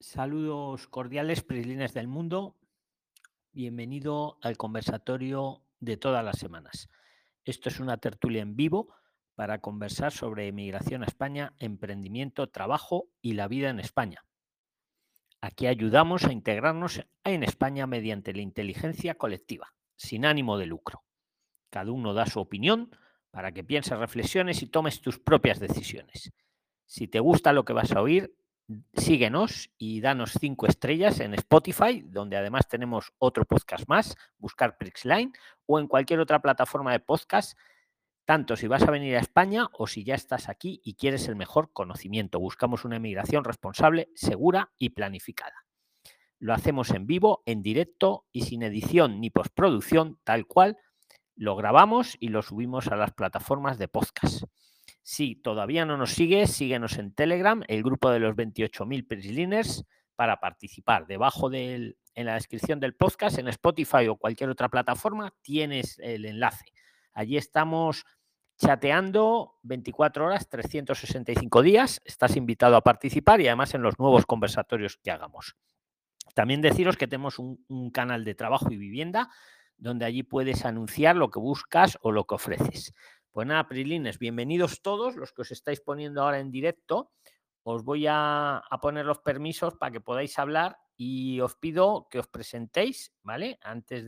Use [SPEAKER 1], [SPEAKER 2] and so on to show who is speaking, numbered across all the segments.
[SPEAKER 1] Saludos cordiales, prislines del mundo. Bienvenido al conversatorio de todas las semanas. Esto es una tertulia en vivo para conversar sobre emigración a España, emprendimiento, trabajo y la vida en España. Aquí ayudamos a integrarnos en España mediante la inteligencia colectiva, sin ánimo de lucro. Cada uno da su opinión para que pienses, reflexiones y tomes tus propias decisiones. Si te gusta lo que vas a oír, síguenos y danos 5 estrellas en Spotify, donde además tenemos otro podcast más, buscar Prixline, o en cualquier otra plataforma de podcast, tanto si vas a venir a España o si ya estás aquí y quieres el mejor conocimiento. Buscamos una emigración responsable, segura y planificada. Lo hacemos en vivo, en directo y sin edición ni postproducción, tal cual lo grabamos y lo subimos a las plataformas de podcast. Si todavía no nos sigues, síguenos en Telegram, el grupo de los 28.000 Prisliners, para participar. Debajo en la descripción del podcast, en Spotify o cualquier otra plataforma, tienes el enlace. Allí estamos chateando 24 horas, 365 días. Estás invitado a participar y además en los nuevos conversatorios que hagamos. También deciros que tenemos un canal de trabajo y vivienda donde allí puedes anunciar lo que buscas o lo que ofreces. Pues nada, Prilines, bienvenidos todos los que os estáis poniendo ahora en directo. Os voy a poner los permisos para que podáis hablar y os pido que os presentéis, ¿vale? Antes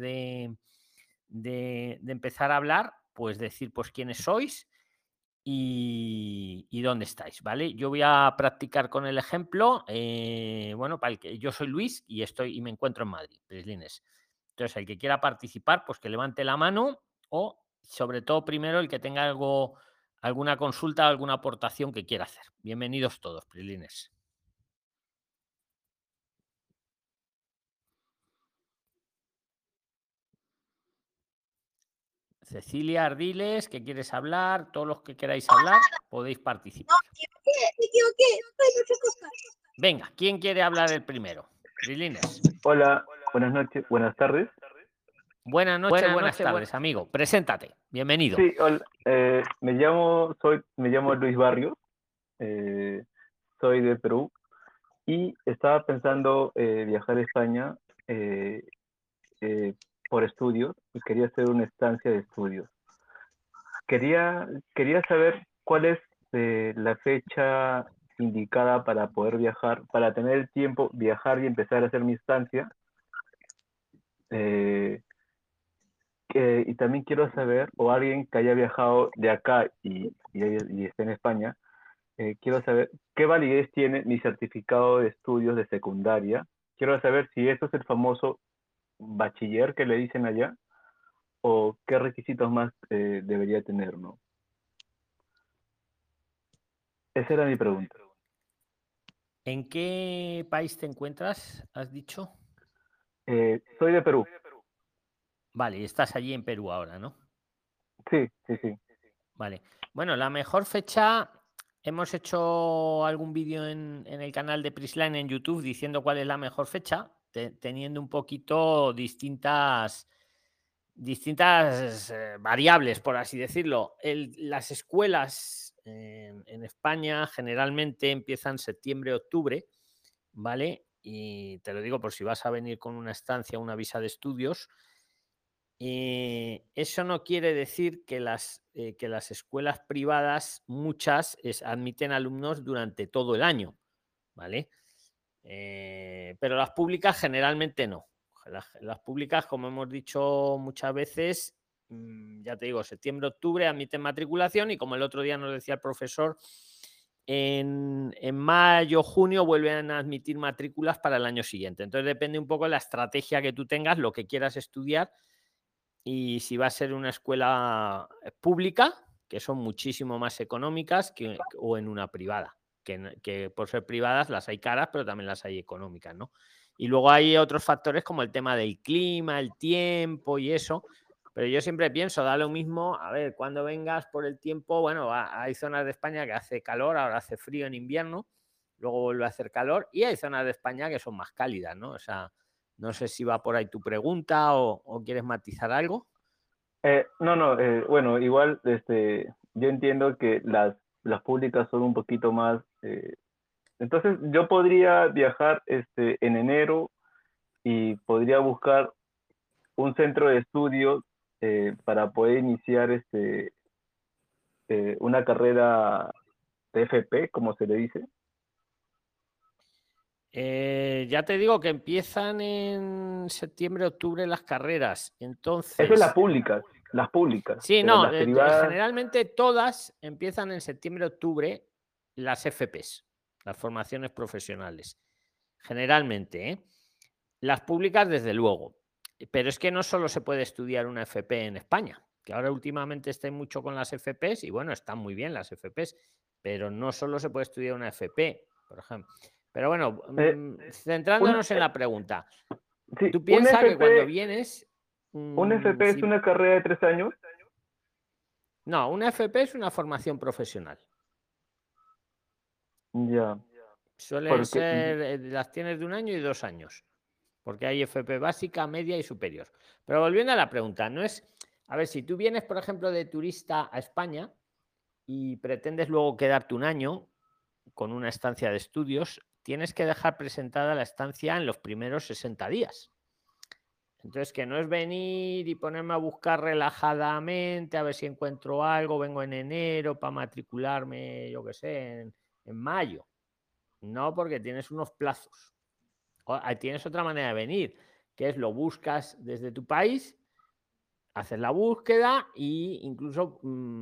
[SPEAKER 1] de empezar a hablar, pues decir pues quiénes sois y dónde estáis, ¿vale? Yo voy a practicar con el ejemplo. Bueno, para el que yo soy Luis y me encuentro en Madrid, Prislines. Entonces, el que quiera participar, pues que levante la mano o, sobre todo, primero el que tenga alguna consulta, alguna aportación que quiera hacer. Bienvenidos todos, Prislines. Cecilia Ardiles, que quieres hablar, todos los que queráis hablar, podéis participar.
[SPEAKER 2] Me equivoqué.
[SPEAKER 1] Venga, ¿quién quiere hablar el primero? Prilines.
[SPEAKER 3] Hola, buenas noches, buenas tardes.
[SPEAKER 1] Buenas noches, buenas tardes, amigo. Preséntate. Bienvenido.
[SPEAKER 3] Sí, hola, me llamo Luis Barrios, soy de Perú y estaba pensando viajar a España eh, por estudios y quería hacer una estancia de estudios. Quería saber cuál es la fecha indicada para poder viajar, para tener el tiempo, viajar y empezar a hacer mi estancia. Eh, y también quiero saber, o alguien que haya viajado de acá y esté en España, quiero saber qué validez tiene mi certificado de estudios de secundaria. Quiero saber si eso es el famoso bachiller que le dicen allá, o qué requisitos más debería tener, ¿no? Esa era mi pregunta.
[SPEAKER 1] ¿En qué país te encuentras? ¿Has dicho?
[SPEAKER 3] Soy de Perú.
[SPEAKER 1] Vale, estás allí en Perú ahora, ¿no?
[SPEAKER 3] Sí, sí, sí.
[SPEAKER 1] Vale. Bueno, la mejor fecha, hemos hecho algún vídeo en el canal de Prisline en YouTube diciendo cuál es la mejor fecha, teniendo un poquito distintas variables, por así decirlo. Las escuelas en España generalmente empiezan septiembre, octubre, ¿vale? Y te lo digo por si vas a venir con una estancia, una visa de estudios. Eso no quiere decir que las escuelas privadas, muchas, admiten alumnos durante todo el año, ¿vale? Pero las públicas generalmente no. Las públicas, como hemos dicho muchas veces, ya te digo, septiembre, octubre admiten matriculación y como el otro día nos decía el profesor, en mayo, junio vuelven a admitir matrículas para el año siguiente. Entonces depende un poco de la estrategia que tú tengas, lo que quieras estudiar y si va a ser una escuela pública, que son muchísimo más económicas o en una privada, que por ser privadas las hay caras, pero también las hay económicas, ¿no? Y luego hay otros factores como el tema del clima, el tiempo y eso. Pero yo siempre pienso, da lo mismo, a ver, cuando vengas por el tiempo, bueno, hay zonas de España que hace calor, ahora hace frío en invierno, luego vuelve a hacer calor y hay zonas de España que son más cálidas, ¿no? O sea, no sé si va por ahí tu pregunta o quieres matizar algo.
[SPEAKER 3] No, bueno, igual yo entiendo que las públicas son un poquito más Entonces yo podría viajar en enero y podría buscar un centro de estudios para poder iniciar una carrera de FP, como se le dice.
[SPEAKER 1] Ya te digo que empiezan en septiembre, octubre las carreras.
[SPEAKER 3] Eso es
[SPEAKER 1] Entonces,
[SPEAKER 3] las públicas,
[SPEAKER 1] sí,
[SPEAKER 3] pero
[SPEAKER 1] no,
[SPEAKER 3] las privadas,
[SPEAKER 1] generalmente todas empiezan en septiembre, octubre, las FPs, las formaciones profesionales. Generalmente, ¿eh? Las públicas, desde luego. Pero es que no solo se puede estudiar una FP en España, que ahora últimamente estoy mucho con las FPs y bueno, están muy bien las FPs, pero no solo se puede estudiar una FP, por ejemplo. Pero bueno,
[SPEAKER 3] eh, una,
[SPEAKER 1] centrándonos en la pregunta,
[SPEAKER 3] sí,
[SPEAKER 1] tú piensas que cuando vienes,
[SPEAKER 3] una FP es una carrera de 3 años.
[SPEAKER 1] no, una FP es una formación profesional.
[SPEAKER 3] Ya,
[SPEAKER 1] Suelen
[SPEAKER 3] porque,
[SPEAKER 1] ser, las tienes de 1 año y 2 años, porque hay FP básica, media y superior. Pero volviendo a la pregunta, no es, a ver, si tú vienes, por ejemplo, de turista a España y pretendes luego quedarte 1 año con una estancia de estudios, tienes que dejar presentada la estancia en los primeros 60 días. Entonces, que no es venir y ponerme a buscar relajadamente, a ver si encuentro algo, vengo en enero para matricularme, yo qué sé, en mayo. No, porque tienes unos plazos. Tienes otra manera de venir, que es lo buscas desde tu país, haces la búsqueda e incluso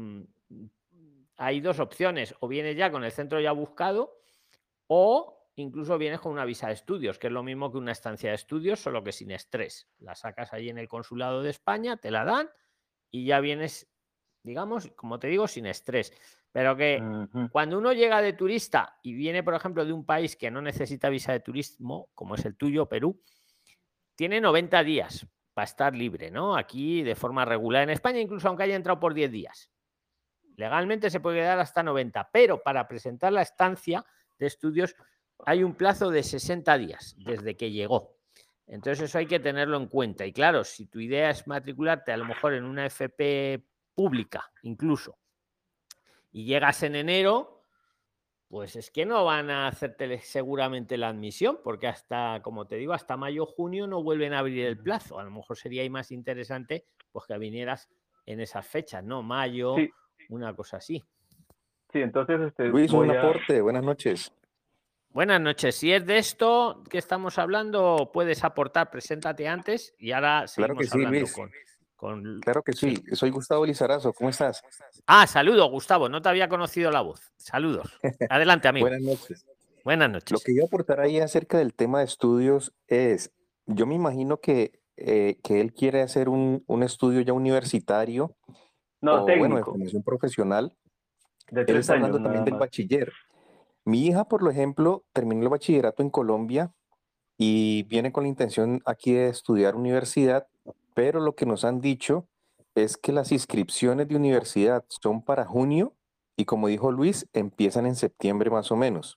[SPEAKER 1] hay dos opciones: o vienes ya con el centro ya buscado, o incluso vienes con una visa de estudios, que es lo mismo que una estancia de estudios, solo que sin estrés. La sacas ahí en el consulado de España, te la dan y ya vienes, digamos, como te digo, sin estrés. Pero que
[SPEAKER 3] ujú,
[SPEAKER 1] cuando uno llega de turista y viene, por ejemplo, de un país que no necesita visa de turismo, como es el tuyo, Perú, tiene 90 días para estar libre, ¿no? Aquí de forma regular. En España, incluso aunque haya entrado por 10 días. Legalmente se puede quedar hasta 90, pero para presentar la estancia de estudios hay un plazo de 60 días desde que llegó. Entonces eso hay que tenerlo en cuenta. Y claro, si tu idea es matricularte a lo mejor en una FP pública incluso y llegas en enero, pues es que no van a hacerte seguramente la admisión, porque hasta, como te digo, hasta mayo, junio no vuelven a abrir el plazo. A lo mejor sería ahí más interesante pues que vinieras en esas fechas, ¿no? Mayo,
[SPEAKER 3] sí,
[SPEAKER 1] una cosa así.
[SPEAKER 3] sí, entonces
[SPEAKER 4] Luis, un
[SPEAKER 3] voy a,
[SPEAKER 4] aporte, buenas noches.
[SPEAKER 1] Buenas noches. Si es de esto que estamos hablando, puedes aportar, preséntate antes y ahora
[SPEAKER 4] Claro que
[SPEAKER 1] seguimos
[SPEAKER 4] sí,
[SPEAKER 1] hablando
[SPEAKER 4] Luis,
[SPEAKER 1] con...
[SPEAKER 4] claro que
[SPEAKER 1] Sí.
[SPEAKER 4] sí. Soy Gustavo Lizarazo, ¿cómo estás?
[SPEAKER 1] Ah, saludo, Gustavo. No te había conocido la voz. Saludos. Adelante, amigo.
[SPEAKER 4] Buenas noches.
[SPEAKER 1] Buenas
[SPEAKER 4] Lo
[SPEAKER 1] noches.
[SPEAKER 4] que yo aportar ahí acerca del tema de estudios es, yo me imagino que él quiere hacer un estudio ya universitario
[SPEAKER 3] no,
[SPEAKER 4] o bueno, de
[SPEAKER 3] técnico,
[SPEAKER 4] formación profesional.
[SPEAKER 3] de
[SPEAKER 4] Él
[SPEAKER 3] tres
[SPEAKER 4] está
[SPEAKER 3] años
[SPEAKER 4] hablando también
[SPEAKER 3] nada
[SPEAKER 4] del
[SPEAKER 3] más.
[SPEAKER 4] bachiller. Mi hija, por ejemplo, terminó el bachillerato en Colombia y viene con la intención aquí de estudiar universidad, pero lo que nos han dicho es que las inscripciones de universidad son para junio y como dijo Luis, empiezan en septiembre más o menos.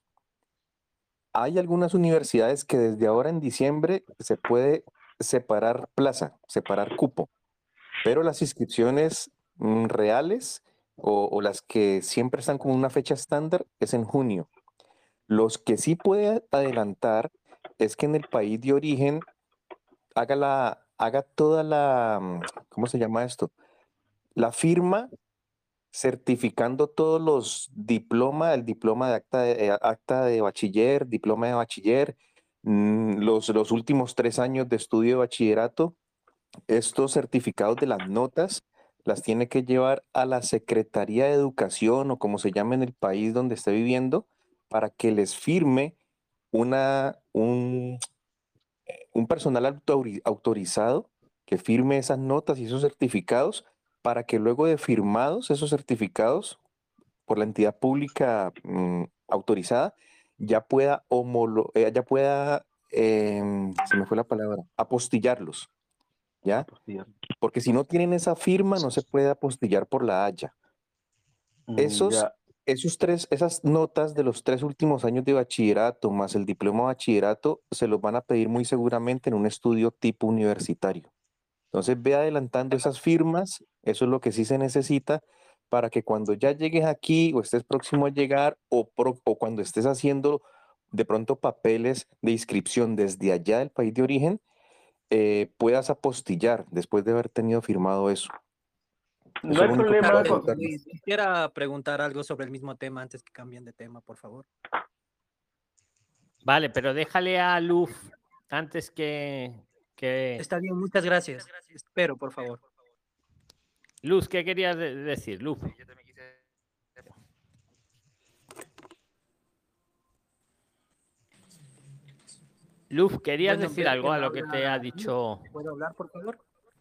[SPEAKER 4] Hay algunas universidades que desde ahora en diciembre se puede separar plaza, separar cupo, pero las inscripciones reales o las que siempre están con una fecha estándar es en junio. Los que sí puede adelantar es que en el país de origen haga toda ¿cómo se llama esto? La firma certificando todos los diplomas, el diploma de acta de bachiller, diploma de bachiller, los últimos 3 años de estudio de bachillerato, estos certificados de las notas las tiene que llevar a la Secretaría de Educación o como se llama en el país donde esté viviendo para que les firme una, un personal autorizado que firme esas notas y esos certificados para que luego de firmados esos certificados por la entidad pública autorizada ya pueda, se me fue la palabra, apostillarlos, ¿ya?
[SPEAKER 3] Apostillar.
[SPEAKER 4] Porque si no tienen esa firma no se puede apostillar por la Haya. Esos,
[SPEAKER 3] Ya,
[SPEAKER 4] esas notas de los 3 últimos años de bachillerato más el diploma de bachillerato se los van a pedir muy seguramente en un estudio tipo universitario. Entonces ve adelantando esas firmas, eso es lo que sí se necesita para que cuando ya llegues aquí o estés próximo a llegar o cuando estés haciendo de pronto papeles de inscripción desde allá del país de origen, puedas apostillar después de haber tenido firmado eso.
[SPEAKER 3] No
[SPEAKER 4] Eso es
[SPEAKER 3] hay
[SPEAKER 4] lo único que
[SPEAKER 3] problema
[SPEAKER 4] quería
[SPEAKER 3] con...
[SPEAKER 4] preguntarle.
[SPEAKER 5] Luis, quisiera preguntar algo sobre el mismo tema antes que cambien de tema, por favor.
[SPEAKER 1] Vale, pero déjale a Luz antes que...
[SPEAKER 5] Está bien, muchas gracias. Espero, por favor.
[SPEAKER 1] Luz, ¿qué querías decir, Luz? Luz, ¿querías
[SPEAKER 5] Bueno,
[SPEAKER 1] decir
[SPEAKER 5] veo
[SPEAKER 1] algo
[SPEAKER 5] que
[SPEAKER 1] a
[SPEAKER 5] no
[SPEAKER 1] lo que te ha
[SPEAKER 5] habla
[SPEAKER 1] dicho?
[SPEAKER 5] Luz. ¿Puedo hablar, por favor?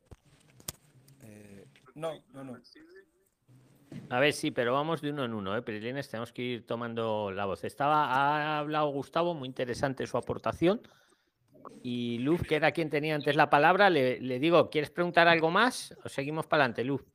[SPEAKER 6] No.
[SPEAKER 1] A ver, sí, pero vamos de uno en uno, Prilines, tenemos que ir tomando la voz. Ha hablado Gustavo, muy interesante su aportación. Y Luz, que era quien tenía antes la palabra, le digo, ¿quieres preguntar algo más? ¿O seguimos para adelante, Luz?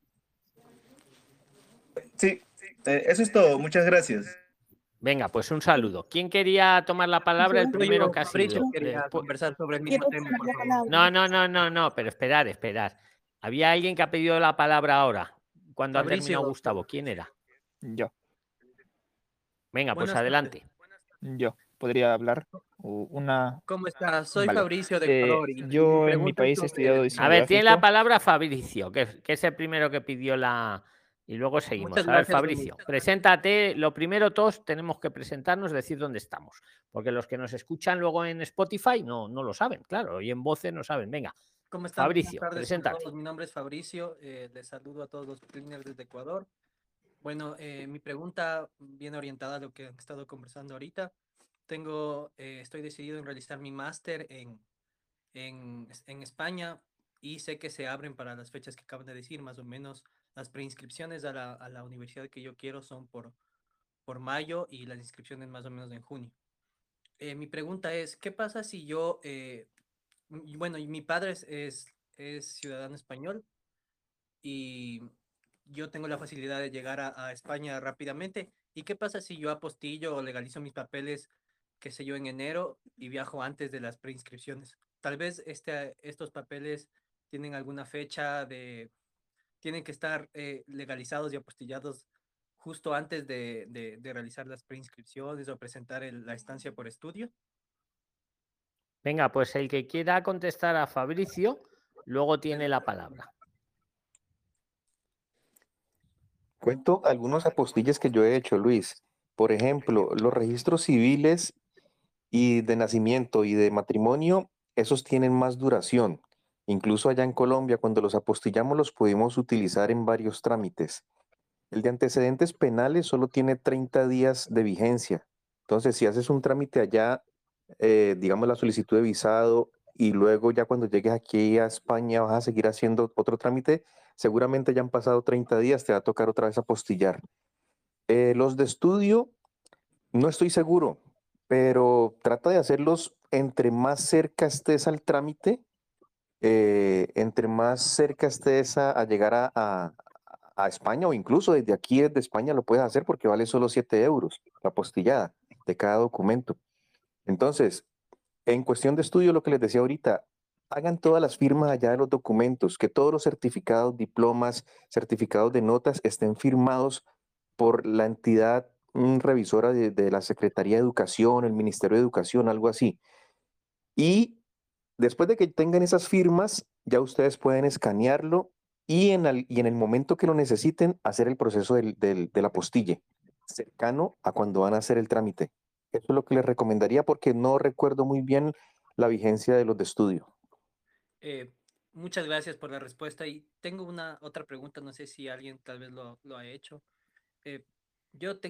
[SPEAKER 6] Sí, eso es todo. Muchas gracias.
[SPEAKER 1] Venga, pues un saludo. ¿Quién quería tomar la palabra? El primero que ha
[SPEAKER 5] Fabricio
[SPEAKER 1] sido.
[SPEAKER 5] quería conversar sobre el mismo tema, por favor.
[SPEAKER 1] No, pero esperar. Había alguien que ha pedido la palabra ahora, cuando ha
[SPEAKER 5] Fabricio.
[SPEAKER 1] terminado Gustavo. ¿Quién era?
[SPEAKER 7] Yo
[SPEAKER 1] Venga, pues
[SPEAKER 5] Buenas
[SPEAKER 1] adelante.
[SPEAKER 7] podría hablar. Una.
[SPEAKER 5] ¿Cómo estás? Soy
[SPEAKER 7] Vale.
[SPEAKER 5] Fabricio de Ecuador. Y
[SPEAKER 7] Yo
[SPEAKER 5] mi
[SPEAKER 7] en mi
[SPEAKER 5] pregunta es
[SPEAKER 7] país he
[SPEAKER 5] sobre
[SPEAKER 7] estudiado
[SPEAKER 5] el-
[SPEAKER 7] diseño
[SPEAKER 1] A ver, tiene la
[SPEAKER 7] gráfico.
[SPEAKER 1] palabra Fabricio, que es el primero que pidió la... Y luego seguimos.
[SPEAKER 5] Muchas
[SPEAKER 1] A ver,
[SPEAKER 5] gracias,
[SPEAKER 1] Fabricio,
[SPEAKER 5] Luis.
[SPEAKER 1] preséntate. Lo primero, todos tenemos que presentarnos, decir dónde estamos. Porque los que nos escuchan luego en Spotify no lo saben, claro. Y en voces no saben. Venga,
[SPEAKER 5] ¿Cómo están?
[SPEAKER 1] Fabricio,
[SPEAKER 5] Buenas tardes a
[SPEAKER 1] preséntate.
[SPEAKER 5] todos. Mi nombre es Fabricio. Les saludo a todos los cleaners desde Ecuador. Bueno, mi pregunta viene orientada a lo que han estado conversando ahorita. Estoy decidido en realizar mi máster en España y sé que se abren para las fechas que acaban de decir, más o menos las preinscripciones a la universidad que yo quiero son por mayo y las inscripciones más o menos en junio. Mi pregunta es, ¿qué pasa si yo, bueno, y mi padre es ciudadano español y yo tengo la facilidad de llegar a España rápidamente? ¿Y qué pasa si yo apostillo o legalizo mis papeles, qué sé yo, en enero y viajo antes de las preinscripciones? Tal vez estos papeles tienen alguna fecha tienen que estar legalizados y apostillados justo antes de realizar las preinscripciones o presentar la estancia por estudio.
[SPEAKER 1] Venga, pues el que quiera contestar a Fabricio, luego tiene la palabra.
[SPEAKER 4] Cuento algunos apostilles que yo he hecho, Luis. Por ejemplo, los registros civiles y de nacimiento y de matrimonio, esos tienen más duración. Incluso allá en Colombia, cuando los apostillamos, los pudimos utilizar en varios trámites. El de antecedentes penales solo tiene 30 días de vigencia. Entonces, si haces un trámite allá, digamos la solicitud de visado, y luego ya cuando llegues aquí a España vas a seguir haciendo otro trámite, seguramente ya han pasado 30 días, te va a tocar otra vez apostillar. Los de estudio, no estoy seguro, pero trata de hacerlos entre más cerca estés al trámite, entre más cerca estés a llegar a España, o incluso desde aquí, desde España, lo puedes hacer porque vale solo 7 euros la apostillada de cada documento. Entonces, en cuestión de estudio, lo que les decía ahorita, hagan todas las firmas allá de los documentos, que todos los certificados, diplomas, certificados de notas estén firmados por la entidad revisora de la Secretaría de Educación, el Ministerio de Educación, algo así. Y después de que tengan esas firmas, ya ustedes pueden escanearlo y en el momento que lo necesiten, hacer el proceso del apostille, cercano a cuando van a hacer el trámite. Eso es lo que les recomendaría porque no recuerdo muy bien la vigencia de los de estudio.
[SPEAKER 5] Muchas gracias por la respuesta y tengo otra pregunta, no sé si alguien tal vez lo ha hecho. Yo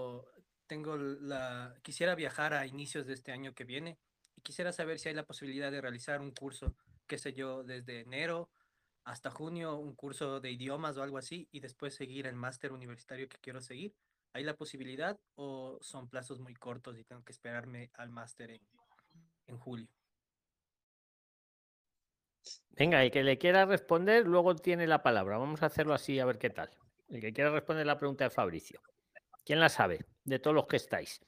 [SPEAKER 5] quisiera viajar a inicios de este año que viene y quisiera saber si hay la posibilidad de realizar un curso, qué sé yo, desde enero hasta junio, un curso de idiomas o algo así, y después seguir el máster universitario que quiero seguir. ¿Hay la posibilidad o son plazos muy cortos y tengo que esperarme al máster en julio?
[SPEAKER 1] Venga, el que le quiera responder, luego tiene la palabra. Vamos a hacerlo así, a ver qué tal. El que quiera responder la pregunta de Fabricio. ¿Quién la sabe? De todos los que estáis.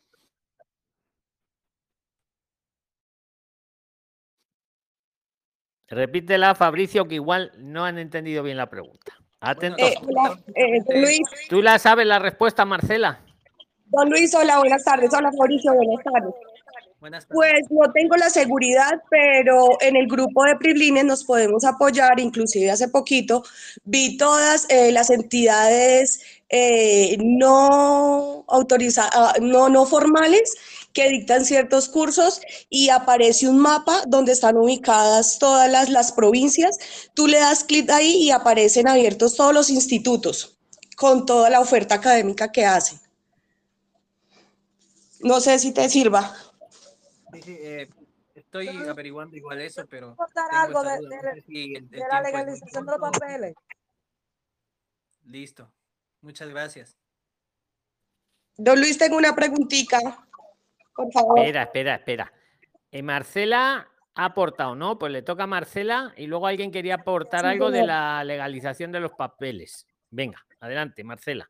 [SPEAKER 1] Repítela, Fabricio, que igual no han entendido bien la pregunta. Atentos.
[SPEAKER 2] Hola, Luis.
[SPEAKER 1] ¿Tú la sabes la respuesta, Marcela?
[SPEAKER 2] Don Luis, hola, buenas tardes. Hola, Mauricio, buenas tardes.
[SPEAKER 5] Buenas tardes.
[SPEAKER 2] Pues no tengo la seguridad, pero en el grupo de PRIXLINES nos podemos apoyar. Inclusive hace poquito vi todas las entidades no autorizadas, no formales, que dictan ciertos cursos, y aparece un mapa donde están ubicadas todas las provincias. Tú le das clic ahí y aparecen abiertos todos los institutos con toda la oferta académica que hacen. No sé si te sirva.
[SPEAKER 5] Sí, estoy averiguando igual eso, pero
[SPEAKER 8] contar
[SPEAKER 5] tengo
[SPEAKER 8] algo
[SPEAKER 5] esta
[SPEAKER 8] de,
[SPEAKER 5] duda.
[SPEAKER 8] de-
[SPEAKER 5] No sé si el
[SPEAKER 8] de la
[SPEAKER 5] tiempo es muy
[SPEAKER 8] legalización de los
[SPEAKER 5] corto.
[SPEAKER 8] papeles.
[SPEAKER 5] Listo. Muchas gracias.
[SPEAKER 2] Don Luis, tengo una preguntita, por favor.
[SPEAKER 1] Espera. Marcela ha aportado, ¿no? Pues le toca a Marcela y luego alguien quería aportar
[SPEAKER 2] Sí,
[SPEAKER 1] algo de
[SPEAKER 2] señor.
[SPEAKER 1] la legalización de los papeles. Venga, adelante, Marcela.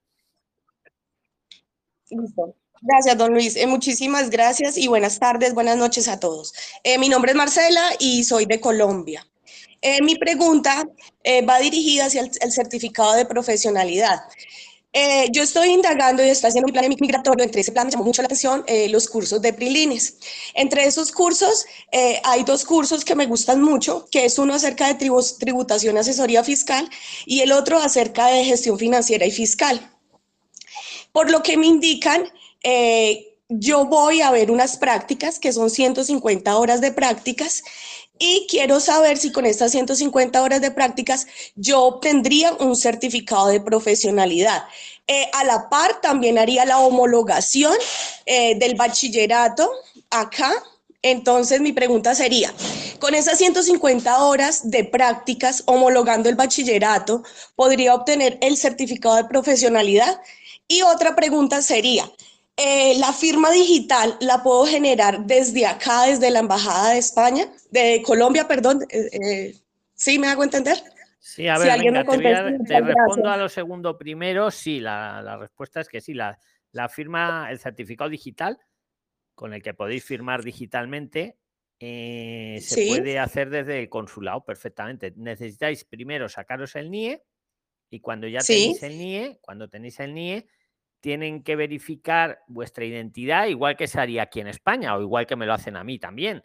[SPEAKER 2] Listo. Gracias, don Luis. Muchísimas gracias y buenas tardes, buenas noches a todos. Mi nombre es Marcela y soy de Colombia. Mi pregunta va dirigida hacia el certificado de profesionalidad. Yo estoy indagando y estoy haciendo un plan migratorio. Entre ese plan me llamó mucho la atención los cursos de PRIXLINES. Entre esos cursos hay dos cursos que me gustan mucho, que es uno acerca de tributación y asesoría fiscal y el otro acerca de gestión financiera y fiscal. Por lo que me indican, yo voy a ver unas prácticas que son 150 horas de prácticas y quiero saber si con estas 150 horas de prácticas yo obtendría un certificado de profesionalidad. A la par también haría la homologación del bachillerato acá. Entonces mi pregunta sería, con esas 150 horas de prácticas homologando el bachillerato, ¿podría obtener el certificado de profesionalidad? Y otra pregunta sería, ¿la firma digital la puedo generar desde acá, desde la Embajada de España, de Colombia, perdón? ¿Sí me hago entender?
[SPEAKER 1] Sí, a
[SPEAKER 2] Si
[SPEAKER 1] ver,
[SPEAKER 2] alguien
[SPEAKER 1] venga,
[SPEAKER 2] me contesta,
[SPEAKER 1] te
[SPEAKER 2] muchas
[SPEAKER 1] respondo
[SPEAKER 2] gracias.
[SPEAKER 1] a lo segundo primero. Sí, la respuesta es que sí. La firma, el certificado digital, con el que podéis firmar digitalmente, se
[SPEAKER 2] Sí,
[SPEAKER 1] puede hacer desde el consulado perfectamente. Necesitáis primero sacaros el NIE y cuando ya
[SPEAKER 2] sí,
[SPEAKER 1] tenéis el NIE, tienen que verificar vuestra identidad, igual que se haría aquí en España o igual que me lo hacen a mí también,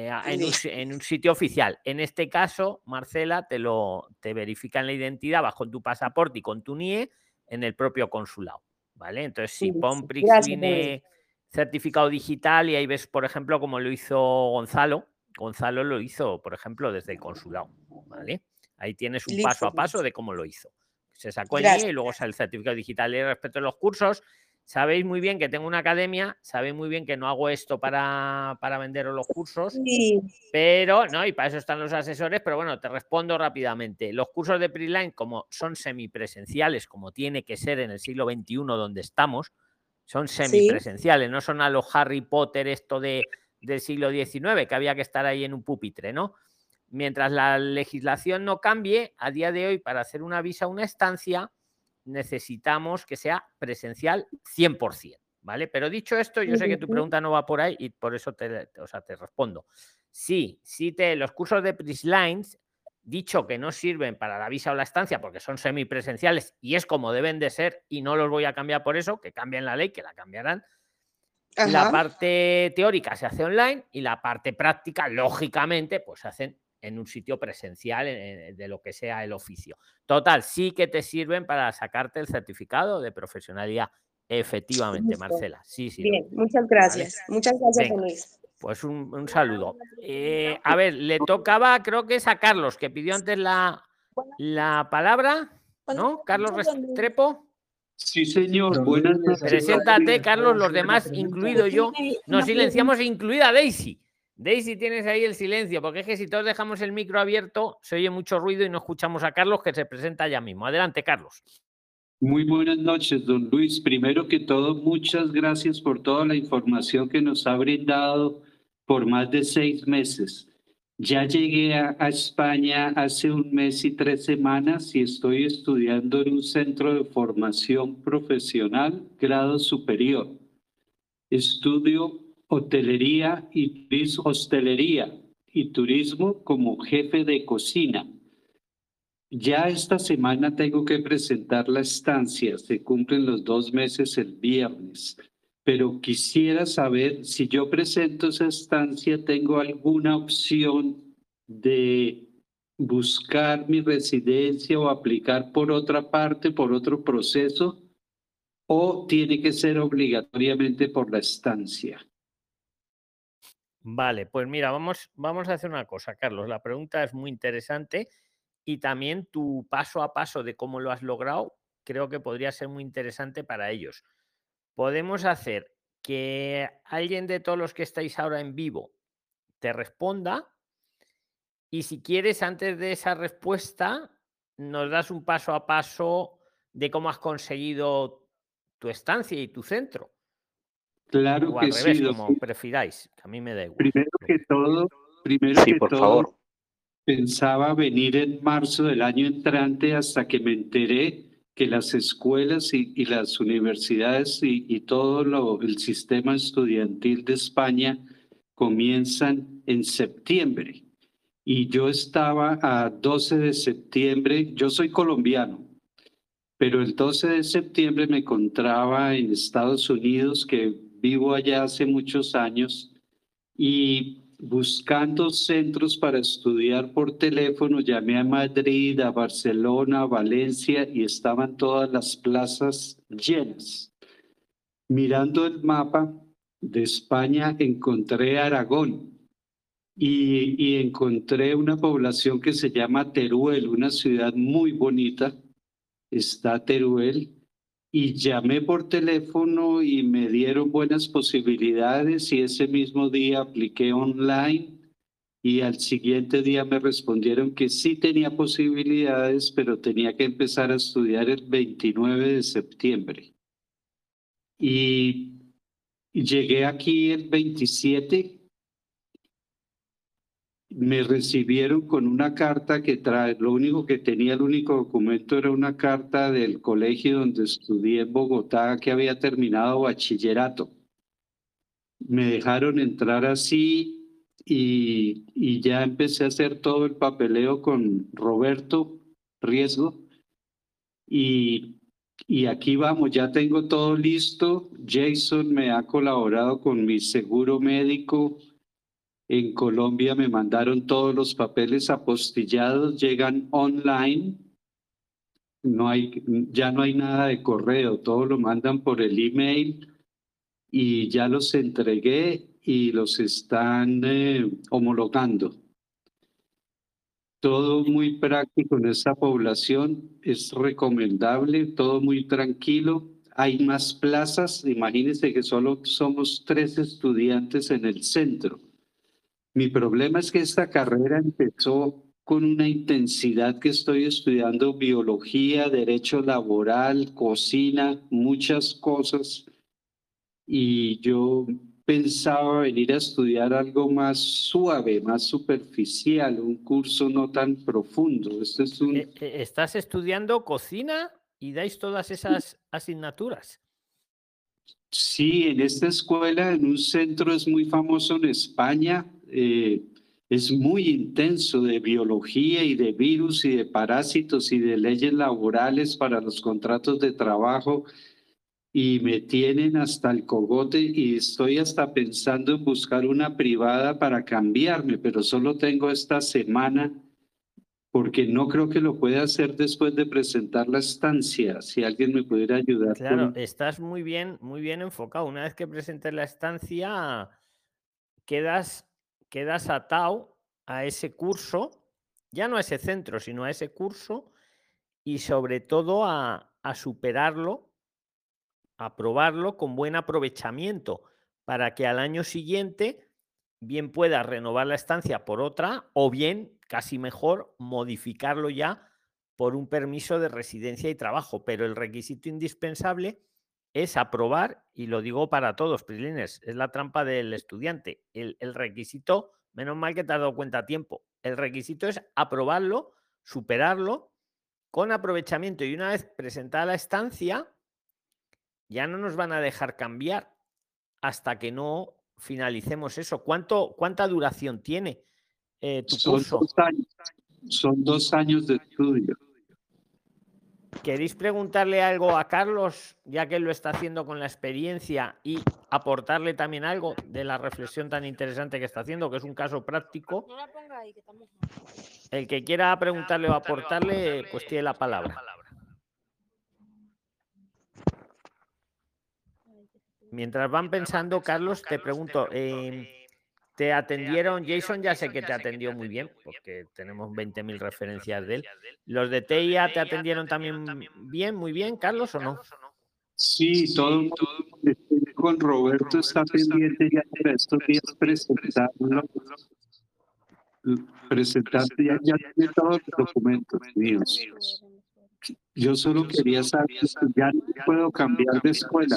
[SPEAKER 1] en un sitio oficial. En este caso, Marcela, te verifican la identidad bajo tu pasaporte y con tu NIE en el propio consulado, ¿vale? Entonces, si pon
[SPEAKER 2] gracias, don Luis.
[SPEAKER 1] PRIXLINE certificado digital y ahí ves, por ejemplo, como lo hizo Gonzalo. Gonzalo lo hizo, por ejemplo, desde el consulado, ¿vale? Ahí tienes un paso
[SPEAKER 2] Listo,
[SPEAKER 1] a paso de cómo lo hizo. Se sacó el
[SPEAKER 2] gracias.
[SPEAKER 1] NIE y luego sale el certificado digital. Y respecto a los cursos, sabéis muy bien que tengo una academia, sabéis muy bien que no hago esto para venderos los cursos,
[SPEAKER 2] Sí,
[SPEAKER 1] pero no, y para eso están los asesores, pero bueno, te respondo rápidamente. Los cursos de PRIXLINE, como son semipresenciales, como tiene que ser en el siglo XXI donde estamos, son semipresenciales, no son a los Harry Potter esto del siglo XIX, que había que estar ahí en un pupitre, ¿no? Mientras la legislación no cambie, a día de hoy, para hacer una visa, una estancia, necesitamos que sea presencial 100%, ¿vale? Pero dicho esto, yo sé que tu pregunta no va por ahí y por eso te respondo. Sí, los cursos de PRIXLINE, dicho que no sirven para la visa o la estancia porque son semipresenciales y es como deben de ser y no los voy a cambiar por eso, que cambien la ley, que la cambiarán. La parte teórica se hace online y la parte práctica, lógicamente, pues se hacen en un sitio presencial de lo que sea el oficio. Total, sí que te sirven para sacarte el certificado de profesionalidad. Efectivamente,
[SPEAKER 2] listo.
[SPEAKER 1] Marcela. Sí.
[SPEAKER 2] Bien, muchas gracias.
[SPEAKER 1] ¿Vale?
[SPEAKER 2] Muchas gracias,
[SPEAKER 1] Venga,
[SPEAKER 2] don Luis.
[SPEAKER 1] pues un saludo. A ver, le tocaba, creo que es a Carlos, que pidió antes la palabra, ¿no? Carlos Restrepo.
[SPEAKER 9] Sí, señor. Buenas noches.
[SPEAKER 1] Preséntate, Carlos, los demás, incluido yo. Nos silenciamos, incluida Daisy. Daisy, tienes ahí el silencio, porque es que si todos dejamos el micro abierto, se oye mucho ruido y no escuchamos a Carlos, que se presenta ya mismo. Adelante, Carlos.
[SPEAKER 9] Muy buenas noches, don Luis. Primero que todo, muchas gracias por toda la información que nos ha brindado por más de 6 meses. Ya llegué a España hace 1 mes y 3 semanas y estoy estudiando en un centro de formación profesional, grado superior. Estudio hostelería y turismo como jefe de cocina. Ya esta semana tengo que presentar la estancia, se cumplen los 2 meses el viernes. pero quisiera saber si yo presento esa estancia, ¿tengo alguna opción de buscar mi residencia o aplicar por otra parte, por otro proceso, o tiene que ser obligatoriamente por la estancia?
[SPEAKER 1] Vale, pues mira, vamos a hacer una cosa, Carlos. La pregunta es muy interesante y también tu paso a paso de cómo lo has logrado creo que podría ser muy interesante para ellos. Podemos hacer que alguien de todos los que estáis ahora en vivo te responda y si quieres, antes de esa respuesta, nos das un paso a paso de cómo has conseguido tu estancia y tu centro.
[SPEAKER 9] Claro
[SPEAKER 1] O
[SPEAKER 9] que
[SPEAKER 1] al revés,
[SPEAKER 9] sí,
[SPEAKER 1] como prefiráis, que a mí me da igual.
[SPEAKER 9] Primero
[SPEAKER 4] Sí,
[SPEAKER 9] que
[SPEAKER 4] por
[SPEAKER 9] todo,
[SPEAKER 4] favor.
[SPEAKER 9] pensaba venir en marzo del año entrante hasta que me enteré que las escuelas y las universidades y todo el sistema estudiantil de España comienzan en septiembre. Y yo estaba a 12 de septiembre, yo soy colombiano, pero el 12 de septiembre me encontraba en Estados Unidos, que vivo allá hace muchos años, y buscando centros para estudiar por teléfono, llamé a Madrid, a Barcelona, a Valencia, y estaban todas las plazas llenas. Mirando el mapa de España, encontré Aragón y encontré una población que se llama Teruel, una ciudad muy bonita. Está Teruel, y llamé por teléfono y me dieron buenas posibilidades y ese mismo día apliqué online y al siguiente día me respondieron que sí tenía posibilidades, pero tenía que empezar a estudiar el 29 de septiembre. Y llegué aquí el 27. Me recibieron con una carta que trae, lo único que tenía, el único documento era una carta del colegio donde estudié en Bogotá, que había terminado bachillerato. Me dejaron entrar así y ya empecé a hacer todo el papeleo con Roberto Riesgo y aquí vamos, ya tengo todo listo. Jason me ha colaborado con mi seguro médico. En Colombia me mandaron todos los papeles apostillados, llegan online, ya no hay nada de correo, todo lo mandan por el email y ya los entregué y los están homologando. Todo muy práctico en esta población, es recomendable, todo muy tranquilo. Hay más plazas, imagínense que solo somos 3 estudiantes en el centro. Mi problema es que esta carrera empezó con una intensidad que estoy estudiando biología, derecho laboral, cocina, muchas cosas. Y yo pensaba venir a estudiar algo más suave, más superficial, un curso no tan profundo. Este es un...
[SPEAKER 1] ¿Estás estudiando cocina y dais todas esas asignaturas?
[SPEAKER 9] Sí, en esta escuela, en un centro es muy famoso en España, es muy intenso de biología y de virus y de parásitos y de leyes laborales para los contratos de trabajo y me tienen hasta el cogote y estoy hasta pensando en buscar una privada para cambiarme, pero solo tengo esta semana porque no creo que lo pueda hacer después de presentar la estancia. Si alguien me pudiera ayudar
[SPEAKER 1] Claro,
[SPEAKER 9] con...
[SPEAKER 1] estás muy bien enfocado. Una vez que presentes la estancia, quedas atado a ese curso, ya no a ese centro, sino a ese curso y sobre todo a superarlo, a probarlo con buen aprovechamiento para que al año siguiente bien puedas renovar la estancia por otra o bien, casi mejor, modificarlo ya por un permiso de residencia y trabajo. Pero el requisito indispensable es aprobar, y lo digo para todos, Prislines, es la trampa del estudiante. El requisito, menos mal que te has dado cuenta a tiempo, el requisito es aprobarlo, superarlo con aprovechamiento y una vez presentada la estancia, ya no nos van a dejar cambiar hasta que no finalicemos eso. ¿Cuánta duración tiene tu curso?
[SPEAKER 9] Son 2 años de estudio.
[SPEAKER 1] ¿Queréis preguntarle algo a Carlos, ya que él lo está haciendo con la experiencia, y aportarle también algo de la reflexión tan interesante que está haciendo, que es un caso práctico?
[SPEAKER 8] No la ponga ahí, que estamos...
[SPEAKER 1] El que quiera preguntarle o aportarle, pues tiene la palabra. Mientras van pensando, Carlos, te pregunto, ¿te atendieron? Jason ya sé que te atendió muy bien, porque tenemos 20.000 referencias de él. ¿Los de TIA te atendieron también bien, muy bien, Carlos, o no?
[SPEAKER 9] Sí, todo con Roberto está pendiente ya para estos días presentarte ya tiene todos los documentos míos. Yo solo quería saber si ya no puedo cambiar de escuela.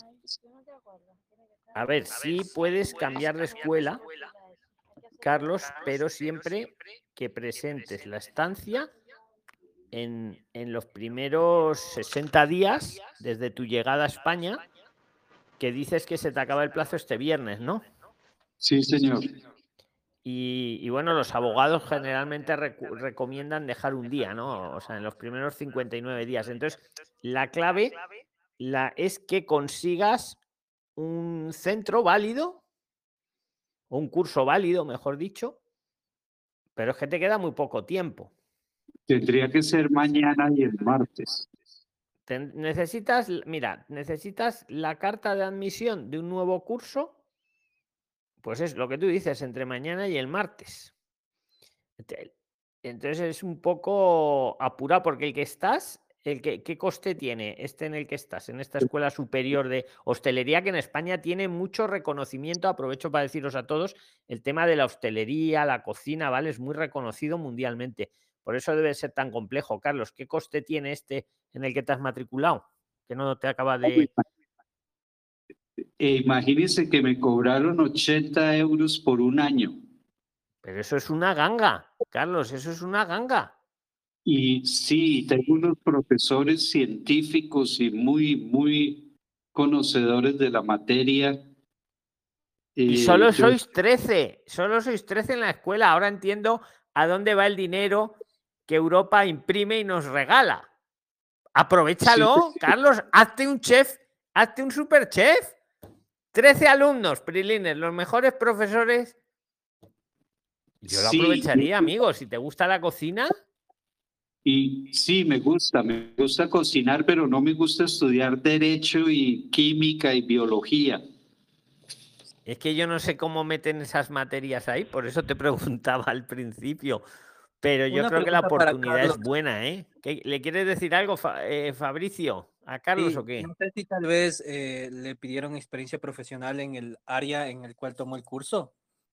[SPEAKER 1] A ver, sí puedes cambiar de escuela, Carlos, pero siempre que presentes la estancia en los primeros 60 días desde tu llegada a España, que dices que se te acaba el plazo este viernes, ¿no?
[SPEAKER 9] Sí, señor.
[SPEAKER 1] Y bueno, los abogados generalmente recomiendan dejar un día, ¿no? O sea, en los primeros 59 días. Entonces, la clave es que consigas un centro válido, o un curso válido, mejor dicho, pero es que te queda muy poco tiempo.
[SPEAKER 9] Tendría que ser mañana y el martes.
[SPEAKER 1] Necesitas la carta de admisión de un nuevo curso, pues es lo que tú dices, entre mañana y el martes. Entonces es un poco apurado, porque ¿qué coste tiene en el que estás, en esta escuela superior de hostelería, que en España tiene mucho reconocimiento? Aprovecho para deciros a todos, el tema de la hostelería, la cocina, ¿vale? Es muy reconocido mundialmente. Por eso debe ser tan complejo. Carlos, ¿qué coste tiene en el que te has matriculado? Que no te acaba de...
[SPEAKER 9] Imagínense que me cobraron 80 euros por un año.
[SPEAKER 1] Pero eso es una ganga, Carlos, eso es una ganga.
[SPEAKER 9] Y sí, tengo unos profesores científicos y muy conocedores de la materia.
[SPEAKER 1] Y solo sois 13, solo sois 13 en la escuela. Ahora entiendo a dónde va el dinero que Europa imprime y nos regala. Aprovechalo, sí. Carlos, hazte un chef, hazte un super chef. 13 alumnos, Prilines, los mejores profesores. Yo lo aprovecharía, amigos. Si te gusta la cocina.
[SPEAKER 9] Y sí, me gusta cocinar, pero no me gusta estudiar derecho y química y biología.
[SPEAKER 1] Es que yo no sé cómo meten esas materias ahí, por eso te preguntaba al principio. Pero yo creo que la oportunidad es buena, ¿eh? ¿Le quieres decir algo, Fabricio, a Carlos,
[SPEAKER 5] sí,
[SPEAKER 1] o qué?
[SPEAKER 5] No sé si tal vez le pidieron experiencia profesional en el área en el cual tomó el curso.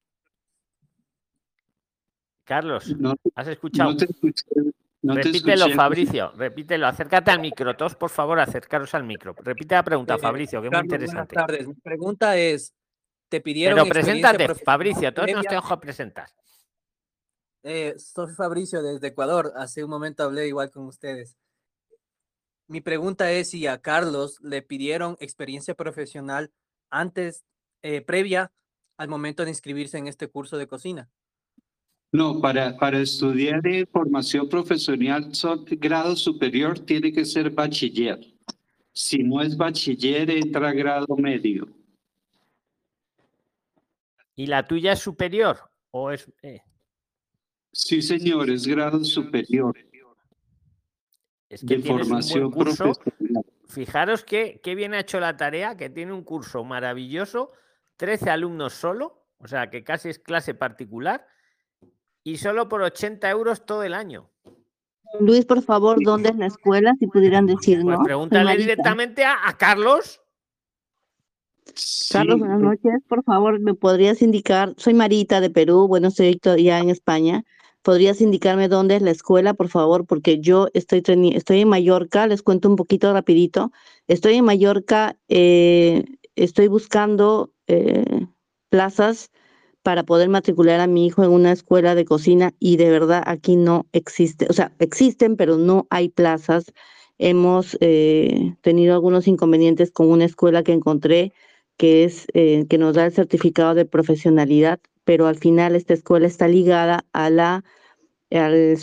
[SPEAKER 1] Carlos, ¿has escuchado?
[SPEAKER 9] No te escuché.
[SPEAKER 1] Repítelo, Fabricio, repítelo. Acércate al micro. Todos, por favor, acercaros al micro. Repite la pregunta, Fabricio, que es
[SPEAKER 5] Carlos,
[SPEAKER 1] muy interesante.
[SPEAKER 5] Buenas tardes. Mi pregunta es, ¿te pidieron
[SPEAKER 1] Pero preséntate, Fabricio, todos nos te dejo presentar.
[SPEAKER 5] Soy Fabricio desde Ecuador. Hace un momento hablé igual con ustedes. Mi pregunta es si a Carlos le pidieron experiencia profesional antes, previa al momento de inscribirse en este curso de cocina.
[SPEAKER 9] No, para estudiar formación profesional grado superior tiene que ser bachiller. Si no es bachiller, entra a grado medio.
[SPEAKER 1] ¿Y la tuya es superior o es...?
[SPEAKER 9] Sí, señor, es grado superior.
[SPEAKER 1] Es que
[SPEAKER 9] de
[SPEAKER 1] tienes
[SPEAKER 9] formación
[SPEAKER 1] un buen curso.
[SPEAKER 9] Profesional.
[SPEAKER 1] Fijaros que bien ha hecho la tarea, que tiene un curso maravilloso, 13 alumnos solo, o sea que casi es clase particular, y solo por 80 euros todo el año.
[SPEAKER 10] Luis, por favor, ¿dónde es la escuela? Si pudieran decirnos.
[SPEAKER 1] Pues pregúntale directamente a Carlos.
[SPEAKER 10] Carlos, buenas noches. Por favor, ¿me podrías indicar? Soy Marita de Perú, bueno, estoy ya en España. ¿Podrías indicarme dónde es la escuela, por favor? Porque yo estoy en Mallorca, les cuento un poquito rapidito. Estoy en Mallorca, estoy buscando plazas para poder matricular a mi hijo en una escuela de cocina y de verdad aquí no existe, o sea, existen, pero no hay plazas. Hemos tenido algunos inconvenientes con una escuela que encontré que que nos da el certificado de profesionalidad, pero al final esta escuela está ligada al SOIP,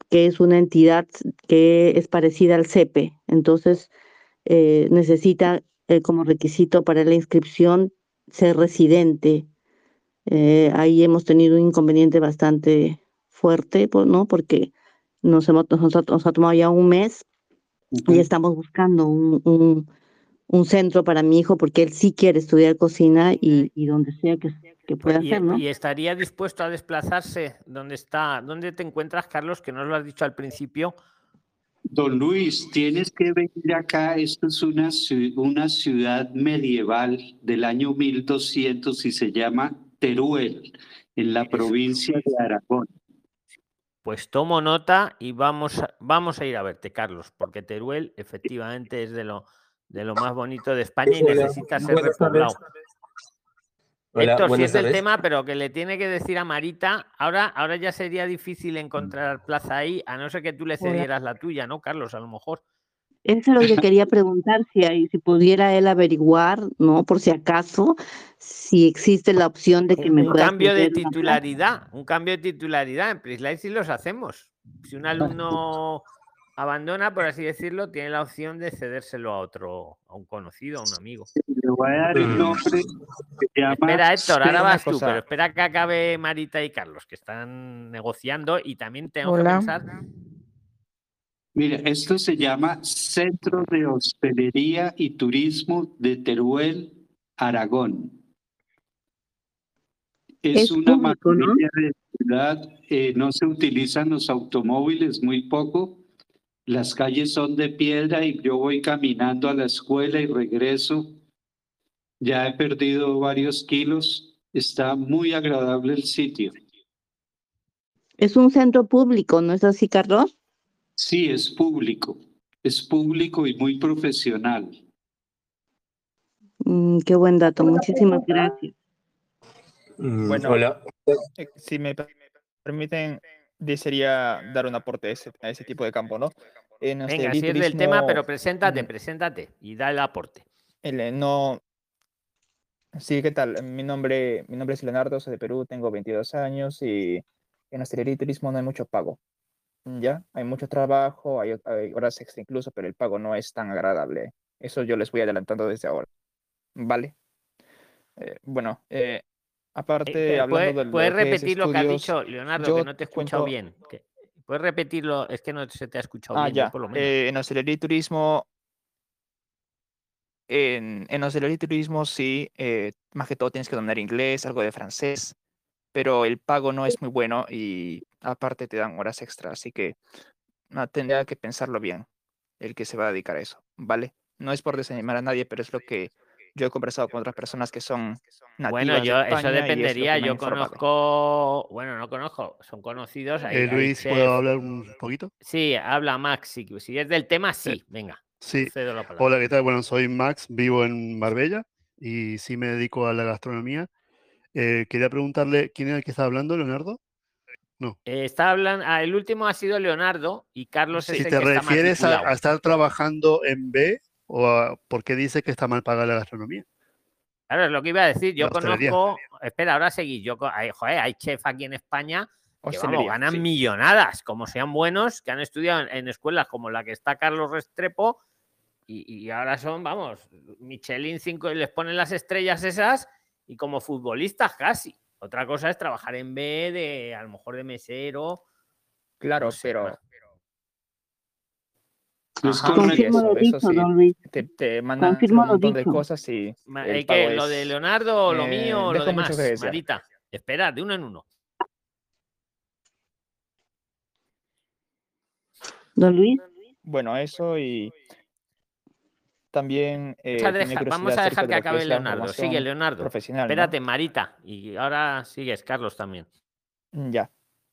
[SPEAKER 10] que es una entidad que es parecida al CEPE. Entonces, necesita como requisito para la inscripción ser residente. Ahí hemos tenido un inconveniente bastante fuerte, ¿no? Porque nos ha tomado ya un mes y estamos buscando un centro para mi hijo porque él sí quiere estudiar cocina y donde sea que pueda hacer, ¿no?
[SPEAKER 1] ¿Y estaría dispuesto a desplazarse? ¿Dónde te encuentras, Carlos? Que no lo has dicho al principio.
[SPEAKER 9] Don Luis, tienes que venir acá. Esto es una ciudad medieval del año 1200 y se llama Teruel, en la provincia de Aragón.
[SPEAKER 1] Pues tomo nota y vamos a ir a verte, Carlos, porque Teruel efectivamente es de lo más bonito de España y necesita ser repoblado. Héctor, sí es del tema, pero que le tiene que decir a Marita, ahora ya sería difícil encontrar plaza ahí, a no ser que tú le cedieras la tuya, ¿no, Carlos? A lo mejor.
[SPEAKER 10] Eso es lo que quería preguntar, si pudiera él averiguar, ¿no? Por si acaso, si existe la opción de que me
[SPEAKER 1] Un
[SPEAKER 10] pueda
[SPEAKER 1] cambio de
[SPEAKER 10] ceder una plaza.
[SPEAKER 1] titularidad, en PRISLAE sí los hacemos. Si un alumno abandona, por así decirlo, tiene la opción de cedérselo a un conocido, a un amigo.
[SPEAKER 9] Le voy a dar el nombre. Se llama
[SPEAKER 1] Espera, Héctor, ahora
[SPEAKER 7] Una
[SPEAKER 1] vas tú,
[SPEAKER 7] cosa.
[SPEAKER 1] pero espera que acabe Marita y Carlos, que están negociando y también tengo que
[SPEAKER 8] Hola.
[SPEAKER 1] pensar.
[SPEAKER 9] Mira, esto se llama Centro de Hostelería y Turismo de Teruel, Aragón. Es una
[SPEAKER 10] público, ¿no?
[SPEAKER 9] maravilla de ciudad. No se utilizan los automóviles, muy poco. Las calles son de piedra y yo voy caminando a la escuela y regreso. Ya he perdido varios kilos. Está muy agradable el sitio.
[SPEAKER 10] Es un centro público, ¿no es así, Carlos?
[SPEAKER 9] Sí, es público. Es público y muy profesional.
[SPEAKER 10] Qué buen dato, muchísimas gracias.
[SPEAKER 7] Bueno,
[SPEAKER 3] Hola.
[SPEAKER 7] si me permiten, desearía dar un aporte a ese tipo de campo, ¿no? En
[SPEAKER 1] Venga,
[SPEAKER 7] hostelería y
[SPEAKER 1] si es del tema, pero
[SPEAKER 7] turismo,
[SPEAKER 1] preséntate y da el aporte.
[SPEAKER 7] no. Sí, ¿qué tal? Mi nombre es Leonardo, soy de Perú, tengo 22 años y en hostelería y turismo no hay mucho pago. Ya, hay mucho trabajo, hay horas extra incluso, pero el pago no es tan agradable. Eso yo les voy adelantando desde ahora. ¿Vale? Bueno, aparte, hablando de
[SPEAKER 1] ¿Puedes
[SPEAKER 7] lo que es
[SPEAKER 1] repetir lo que has
[SPEAKER 7] estudios,
[SPEAKER 1] dicho, Leonardo, que
[SPEAKER 7] yo
[SPEAKER 1] no te he escuchado
[SPEAKER 7] cuento.
[SPEAKER 1] bien? ¿Puedes repetirlo? Es que no se te ha escuchado bien, yo
[SPEAKER 7] Ya,
[SPEAKER 1] por lo menos.
[SPEAKER 7] en hostelería y turismo, en hostelería y turismo sí, más que todo tienes que dominar inglés, algo de francés, pero el pago no es muy bueno y aparte te dan horas extra, así que tendría que pensarlo bien el que se va a dedicar a eso, ¿vale? No es por desanimar a nadie, pero es lo que yo he conversado con otras personas que son
[SPEAKER 1] Bueno,
[SPEAKER 7] nativas de
[SPEAKER 1] eso
[SPEAKER 7] España y es lo
[SPEAKER 1] dependería.
[SPEAKER 7] que me han
[SPEAKER 1] Yo
[SPEAKER 7] informado.
[SPEAKER 1] bueno, no conozco, son conocidos. Hay
[SPEAKER 11] Luis,
[SPEAKER 1] chef.
[SPEAKER 11] ¿puedo hablar un poquito?
[SPEAKER 1] Sí, habla Max. Si es del tema, sí, venga.
[SPEAKER 11] Sí.
[SPEAKER 1] Te cedo la palabra.
[SPEAKER 11] Hola, ¿qué tal? Bueno, soy Max, vivo en Marbella y sí me dedico a la gastronomía. Quería preguntarle, ¿quién es el que está hablando, Leonardo? No.
[SPEAKER 1] Está hablando, el último ha sido Leonardo y Carlos es
[SPEAKER 11] Si
[SPEAKER 1] el
[SPEAKER 11] te
[SPEAKER 1] que está
[SPEAKER 11] refieres a
[SPEAKER 1] matriculado.
[SPEAKER 11] estar trabajando en B o por qué dice que está mal pagada la gastronomía.
[SPEAKER 1] Claro, es lo que iba a decir. Yo
[SPEAKER 11] La hostelería.
[SPEAKER 1] conozco. Espera, ahora seguís. Hay chef aquí en España que
[SPEAKER 7] Hostelería,
[SPEAKER 1] ganan
[SPEAKER 7] sí.
[SPEAKER 1] millonadas, como sean buenos, que han estudiado en escuelas como la que está Carlos Restrepo y ahora son, Michelin 5 y les ponen las estrellas esas y como futbolistas casi. Otra cosa es trabajar en B, a lo mejor de mesero.
[SPEAKER 7] Claro,
[SPEAKER 1] no sé,
[SPEAKER 7] pero
[SPEAKER 9] Es
[SPEAKER 10] Confirmo lo
[SPEAKER 7] eso
[SPEAKER 10] dicho,
[SPEAKER 7] sí,
[SPEAKER 10] don Luis.
[SPEAKER 7] te mandan a hacer
[SPEAKER 10] Confirmo
[SPEAKER 7] un
[SPEAKER 10] lo
[SPEAKER 7] montón de
[SPEAKER 10] dicho.
[SPEAKER 7] cosas y el pago
[SPEAKER 1] ¿Lo de
[SPEAKER 7] es...
[SPEAKER 1] Leonardo, lo mío o lo
[SPEAKER 7] dejo mucho que
[SPEAKER 1] demás?
[SPEAKER 7] desear.
[SPEAKER 1] Marita, espera, de uno en uno.
[SPEAKER 10] Don Luis.
[SPEAKER 7] Bueno, eso y también tenía
[SPEAKER 1] Vamos
[SPEAKER 7] curiosidad
[SPEAKER 1] a
[SPEAKER 7] acerca
[SPEAKER 1] dejar
[SPEAKER 7] de
[SPEAKER 1] que
[SPEAKER 7] lo que
[SPEAKER 1] acabe
[SPEAKER 7] es la
[SPEAKER 1] Leonardo. Sigue,
[SPEAKER 7] formación
[SPEAKER 1] Leonardo.
[SPEAKER 7] profesional, ¿no?
[SPEAKER 1] Espérate, Marita. Y ahora sigues, Carlos también.
[SPEAKER 7] Ya.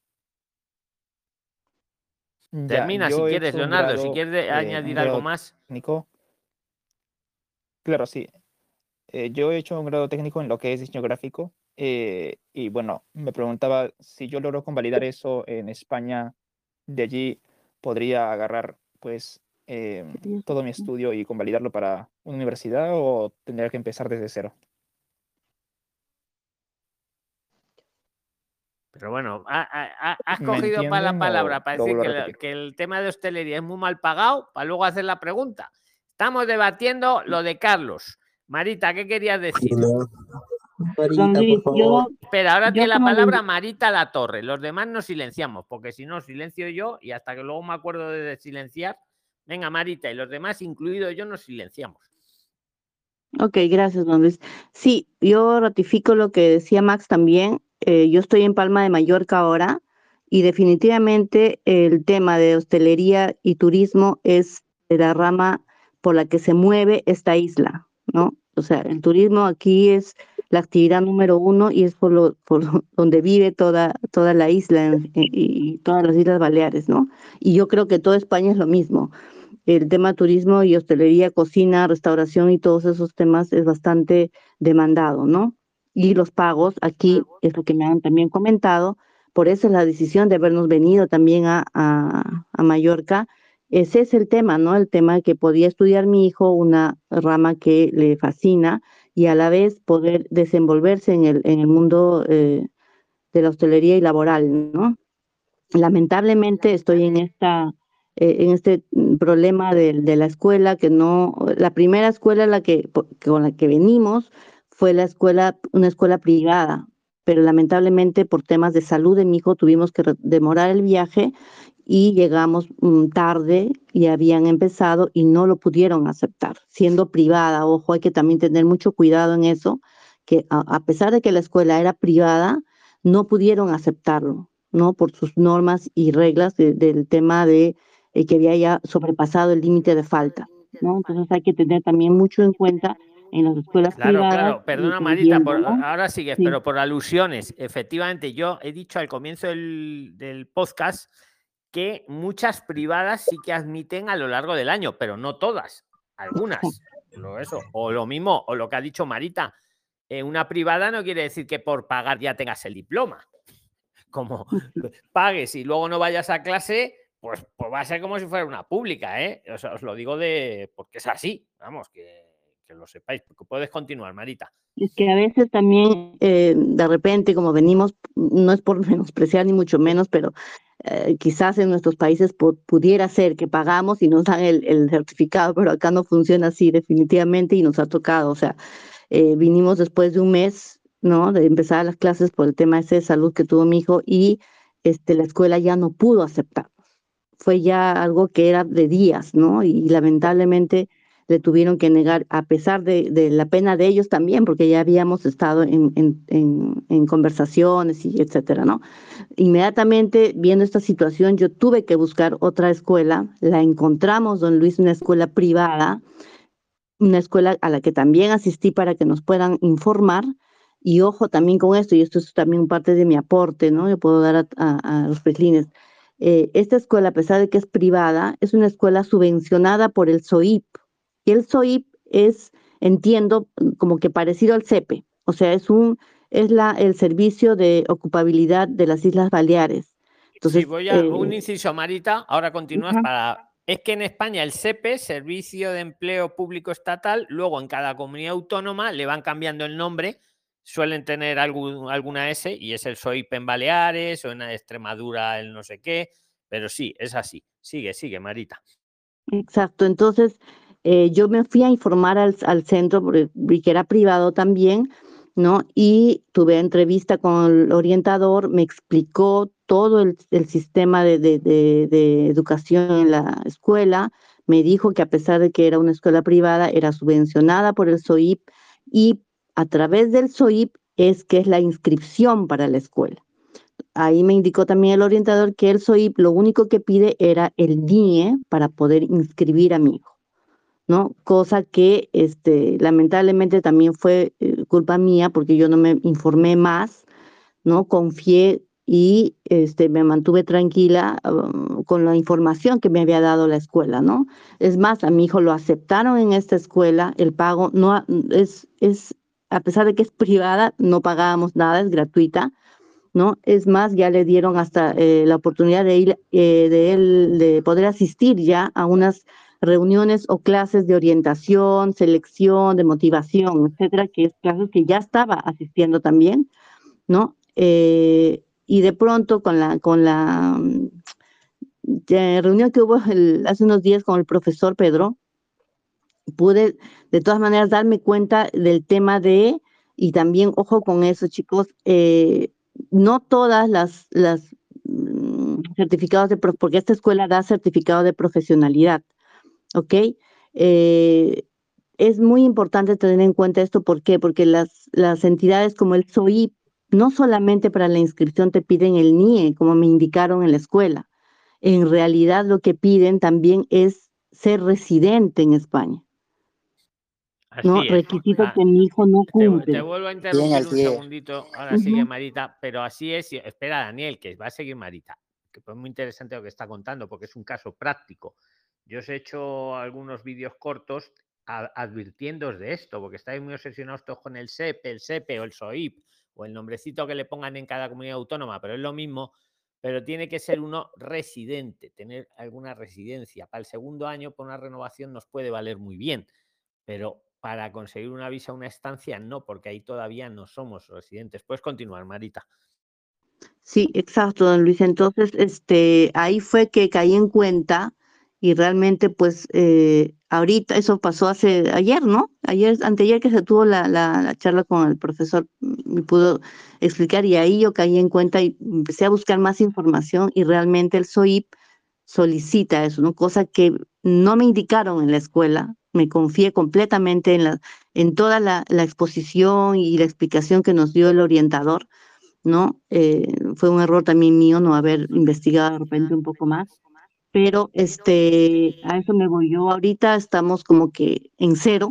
[SPEAKER 1] Termina si
[SPEAKER 7] Yo he
[SPEAKER 1] quieres,
[SPEAKER 7] hecho un
[SPEAKER 1] Leonardo. Si
[SPEAKER 7] grado,
[SPEAKER 1] quieres añadir algo más.
[SPEAKER 7] técnico. Claro, sí. Yo he hecho un grado técnico en lo que es diseño gráfico y bueno, me preguntaba si yo logro convalidar eso en España, de allí podría agarrar pues todo mi estudio y convalidarlo para una universidad o tendría que empezar desde cero.
[SPEAKER 1] Pero bueno, has
[SPEAKER 7] ¿Me
[SPEAKER 1] cogido para la
[SPEAKER 7] entienden
[SPEAKER 1] palabra
[SPEAKER 7] o
[SPEAKER 1] para
[SPEAKER 7] lo
[SPEAKER 1] decir
[SPEAKER 7] vuelvo a repetir?
[SPEAKER 1] que el tema de hostelería es muy mal pagado para luego hacer la pregunta. Estamos debatiendo lo de Carlos. Marita, ¿qué querías decir?
[SPEAKER 10] Don
[SPEAKER 4] Marita,
[SPEAKER 10] Luis,
[SPEAKER 4] por favor.
[SPEAKER 1] Espera, ahora tiene
[SPEAKER 10] yo
[SPEAKER 1] la
[SPEAKER 10] como le
[SPEAKER 1] palabra Marita Latorre. Los demás nos silenciamos, porque si no, silencio yo y hasta que luego me acuerdo de silenciar. Venga, Marita, y los demás, incluido yo, nos silenciamos.
[SPEAKER 10] Ok, gracias, don Luis. Sí, yo ratifico lo que decía Max también. Yo estoy en Palma de Mallorca ahora y definitivamente el tema de hostelería y turismo es de la rama por la que se mueve esta isla, ¿no? O sea, el turismo aquí es la actividad número uno y es donde vive toda la isla y todas las Islas Baleares, ¿no? Y yo creo que toda España es lo mismo. El tema turismo y hostelería, cocina, restauración y todos esos temas es bastante demandado, ¿no? Y los pagos, aquí es lo que me han también comentado, por eso es la decisión de habernos venido también a Mallorca. Ese es el tema, ¿no? El tema de que podía estudiar mi hijo una rama que le fascina y a la vez poder desenvolverse en el mundo de la hostelería y laboral, ¿no? Lamentablemente estoy en este problema de la escuela, que no, la primera escuela con la que venimos fue una escuela privada, pero lamentablemente por temas de salud de mi hijo tuvimos que demorar el viaje y llegamos tarde y habían empezado y no lo pudieron aceptar, siendo privada. Ojo, hay que también tener mucho cuidado en eso, que a pesar de que la escuela era privada, no pudieron aceptarlo, ¿no? Por sus normas y reglas del tema de que había ya sobrepasado el límite de falta, ¿no? Entonces hay que tener también mucho en cuenta en las escuelas
[SPEAKER 1] Claro,
[SPEAKER 10] privadas,
[SPEAKER 1] claro. Perdona, Marita,
[SPEAKER 10] entendiendo, ¿no?
[SPEAKER 1] ahora sigues,
[SPEAKER 10] Sí.
[SPEAKER 1] pero por alusiones. Efectivamente, yo he dicho al comienzo del podcast que muchas privadas sí que admiten a lo largo del año, pero no todas, algunas. O lo mismo, o lo que ha dicho Marita, una privada no quiere decir que por pagar ya tengas el diploma. Como pagues y luego no vayas a clase, pues va a ser como si fuera una pública, ¿eh? O sea, os lo digo porque es así, vamos, que lo sepáis, porque puedes continuar, Marita.
[SPEAKER 10] Es que a veces también, de repente, como venimos, no es por menospreciar ni mucho menos, pero quizás en nuestros países pudiera ser que pagamos y nos dan el certificado, pero acá no funciona así definitivamente y nos ha tocado. O sea, vinimos después de un mes, ¿no? De empezar las clases por el tema ese de salud que tuvo mi hijo y la escuela ya no pudo aceptarnos. Fue ya algo que era de días, ¿no? Y lamentablemente le tuvieron que negar, a pesar de la pena de ellos también, porque ya habíamos estado en conversaciones y etcétera, ¿no? Inmediatamente, viendo esta situación, yo tuve que buscar otra escuela, la encontramos, don Luis, una escuela privada, una escuela a la que también asistí para que nos puedan informar, y ojo también con esto, y esto es también parte de mi aporte, ¿no? Yo puedo dar a los PRIXLINES. Esta escuela, a pesar de que es privada, es una escuela subvencionada por el SOIP, y el SOIP es, entiendo, como que parecido al CEPE, o sea, es el servicio de ocupabilidad de las Islas Baleares. Entonces,
[SPEAKER 1] sí, voy a un inciso, Marita, ahora continúas para... Es que en España el SEPE, Servicio de Empleo Público Estatal, luego en cada comunidad autónoma le van cambiando el nombre, suelen tener alguna S y es el SOIP en Baleares o en Extremadura el no sé qué, pero sí, es así. Sigue, Marita.
[SPEAKER 10] Exacto, entonces yo me fui a informar al centro, porque vi que era privado también, ¿no? Y tuve entrevista con el orientador, me explicó todo el sistema de educación en la escuela, me dijo que a pesar de que era una escuela privada, era subvencionada por el SOIP y a través del SOIP es que es la inscripción para la escuela. Ahí me indicó también el orientador que el SOIP lo único que pide era el NIE para poder inscribir a mi hijo, ¿no? Cosa que lamentablemente también fue culpa mía porque yo no me informé más, ¿no? Confié y me mantuve tranquila con la información que me había dado la escuela, ¿no? Es más, a mi hijo lo aceptaron en esta escuela, el pago no es a pesar de que es privada, no pagábamos nada, es gratuita, ¿no? Es más, ya le dieron hasta la oportunidad de ir, de poder asistir ya a unas reuniones o clases de orientación, selección, de motivación, etcétera, que es clases que ya estaba asistiendo también, ¿no? y de pronto con la reunión que hubo hace unos días con el profesor Pedro, pude de todas maneras darme cuenta del tema y también, ojo con eso, chicos, no todas las certificados porque esta escuela da certificado de profesionalidad, ¿ok? Es muy importante tener en cuenta esto, ¿por qué? Porque las entidades como el SOIP, no solamente para la inscripción te piden el NIE, como me indicaron en la escuela, en realidad lo que piden también es ser residente en España. ¿No?
[SPEAKER 1] Así es.
[SPEAKER 10] Requisito que mi hijo no
[SPEAKER 1] Te
[SPEAKER 10] cumple.
[SPEAKER 1] vuelvo a interrumpir un
[SPEAKER 7] así es.
[SPEAKER 1] segundito. Ahora sigue Marita, pero así es. Espera, Daniel, que va a seguir Marita. Que es muy interesante lo que está contando, porque es un caso práctico. Yo os he hecho algunos vídeos cortos advirtiéndoos de esto, porque estáis muy obsesionados todos con el SEPE o el SOIP, o el nombrecito que le pongan en cada comunidad autónoma, pero es lo mismo. Pero tiene que ser uno residente, tener alguna residencia. Para el segundo año, por una renovación, nos puede valer muy bien, pero para conseguir una visa, una estancia, no, porque ahí todavía no somos residentes. Puedes continuar, Marita.
[SPEAKER 10] Sí, exacto, don Luis. Entonces, ahí fue que caí en cuenta y realmente, pues, ahorita eso pasó ayer, ¿no? Anteayer que se tuvo la charla con el profesor, me pudo explicar y ahí yo caí en cuenta y empecé a buscar más información y realmente el SOIP solicita eso, ¿no? Cosa que no me indicaron en la escuela. Me confié completamente en toda la exposición y la explicación que nos dio el orientador, ¿no? Fue un error también mío no haber investigado de repente un poco más, pero a eso me voy yo. Ahorita estamos como que en cero,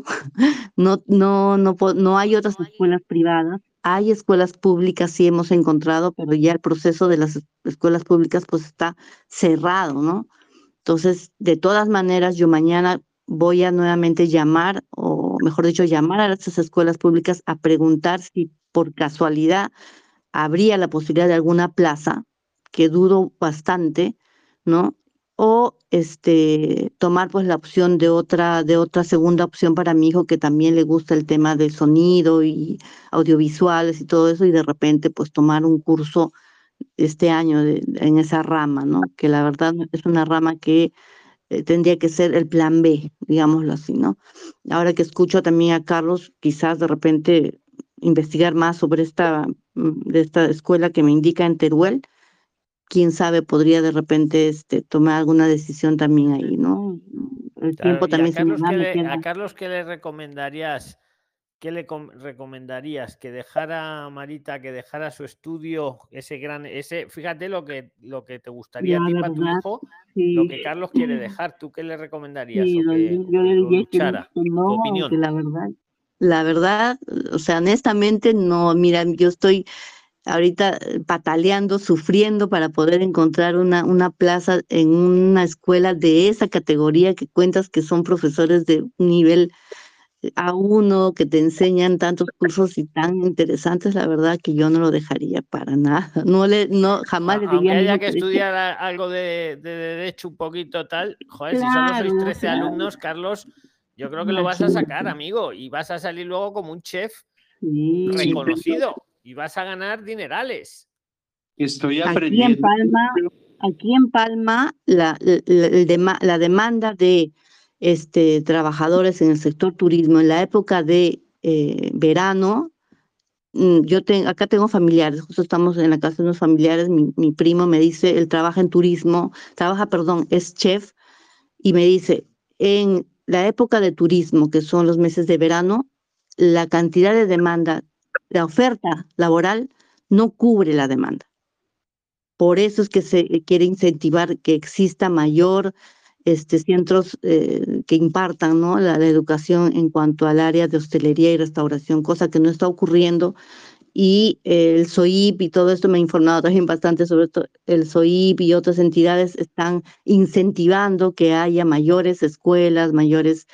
[SPEAKER 10] no hay otras escuelas privadas, hay escuelas públicas, sí hemos encontrado, pero ya el proceso de las escuelas públicas pues está cerrado, ¿no? Entonces, de todas maneras, yo mañana voy a nuevamente llamar, o mejor dicho, llamar a estas escuelas públicas a preguntar si por casualidad habría la posibilidad de alguna plaza, que dudo bastante, ¿no? O tomar pues la opción de otra segunda opción para mi hijo que también le gusta el tema del sonido y audiovisuales y todo eso, y de repente pues tomar un curso este año en esa rama, ¿no? Que la verdad es una rama que tendría que ser el plan B, digámoslo así, ¿no? Ahora que escucho también a Carlos, quizás de repente investigar más sobre de esta escuela que me indica en Teruel, quién sabe, podría de repente tomar alguna decisión también ahí, ¿no? El tiempo también se me va,
[SPEAKER 1] a Carlos, ¿qué le recomendarías? ¿Qué le recomendarías? Que dejara, Marita, que dejara su estudio, fíjate lo que te gustaría a ti para tu hijo, sí. Lo que Carlos quiere dejar, ¿tú qué le recomendarías?
[SPEAKER 10] Sí,
[SPEAKER 1] o que
[SPEAKER 10] yo le
[SPEAKER 1] lo
[SPEAKER 10] diría
[SPEAKER 1] luchara.
[SPEAKER 10] que no,
[SPEAKER 1] tu opinión.
[SPEAKER 10] que la verdad, o sea, honestamente, no, mira, yo estoy ahorita pataleando, sufriendo para poder encontrar una plaza en una escuela de esa categoría que cuentas que son profesores de nivel A1, que te enseñan tantos cursos y tan interesantes, la verdad que yo no lo dejaría para nada. Jamás le diría
[SPEAKER 1] aunque haya que estudiar algo de derecho un poquito tal, joder, claro, si solo sois 13 alumnos, Carlos, yo creo que lo vas a sacar, amigo, y vas a salir luego como un chef reconocido y vas a ganar dinerales.
[SPEAKER 9] Estoy aprendiendo.
[SPEAKER 10] Aquí en Palma, la demanda de trabajadores en el sector turismo en la época de verano, acá tengo familiares, justo estamos en la casa de unos familiares, mi primo me dice, él trabaja en turismo, es chef, y me dice, en la época de turismo, que son los meses de verano, la cantidad de demanda, la oferta laboral no cubre la demanda. Por eso es que se quiere incentivar que exista mayor centros que impartan, ¿no? la educación en cuanto al área de hostelería y restauración, cosa que no está ocurriendo. Y el SOIP y todo esto me ha informado también bastante sobre esto. El SOIP y otras entidades están incentivando que haya mayores escuelas, mayores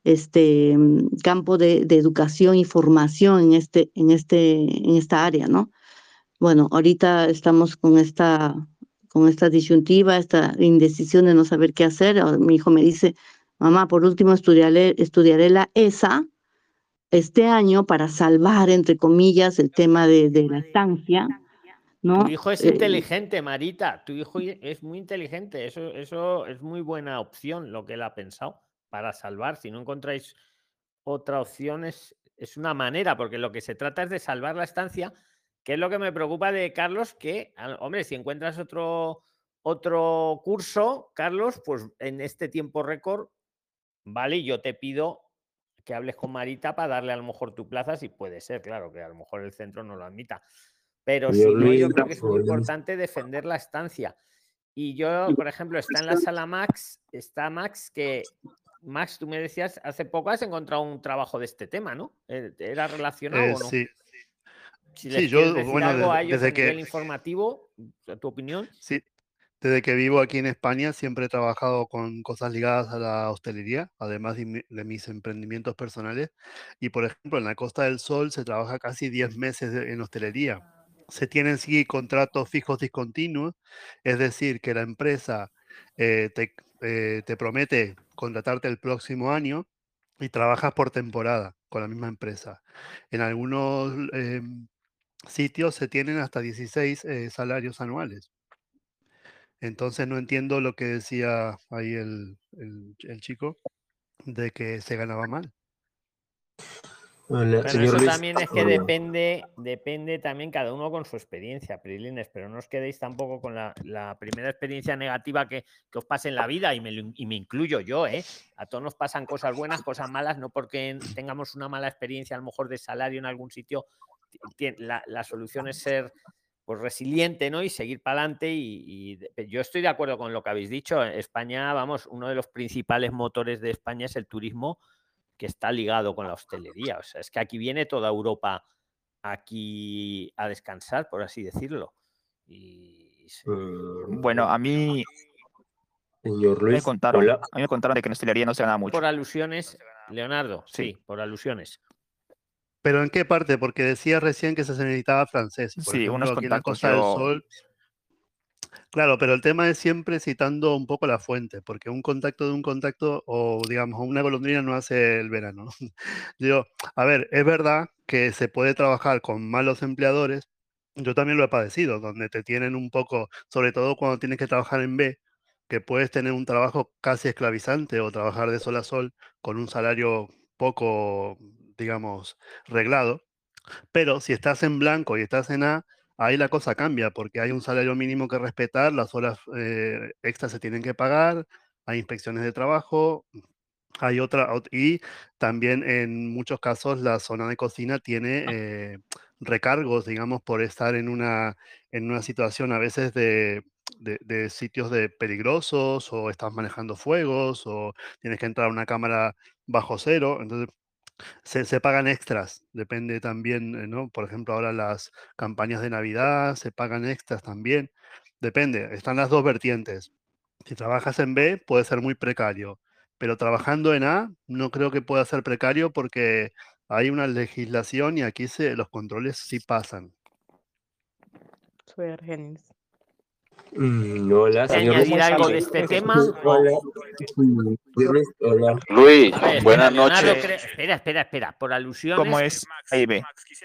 [SPEAKER 10] campo de educación y formación en esta área, ¿no? Bueno, ahorita estamos con esta disyuntiva, esta indecisión de no saber qué hacer. Mi hijo me dice, mamá, por último estudiaré la ESA este año para salvar, entre comillas, el tema de la estancia, ¿no?
[SPEAKER 1] Tu hijo es inteligente, Marita. Tu hijo es muy inteligente. Eso es muy buena opción lo que él ha pensado para salvar. Si no encontráis otra opción, es una manera, porque lo que se trata es de salvar la estancia, que es lo que me preocupa de Carlos, que, hombre, si encuentras otro curso, Carlos, pues en este tiempo récord, vale, yo te pido que hables con Marita para darle a lo mejor tu plaza, si puede ser, claro, que a lo mejor el centro no lo admita. Pero si no, yo creo que es muy importante defender la estancia. Y yo, por ejemplo, está en la sala Max, está Max, que Max, tú me decías, hace poco has encontrado un trabajo de este tema, ¿no? ¿Era relacionado o no?
[SPEAKER 11] Sí.
[SPEAKER 1] Si les
[SPEAKER 11] Sí,
[SPEAKER 1] quieres
[SPEAKER 11] yo,
[SPEAKER 1] decir
[SPEAKER 11] bueno,
[SPEAKER 1] algo a ellos a
[SPEAKER 11] desde
[SPEAKER 1] nivel
[SPEAKER 11] que,
[SPEAKER 1] informativo, tu opinión.
[SPEAKER 11] sí, desde que vivo aquí en España siempre he trabajado con cosas ligadas a la hostelería, además de mis emprendimientos personales. Y por ejemplo, en la Costa del Sol se trabaja casi 10 meses en hostelería. Se tienen sí contratos fijos discontinuos, es decir, que la empresa te promete contratarte el próximo año y trabajas por temporada con la misma empresa. En algunos sitios se tienen hasta 16 salarios anuales. Entonces no entiendo lo que decía ahí el chico de que se ganaba mal.
[SPEAKER 1] Bueno, eso también es que depende también cada uno con su experiencia, Prilines, pero no os quedéis tampoco con la primera experiencia negativa que os pase en la vida, y me incluyo yo, ¿eh? A todos nos pasan cosas buenas, cosas malas, no porque tengamos una mala experiencia a lo mejor de salario en algún sitio, la solución es ser pues resiliente, ¿no? Y seguir para adelante. Y yo estoy de acuerdo con lo que habéis dicho. España, vamos, uno de los principales motores de España es el turismo, que está ligado con la hostelería. O sea, es que aquí viene toda Europa aquí a descansar, por así decirlo. Y
[SPEAKER 7] Bueno, a mí
[SPEAKER 8] Señor Luis,
[SPEAKER 7] a mí me contaron de que en hostelería no se gana mucho.
[SPEAKER 1] por alusiones, Leonardo,
[SPEAKER 7] Sí.
[SPEAKER 1] sí, por alusiones.
[SPEAKER 11] ¿Pero en qué parte? Porque decía recién que se necesitaba francés. Y por
[SPEAKER 7] Sí,
[SPEAKER 11] ejemplo,
[SPEAKER 7] unos
[SPEAKER 11] aquí en la
[SPEAKER 7] contactos
[SPEAKER 11] Costa del Sol. Claro, pero el tema es siempre citando un poco la fuente, porque un contacto de un contacto, o digamos, una golondrina no hace el verano. Digo, a ver, es verdad que se puede trabajar con malos empleadores. Yo también lo he padecido, donde te tienen un poco, sobre todo cuando tienes que trabajar en B, que puedes tener un trabajo casi esclavizante o trabajar de sol a sol con un salario poco, digamos, reglado. Pero si estás en blanco y estás en A, ahí la cosa cambia, porque hay un salario mínimo que respetar, las horas extras se tienen que pagar, hay inspecciones de trabajo, hay y también en muchos casos la zona de cocina tiene recargos, digamos, por estar en una situación a veces de sitios peligrosos, o estás manejando fuegos, o tienes que entrar a una cámara bajo cero. Entonces, se pagan extras, depende también, ¿no? Por ejemplo, ahora las campañas de Navidad se pagan extras también. Depende, están las dos vertientes. Si trabajas en B, puede ser muy precario, pero trabajando en A, no creo que pueda ser precario porque hay una legislación y aquí los controles sí pasan.
[SPEAKER 8] Hola, señor Luis.
[SPEAKER 1] ¿Añadir algo de este tema?
[SPEAKER 8] Hola. Hola.
[SPEAKER 12] Luis,
[SPEAKER 1] A ver,
[SPEAKER 12] buenas
[SPEAKER 1] Leonardo,
[SPEAKER 12] noches.
[SPEAKER 1] espera, por alusiones.
[SPEAKER 7] ¿Cómo es A y B?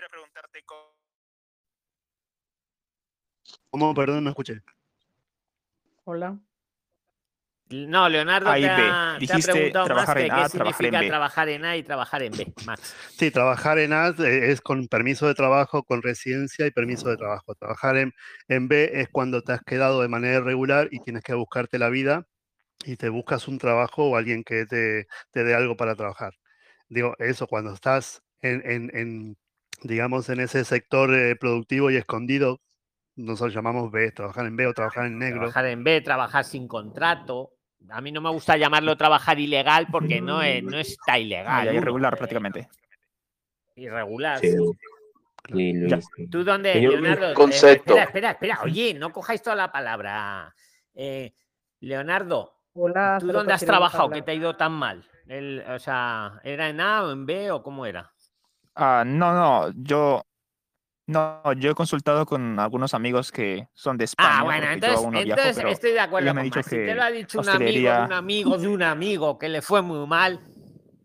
[SPEAKER 11] ¿Cómo? Perdón, no escuché.
[SPEAKER 13] Hola.
[SPEAKER 1] No, Leonardo
[SPEAKER 7] A y
[SPEAKER 1] te
[SPEAKER 7] B.
[SPEAKER 1] ha
[SPEAKER 7] Dijiste
[SPEAKER 1] preguntado más
[SPEAKER 7] trabajar
[SPEAKER 1] que
[SPEAKER 7] en
[SPEAKER 1] qué
[SPEAKER 7] A, trabajar en
[SPEAKER 1] significa
[SPEAKER 7] B.
[SPEAKER 1] trabajar en A y trabajar en B, Max.
[SPEAKER 11] Sí, trabajar en A es con permiso de trabajo, con residencia y permiso de trabajo. Trabajar en B es cuando te has quedado de manera irregular y tienes que buscarte la vida y te buscas un trabajo o alguien que te dé algo para trabajar. Digo, eso, cuando estás digamos, en ese sector productivo y escondido, nosotros llamamos B, trabajar en B o trabajar en negro.
[SPEAKER 1] Trabajar en B, trabajar sin contrato. A mí no me gusta llamarlo trabajar ilegal porque no está ilegal.
[SPEAKER 7] Ya, irregular prácticamente.
[SPEAKER 1] Irregular,
[SPEAKER 8] Sí.
[SPEAKER 1] sí.
[SPEAKER 8] Sí, Luis.
[SPEAKER 1] ¿Tú dónde,
[SPEAKER 8] Señor Luis,
[SPEAKER 1] Leonardo?
[SPEAKER 12] concepto.
[SPEAKER 1] Espera. Oye, no cojáis toda la palabra. Leonardo,
[SPEAKER 13] Hola,
[SPEAKER 1] ¿tú
[SPEAKER 13] solo
[SPEAKER 1] dónde has
[SPEAKER 13] quiero
[SPEAKER 1] trabajado
[SPEAKER 13] hablar.
[SPEAKER 1] que te ha ido tan mal? O sea, ¿era en A o en B o cómo era?
[SPEAKER 7] Yo he consultado con algunos amigos que son de España,
[SPEAKER 1] Bueno,
[SPEAKER 7] porque yo aún no viajo,
[SPEAKER 1] entonces
[SPEAKER 7] pero
[SPEAKER 1] estoy de acuerdo
[SPEAKER 7] ellos me han
[SPEAKER 1] con
[SPEAKER 7] dicho
[SPEAKER 1] Max. Si te
[SPEAKER 7] que
[SPEAKER 1] lo ha dicho un
[SPEAKER 7] hostelería...
[SPEAKER 1] amigo de un amigo que le fue muy mal,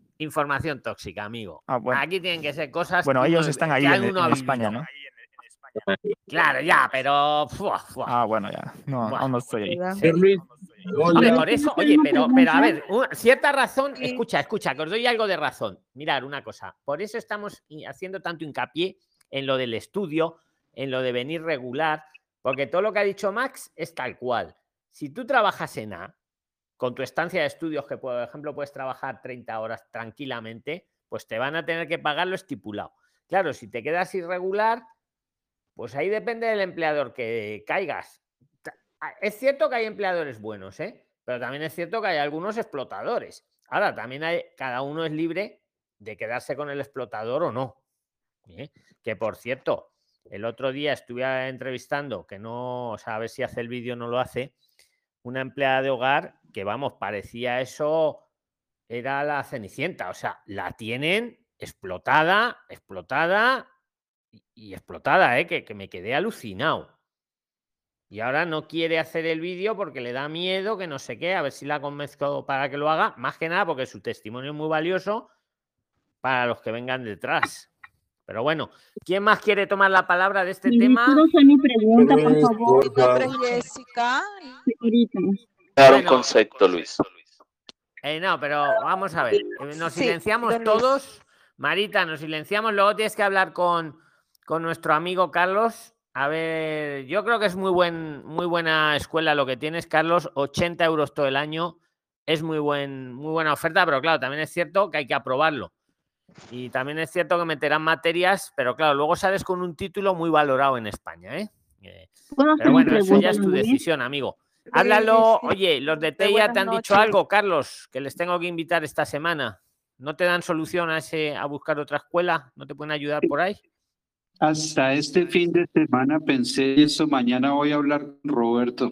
[SPEAKER 1] información tóxica, amigo.
[SPEAKER 7] Bueno.
[SPEAKER 1] Aquí tienen que ser cosas
[SPEAKER 7] Bueno,
[SPEAKER 1] que
[SPEAKER 7] ellos están ahí
[SPEAKER 1] que
[SPEAKER 7] en
[SPEAKER 1] uno ha
[SPEAKER 7] España,
[SPEAKER 1] vivido.
[SPEAKER 7] ¿no?
[SPEAKER 1] Claro, ya, pero...
[SPEAKER 7] Bueno, ya. No,
[SPEAKER 1] Buah.
[SPEAKER 7] aún no estoy ahí.
[SPEAKER 1] Sí. Hombre, por eso, oye, pero a ver, cierta razón,
[SPEAKER 2] Sí.
[SPEAKER 1] escucha, que os doy algo de razón. Mirad, una cosa, por eso estamos haciendo tanto hincapié en lo del estudio, en lo de venir regular, porque todo lo que ha dicho Max es tal cual. Si tú trabajas en A, con tu estancia de estudios, que por ejemplo puedes trabajar 30 horas tranquilamente, pues te van a tener que pagar lo estipulado. Claro, si te quedas irregular, pues ahí depende del empleador que caigas. Es cierto que hay empleadores buenos, pero también es cierto que hay algunos explotadores. Ahora, también cada uno es libre de quedarse con el explotador o no. Que por cierto, el otro día estuve entrevistando, que no, o sea, a ver si hace el vídeo o no lo hace, una empleada de hogar que, vamos, parecía eso, era la Cenicienta. O sea, la tienen explotada y explotada, que me quedé alucinado. Y ahora no quiere hacer el vídeo porque le da miedo, que no sé qué, a ver si la convenzco para que lo haga, más que nada porque su testimonio es muy valioso para los que vengan detrás. Pero bueno, ¿quién más quiere tomar la palabra de este tema?
[SPEAKER 10] ¿Puedo hacer mi pregunta, por favor?
[SPEAKER 12] Mi nombre es Jessica.
[SPEAKER 10] Ahorita.
[SPEAKER 14] Un concepto, Luis.
[SPEAKER 1] No, pero vamos a ver. Nos silenciamos
[SPEAKER 12] don Luis.
[SPEAKER 1] todos. Marita, nos silenciamos. Luego tienes que hablar con nuestro amigo Carlos. A ver, yo creo que es muy buena escuela lo que tienes, Carlos. 80 euros todo el año. Es muy buena oferta, pero claro, también es cierto que hay que aprobarlo. Y también es cierto que meterán materias, pero claro, luego sales con un título muy valorado en España, Pero bueno, eso ya es tu decisión, amigo. Háblalo. Oye, los de TEIA te han dicho algo, Carlos, que les tengo que invitar esta semana. ¿No te dan solución a buscar otra escuela? ¿No te pueden ayudar por ahí?
[SPEAKER 9] Hasta este fin de semana pensé eso. Mañana voy a hablar con Roberto.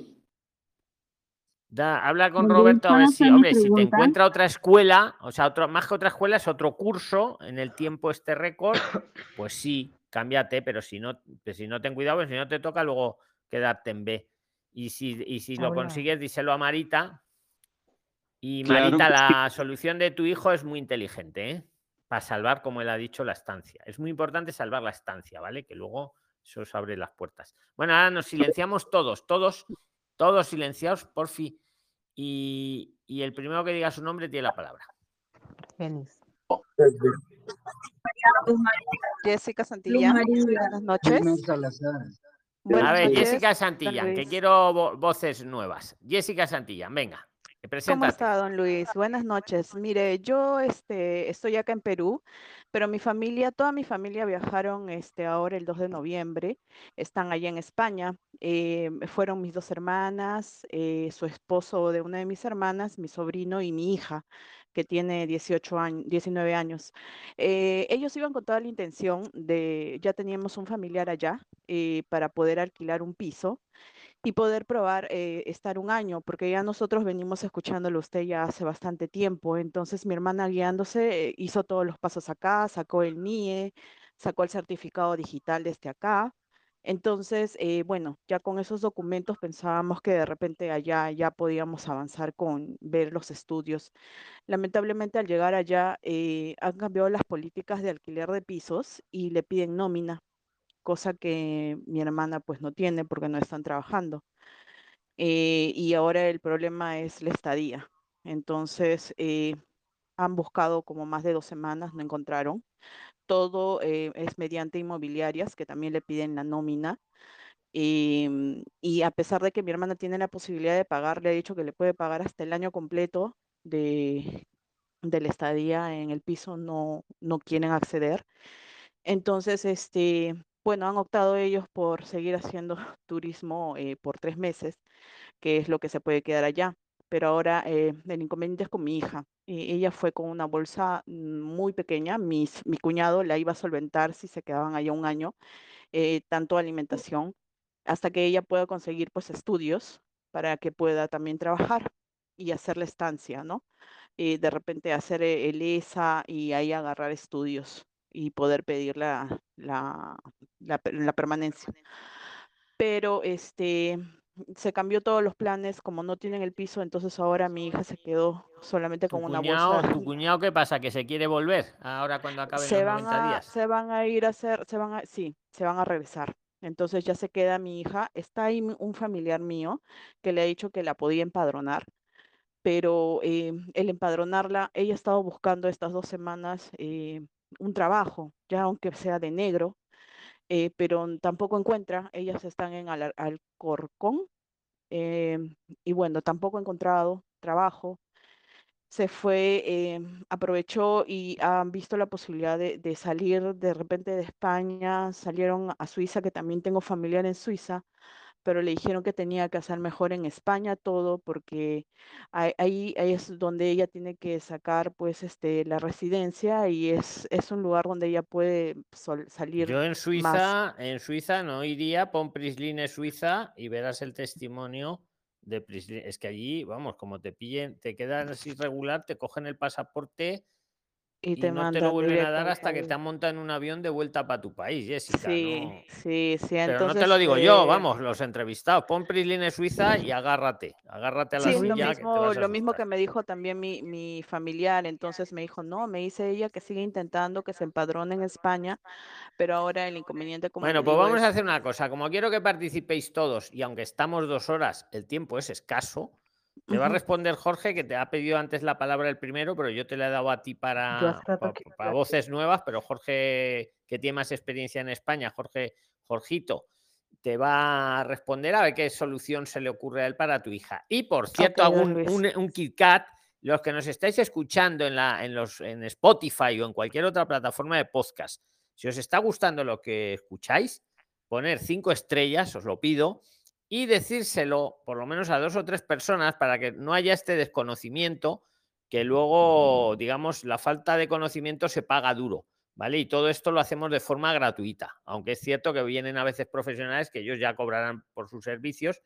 [SPEAKER 1] Habla con Roberto a ver si, hombre, si te encuentra otra escuela, o sea, más que otra escuela, es otro curso en el tiempo récord, pues sí, cámbiate, pero si no ten cuidado, pues si no te toca luego quedarte en B. Y si lo consigues, díselo a Marita. Y
[SPEAKER 9] Claro
[SPEAKER 1] Marita,
[SPEAKER 9] que sí.
[SPEAKER 1] la solución de tu hijo es muy inteligente, para salvar, como él ha dicho, la estancia. Es muy importante salvar la estancia, ¿vale? Que luego eso os abre las puertas. Bueno, ahora nos silenciamos todos silenciados, por fin. Y el primero que diga su nombre tiene la palabra.
[SPEAKER 12] Jessica Santillán. Buenas noches.
[SPEAKER 1] A ver, Jessica Santillán, que quiero voces nuevas. Jessica Santillán, venga, preséntate.
[SPEAKER 12] ¿Cómo está, don Luis? Buenas noches. Mire, yo estoy acá en Perú, pero toda mi familia viajaron ahora el 2 de noviembre. Están allá en España. Fueron mis 2 hermanas, su esposo de una de mis hermanas, mi sobrino y mi hija, que tiene 19 años. Ellos iban con toda la intención ya teníamos un familiar allá, para poder alquilar un piso y poder probar estar un año, porque ya nosotros venimos escuchándolo a usted ya hace bastante tiempo. Entonces mi hermana guiándose hizo todos los pasos acá, sacó el NIE, sacó el certificado digital desde acá. Entonces, bueno, ya con esos documentos pensábamos que de repente allá ya podíamos avanzar con ver los estudios. Lamentablemente al llegar allá han cambiado las políticas de alquiler de pisos y le piden nómina, cosa que mi hermana pues no tiene porque no están trabajando. Y ahora el problema es la estadía. Entonces, han buscado como más de 2 semanas, no encontraron. Todo es mediante inmobiliarias que también le piden la nómina. Y a pesar de que mi hermana tiene la posibilidad de pagar, le ha dicho que le puede pagar hasta el año completo de la estadía en el piso, no quieren acceder. Entonces, bueno, han optado ellos por seguir haciendo turismo por 3 meses, que es lo que se puede quedar allá. Pero ahora el inconveniente es con mi hija. Ella fue con una bolsa muy pequeña. Mi cuñado la iba a solventar si se quedaban allá un año, tanto alimentación, hasta que ella pueda conseguir pues estudios para que pueda también trabajar y hacer la estancia, ¿no? De repente hacer el ESA y ahí agarrar estudios y poder pedir la permanencia. Pero se cambió todos los planes, como no tienen el piso, entonces ahora mi hija se quedó solamente con una bolsa.
[SPEAKER 1] ¿Tu cuñado qué pasa? ¿Que se quiere volver ahora cuando acaben los 90 días?
[SPEAKER 12] Se van a ir a hacer, sí, se van a regresar. Entonces ya se queda mi hija. Está ahí un familiar mío que le ha dicho que la podía empadronar, pero el empadronarla, ella ha estado buscando estas 2 semanas un trabajo, ya aunque sea de negro, pero tampoco encuentra. Ellas están en Alcorcón, y bueno, tampoco ha encontrado trabajo. Se fue, aprovechó y han visto la posibilidad de salir de repente de España, salieron a Suiza, que también tengo familiar en Suiza, pero le dijeron que tenía que hacer mejor en España todo, porque ahí es donde ella tiene que sacar pues la residencia, y es un lugar donde ella puede salir
[SPEAKER 1] Yo
[SPEAKER 12] más.
[SPEAKER 1] en Suiza no iría, pon Prisline Suiza y verás el testimonio de Prisline. Es que allí, vamos, como te pillen, te quedas irregular, te cogen el pasaporte
[SPEAKER 12] Y
[SPEAKER 1] y
[SPEAKER 12] te
[SPEAKER 1] no te lo
[SPEAKER 12] mandan
[SPEAKER 1] vuelven a
[SPEAKER 12] directo
[SPEAKER 1] dar
[SPEAKER 12] al
[SPEAKER 1] hasta que
[SPEAKER 12] país.
[SPEAKER 1] te han montado en un avión de vuelta para tu país, Jessica,
[SPEAKER 12] Sí,
[SPEAKER 1] no.
[SPEAKER 12] sí, sí,
[SPEAKER 1] Pero no te lo
[SPEAKER 12] entonces
[SPEAKER 1] digo yo, vamos, los entrevistados. Pon Prisline Suiza y agárrate a la
[SPEAKER 12] sí,
[SPEAKER 1] silla que te vas a
[SPEAKER 12] lo mismo
[SPEAKER 1] asustar.
[SPEAKER 12] que me dijo también mi familiar. Entonces me dijo, no, me dice ella que sigue intentando que se empadrone en España, pero ahora el inconveniente, como
[SPEAKER 1] Bueno,
[SPEAKER 12] te
[SPEAKER 1] pues
[SPEAKER 12] digo,
[SPEAKER 1] vamos a
[SPEAKER 12] es...
[SPEAKER 1] hacer una cosa. Como quiero que participéis todos, y aunque estamos 2 horas, el tiempo es escaso, te va a
[SPEAKER 12] Ujú.
[SPEAKER 1] responder Jorge, que te ha pedido antes la palabra el primero, pero yo te la he dado a ti
[SPEAKER 13] Yo hace rato quiero
[SPEAKER 1] para
[SPEAKER 13] hablar.
[SPEAKER 1] voces nuevas, pero Jorge, que tiene más experiencia en España, Jorgito, te va a responder a ver qué solución se le ocurre a él para tu hija. Y por
[SPEAKER 12] Ok,
[SPEAKER 1] cierto, hago
[SPEAKER 12] don Luis.
[SPEAKER 1] un Kit Kat. Los que nos estáis escuchando en Spotify o en cualquier otra plataforma de podcast, si os está gustando lo que escucháis, poner 5 estrellas, os lo pido, y decírselo por lo menos a 2 o 3 personas para que no haya este desconocimiento, que luego, digamos, la falta de conocimiento se paga duro, ¿vale? Y todo esto lo hacemos de forma gratuita, aunque es cierto que vienen a veces profesionales que ellos ya cobrarán por sus servicios,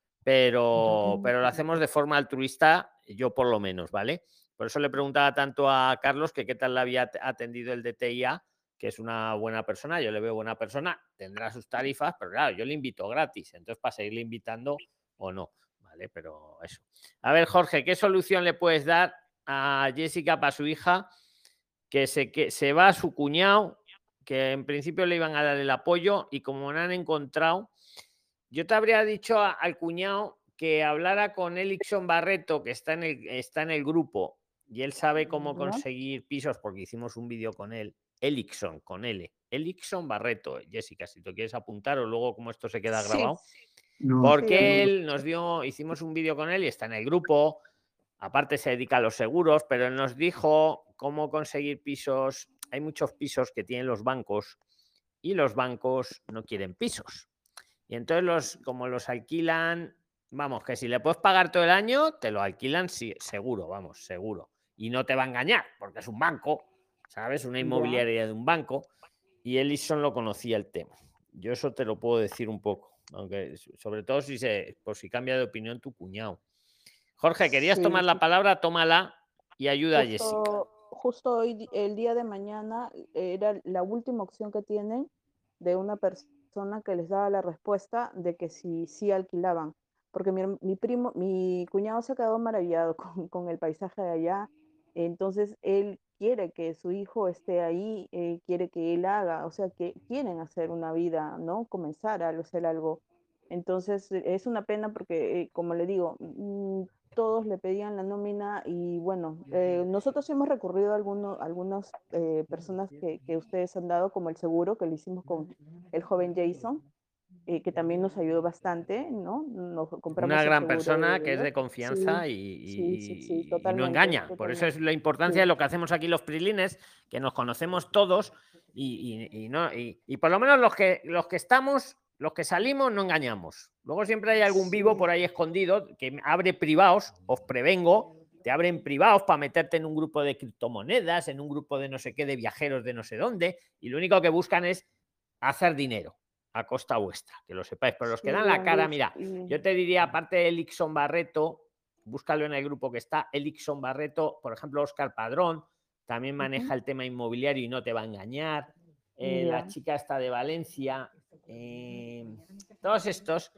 [SPEAKER 1] pero lo hacemos de forma altruista, yo por lo menos, ¿vale? Por eso le preguntaba tanto a Carlos que qué tal le había atendido el de TIA, que es una buena persona, yo le veo buena persona, tendrá sus tarifas, pero claro, yo le invito gratis, entonces para seguirle invitando o no, ¿vale? Pero eso. A ver, Jorge, ¿qué solución le puedes dar a Jessica para su hija que se va a su cuñado, que en principio le iban a dar el apoyo y como no han encontrado, yo te habría dicho al cuñado que hablara con Elixon Barreto, que está en el grupo, y él sabe cómo conseguir pisos, porque hicimos un vídeo con él. Elixon, con L. Elixon Barreto, Jessica, si te quieres apuntar o luego como esto se queda
[SPEAKER 12] Sí,
[SPEAKER 1] grabado.
[SPEAKER 9] No,
[SPEAKER 1] Porque él hicimos un vídeo con él y está en el grupo. Aparte se dedica a los seguros, pero él nos dijo cómo conseguir pisos. Hay muchos pisos que tienen los bancos y los bancos no quieren pisos. Y entonces como los alquilan, vamos, que si le puedes pagar todo el año, te lo alquilan seguro, vamos, seguro. Y no te va a engañar, porque es un banco, ¿sabes? Una inmobiliaria de un banco. Y Ellison lo conocía el tema. Yo eso te lo puedo decir un poco, aunque sobre todo por si cambia de opinión tu cuñado. Jorge, ¿querías
[SPEAKER 12] sí,
[SPEAKER 1] tomar la palabra? Tómala y ayuda a Jessica.
[SPEAKER 12] justo hoy, el día de mañana, era la última opción que tienen de una persona que les daba la respuesta de que sí alquilaban. Porque mi cuñado se ha quedado maravillado con el paisaje de allá. Entonces él quiere que su hijo esté ahí, quiere que él haga, o sea, que quieren hacer una vida, ¿no? Comenzar a hacer algo. Entonces es una pena porque, como le digo, todos le pedían la nómina, y bueno, nosotros hemos recurrido a algunas personas que ustedes han dado, como el seguro que lo hicimos con el joven Jason, que también nos ayudó bastante, ¿no? Nos
[SPEAKER 1] Una
[SPEAKER 12] compramos el
[SPEAKER 1] gran
[SPEAKER 12] seguro
[SPEAKER 1] persona que es
[SPEAKER 12] ellos.
[SPEAKER 1] de
[SPEAKER 12] Sí,
[SPEAKER 1] confianza
[SPEAKER 12] sí,
[SPEAKER 1] y no
[SPEAKER 12] totalmente,
[SPEAKER 1] engaña. Por eso es
[SPEAKER 12] totalmente.
[SPEAKER 1] la importancia
[SPEAKER 12] Sí.
[SPEAKER 1] de lo que hacemos aquí los Prilines, que nos conocemos todos y por lo menos los que estamos, los que salimos, no engañamos. Luego siempre hay algún vivo por ahí escondido que abre privados, os prevengo, te abren privados para meterte en un grupo de criptomonedas, en un grupo de no sé qué, de viajeros de no sé dónde, y lo único que buscan es hacer dinero a costa vuestra, que lo sepáis. Pero los que
[SPEAKER 12] Sí,
[SPEAKER 1] dan la
[SPEAKER 12] don
[SPEAKER 1] cara,
[SPEAKER 12] Luis.
[SPEAKER 1] mira, yo te diría, aparte de Elixon Barreto, búscalo en el grupo que está, Elixon Barreto, por ejemplo, Oscar Padrón, también maneja el tema inmobiliario y no te va a engañar. La
[SPEAKER 12] Ya.
[SPEAKER 1] chica está de Valencia. Todos estos,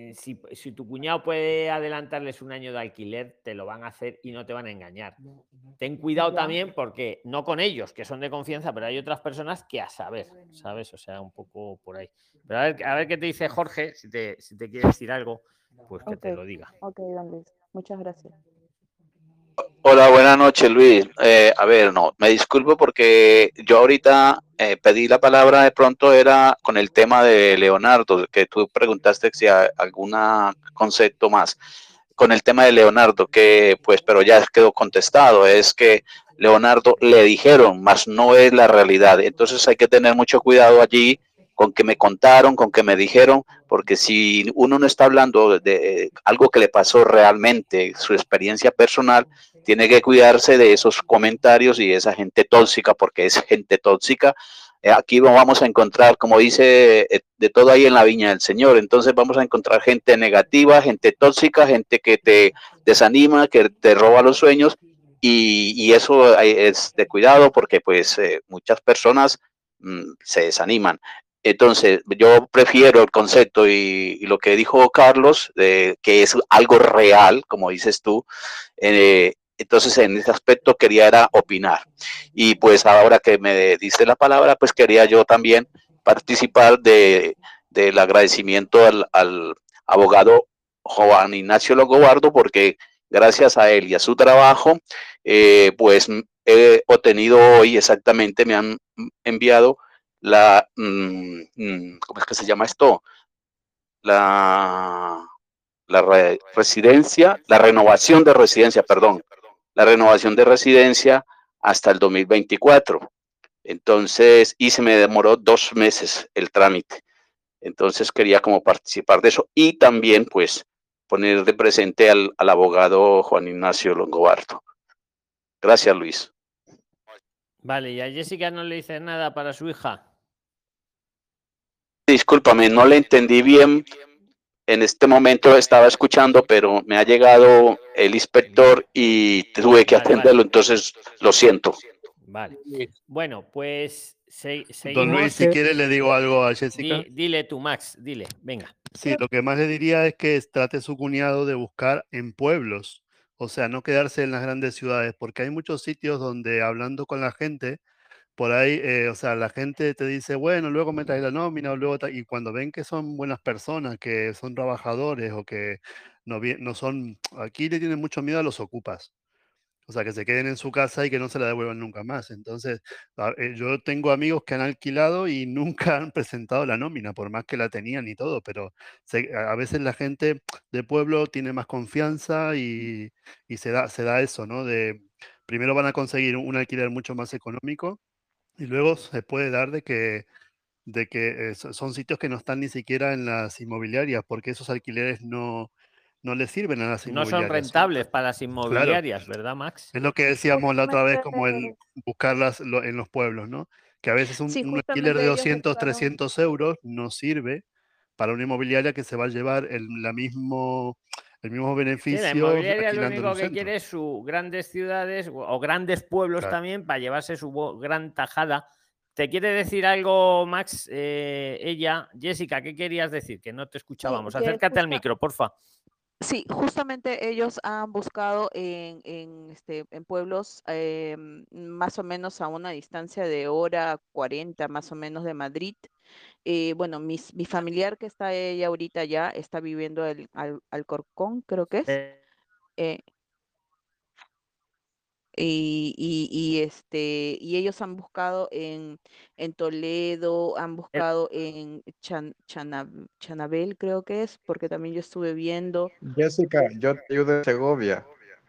[SPEAKER 1] si tu cuñado puede adelantarles un año de alquiler, te lo van a hacer y no te van a engañar. ten cuidado también porque no con ellos, que son de confianza, pero hay otras personas que a saber, ¿sabes? O sea, un poco por ahí. Pero a ver qué te dice Jorge, si te quiere decir algo, pues que te lo diga.
[SPEAKER 12] Ok, don Luis. Muchas gracias.
[SPEAKER 14] Hola, buenas noches, Luis. A ver, no, me disculpo porque yo ahorita pedí la palabra, de pronto era con el tema de Leonardo, que tú preguntaste si hay algún concepto más. Con el tema de Leonardo, que pues, pero ya quedó contestado, es que Leonardo le dijeron, más no es la realidad. Entonces hay que tener mucho cuidado allí con que me contaron, con que me dijeron, porque si uno no está hablando de algo que le pasó realmente, su experiencia personal, tiene que cuidarse de esos comentarios y esa gente tóxica, porque es gente tóxica. Aquí vamos a encontrar, como dice, de todo ahí en la viña del Señor. Entonces vamos a encontrar gente negativa, gente tóxica, gente que te desanima, que te roba los sueños, y eso es de cuidado porque pues muchas personas se desaniman. Entonces, yo prefiero el concepto y lo que dijo Carlos, que es algo real, como dices tú. Entonces, en ese aspecto quería era opinar. Y pues ahora que me diste la palabra, pues quería yo también participar del agradecimiento al abogado Juan Ignacio Longobardo, porque gracias a él y a su trabajo, pues he obtenido hoy exactamente, me han enviado ¿cómo es que se llama esto? La residencia, la renovación de residencia, perdón, la renovación de residencia hasta el 2024. Entonces, y se me demoró 2 meses el trámite. Entonces quería como participar de eso y también pues poner de presente al abogado Juan Ignacio Longobardo. Gracias, Luis.
[SPEAKER 1] Vale, ¿y a Jessica no le dice nada para su hija?
[SPEAKER 14] Discúlpame, no le entendí bien. En este momento estaba escuchando, pero me ha llegado el inspector y tuve que atenderlo, entonces lo siento.
[SPEAKER 1] Vale. Bueno, pues seguimos.
[SPEAKER 11] Don Luis, si quiere le digo algo a Jessica.
[SPEAKER 1] Dile tú, Max, dile, venga.
[SPEAKER 11] Sí, lo que más le diría es que trate su cuñado de buscar en pueblos, o sea, no quedarse en las grandes ciudades, porque hay muchos sitios donde hablando con la gente, por ahí, o sea, la gente te dice, bueno, luego me trae la nómina, o luego y cuando ven que son buenas personas, que son trabajadores o que no son, aquí le tienen mucho miedo a los ocupas. O sea, que se queden en su casa y que no se la devuelvan nunca más. Entonces, yo tengo amigos que han alquilado y nunca han presentado la nómina, por más que la tenían y todo, pero a veces la gente de pueblo tiene más confianza y se da eso, ¿no? Primero van a conseguir un alquiler mucho más económico y luego se puede dar de que son sitios que no están ni siquiera en las inmobiliarias, porque esos alquileres no les sirven a las
[SPEAKER 1] No
[SPEAKER 11] inmobiliarias.
[SPEAKER 1] son rentables para las
[SPEAKER 11] Claro.
[SPEAKER 1] inmobiliarias, ¿verdad, Max?
[SPEAKER 11] Es lo que decíamos la otra vez, como el buscarlas en los pueblos, ¿no? Que a veces un alquiler de 200, 300 euros no sirve para una inmobiliaria que se va a llevar el mismo beneficio.
[SPEAKER 1] Sí, la inmobiliaria lo
[SPEAKER 11] alquilando en
[SPEAKER 1] único
[SPEAKER 11] un
[SPEAKER 1] que
[SPEAKER 11] centro.
[SPEAKER 1] quiere es sus grandes ciudades o grandes pueblos
[SPEAKER 11] Claro.
[SPEAKER 1] también para llevarse su gran tajada. ¿Te quiere decir algo, Max? Ella, Jessica, ¿qué querías decir? Que no te escuchábamos. Acércate al micro, porfa.
[SPEAKER 12] Sí, justamente ellos han buscado en pueblos más o menos a una distancia de hora 40 más o menos de Madrid. Bueno, mi familiar que está ella ahorita ya está viviendo Alcorcón, creo que es. Y ellos han buscado en Toledo, han buscado en Chanabel, creo que es, porque también yo estuve viendo.
[SPEAKER 15] Jessica, yo te ayudo en Segovia.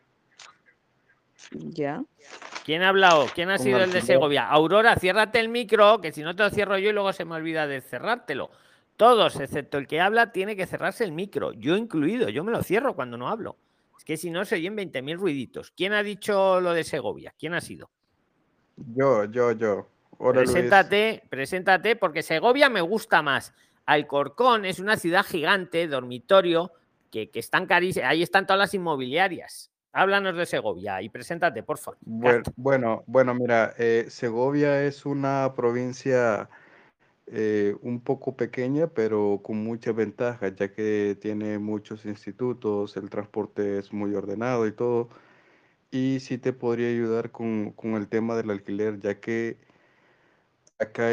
[SPEAKER 12] Ya.
[SPEAKER 1] ¿Quién ha hablado? ¿Quién ha
[SPEAKER 15] Un
[SPEAKER 1] sido el de
[SPEAKER 15] alquiler.
[SPEAKER 1] Segovia? Aurora, ciérrate el micro, que si no te lo cierro yo y luego se me olvida de cerrártelo. Todos, excepto el que habla, tiene que cerrarse el micro. Yo incluido, yo me lo cierro cuando no hablo. Es que si no se oyen 20.000 ruiditos. ¿Quién ha dicho lo de Segovia? ¿Quién ha sido?
[SPEAKER 15] Yo. Hola,
[SPEAKER 1] Preséntate, porque Segovia me gusta más. Alcorcón es una ciudad gigante, dormitorio, que están carísimas. Ahí están todas las inmobiliarias. Háblanos de Segovia y preséntate, porfa.
[SPEAKER 15] Bueno, mira, Segovia es una provincia un poco pequeña, pero con muchas ventajas, ya que tiene muchos institutos, el transporte es muy ordenado y todo. y sí te podría ayudar con el tema del alquiler, ya que acá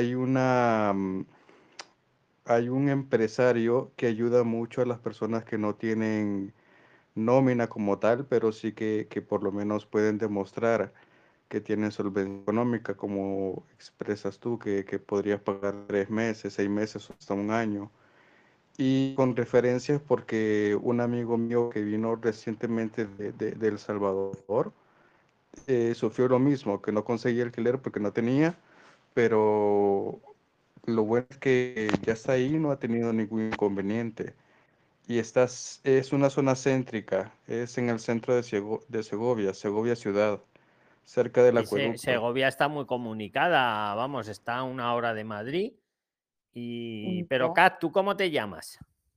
[SPEAKER 15] hay un empresario que ayuda mucho a las personas que no tienen nómina como tal, pero sí que por lo menos pueden demostrar que tienen solvencia económica, como expresas tú, que podrías pagar 3 meses, 6 meses o hasta un año. Y con referencias porque un amigo mío que vino recientemente de El Salvador sufrió lo mismo, que no conseguía alquiler porque no tenía, pero lo bueno es que ya está ahí, no ha tenido ningún inconveniente. Y es una zona céntrica, es en el centro de Segovia, Segovia ciudad, cerca del
[SPEAKER 1] Y
[SPEAKER 15] acueducto.
[SPEAKER 1] Segovia está muy comunicada, vamos, está a 1 hora de Madrid. Pero, Kat, ¿tú cómo te llamas?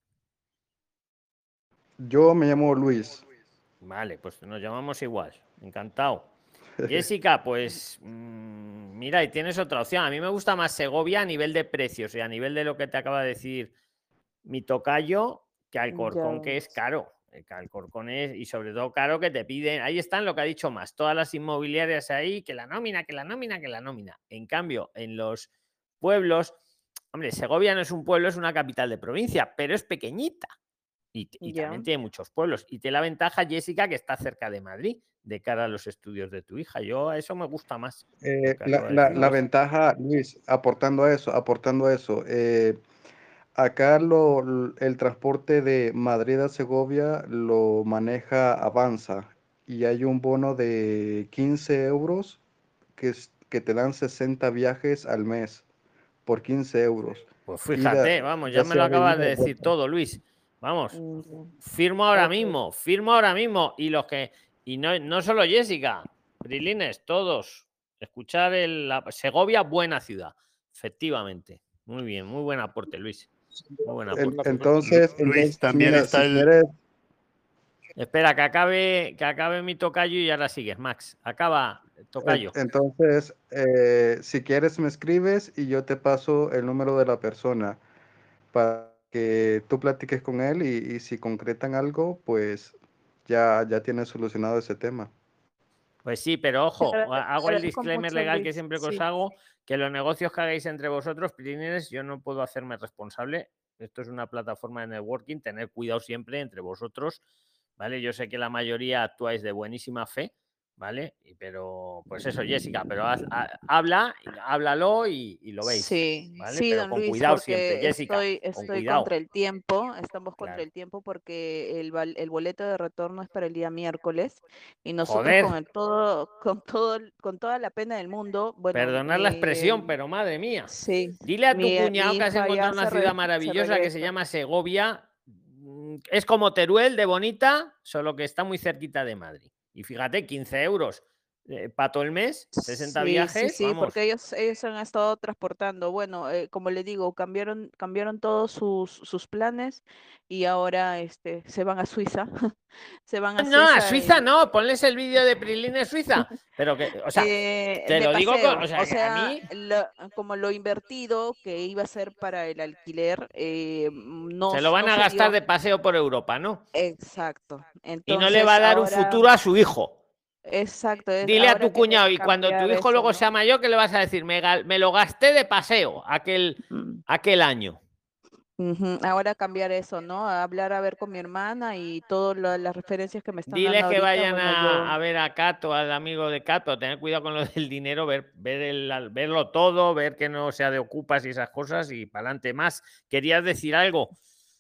[SPEAKER 15] Yo me llamo Luis.
[SPEAKER 1] Vale, pues nos llamamos igual. Encantado. Jessica, pues mira, y tienes otra opción. A mí me gusta más Segovia a nivel de precios y a nivel de lo que te acaba de decir mi tocayo, que Alcorcón, que es caro. Que Alcorcón es, y sobre todo caro, que te piden. Ahí están lo que ha dicho más, todas las inmobiliarias ahí, que la nómina, que la nómina, que la nómina. En cambio, en los pueblos, hombre, Segovia no es un pueblo, es una capital de provincia, pero es pequeñita. Y también tiene muchos pueblos. Y tiene la ventaja, Jessica, que está cerca de Madrid, de cara a los estudios de tu hija. Yo a eso me gusta más.
[SPEAKER 15] La ventaja, Luis, aportando a eso, acá el transporte de Madrid a Segovia lo maneja Avanza y hay un bono de 15 euros que te dan 60 viajes al mes por 15 euros.
[SPEAKER 1] Pues fíjate, vamos, ya me lo acabas de decir todo, Luis. Vamos, firmo ahora mismo. Y los que, y no solo Jessica, Brilines, todos. Escuchar Segovia, buena ciudad, efectivamente. Muy bien, muy buen aporte, Luis. Muy buen aporte.
[SPEAKER 15] Entonces,
[SPEAKER 11] Luis, también
[SPEAKER 15] mira,
[SPEAKER 11] está
[SPEAKER 15] si quieres,
[SPEAKER 1] Espera, que acabe mi tocayo y ahora sigues, Max. Acaba, tocayo.
[SPEAKER 15] entonces, si quieres me escribes y yo te paso el número de la persona para que tú platiques con él y si concretan algo, pues ya tienes solucionado ese tema.
[SPEAKER 1] Pues sí, pero ojo, hago el
[SPEAKER 12] agradezco
[SPEAKER 1] disclaimer
[SPEAKER 12] mucho,
[SPEAKER 1] legal que
[SPEAKER 12] Luis.
[SPEAKER 1] siempre que os
[SPEAKER 12] Sí.
[SPEAKER 1] hago, que los negocios que hagáis entre vosotros, Pirinines, yo no puedo hacerme responsable. Esto es una plataforma de networking, tener cuidado siempre entre vosotros, ¿vale? Yo sé que la mayoría actuáis de buenísima fe, ¿vale? Pero, pues eso, Jessica, pero háblalo y lo veis,
[SPEAKER 12] Sí,
[SPEAKER 1] ¿vale?
[SPEAKER 12] sí,
[SPEAKER 1] Pero
[SPEAKER 12] don
[SPEAKER 1] con
[SPEAKER 12] Luis,
[SPEAKER 1] cuidado siempre,
[SPEAKER 12] porque
[SPEAKER 1] Jessica, con
[SPEAKER 12] estoy
[SPEAKER 1] cuidado.
[SPEAKER 12] contra el tiempo, estamos contra
[SPEAKER 1] Claro.
[SPEAKER 12] el tiempo porque el boleto de retorno es para el día miércoles y nosotros
[SPEAKER 1] Joder,
[SPEAKER 12] con toda la pena del mundo, bueno,
[SPEAKER 1] perdonad la expresión, pero madre mía.
[SPEAKER 12] sí,
[SPEAKER 1] Dile a tu
[SPEAKER 12] mi
[SPEAKER 1] cuñado que has
[SPEAKER 12] hija ya
[SPEAKER 1] encontrado una ciudad
[SPEAKER 12] se
[SPEAKER 1] maravillosa que se
[SPEAKER 12] regresa.
[SPEAKER 1] llama Segovia. Es como Teruel de bonita, solo que está muy cerquita de Madrid. Y fíjate, 15 euros para todo el mes, 60 viajes,
[SPEAKER 12] Sí,
[SPEAKER 1] vamos.
[SPEAKER 12] porque ellos han estado transportando. Bueno, como le digo, cambiaron todos sus planes y ahora se van a Suiza. Se van a
[SPEAKER 1] No, a
[SPEAKER 12] Suiza
[SPEAKER 1] Suiza no, ponles el vídeo de Prilines Suiza. Pero que, o sea, te
[SPEAKER 12] de
[SPEAKER 1] lo digo
[SPEAKER 12] paseo.
[SPEAKER 1] o sea,
[SPEAKER 12] O
[SPEAKER 1] que a
[SPEAKER 12] sea,
[SPEAKER 1] mí
[SPEAKER 12] como lo invertido que iba a ser para el alquiler,
[SPEAKER 1] se lo van
[SPEAKER 12] no
[SPEAKER 1] a
[SPEAKER 12] se
[SPEAKER 1] gastar
[SPEAKER 12] dio.
[SPEAKER 1] de paseo por Europa, ¿no?
[SPEAKER 12] Exacto.
[SPEAKER 1] Y no le va a
[SPEAKER 12] Entonces
[SPEAKER 1] dar un
[SPEAKER 12] ahora,
[SPEAKER 1] futuro a su hijo.
[SPEAKER 12] exacto,
[SPEAKER 1] Dile a
[SPEAKER 12] ahora
[SPEAKER 1] tu cuñado,
[SPEAKER 12] quieren
[SPEAKER 1] y cuando tu
[SPEAKER 12] cambiar
[SPEAKER 1] hijo
[SPEAKER 12] eso,
[SPEAKER 1] luego sea
[SPEAKER 12] ¿no?
[SPEAKER 1] mayor, ¿qué le vas a decir? Me lo gasté de paseo aquel año.
[SPEAKER 12] Ahora cambiar eso, ¿no? A hablar a ver con mi hermana y todas las referencias que me están
[SPEAKER 1] Diles
[SPEAKER 12] dando
[SPEAKER 1] que
[SPEAKER 12] ahorita,
[SPEAKER 1] vayan
[SPEAKER 12] bueno, yo,
[SPEAKER 1] a ver a Cato, al amigo de Cato, a tener cuidado con lo del dinero, verlo todo, ver que no sea de ocupas y esas cosas y para adelante más. ¿Querías decir algo?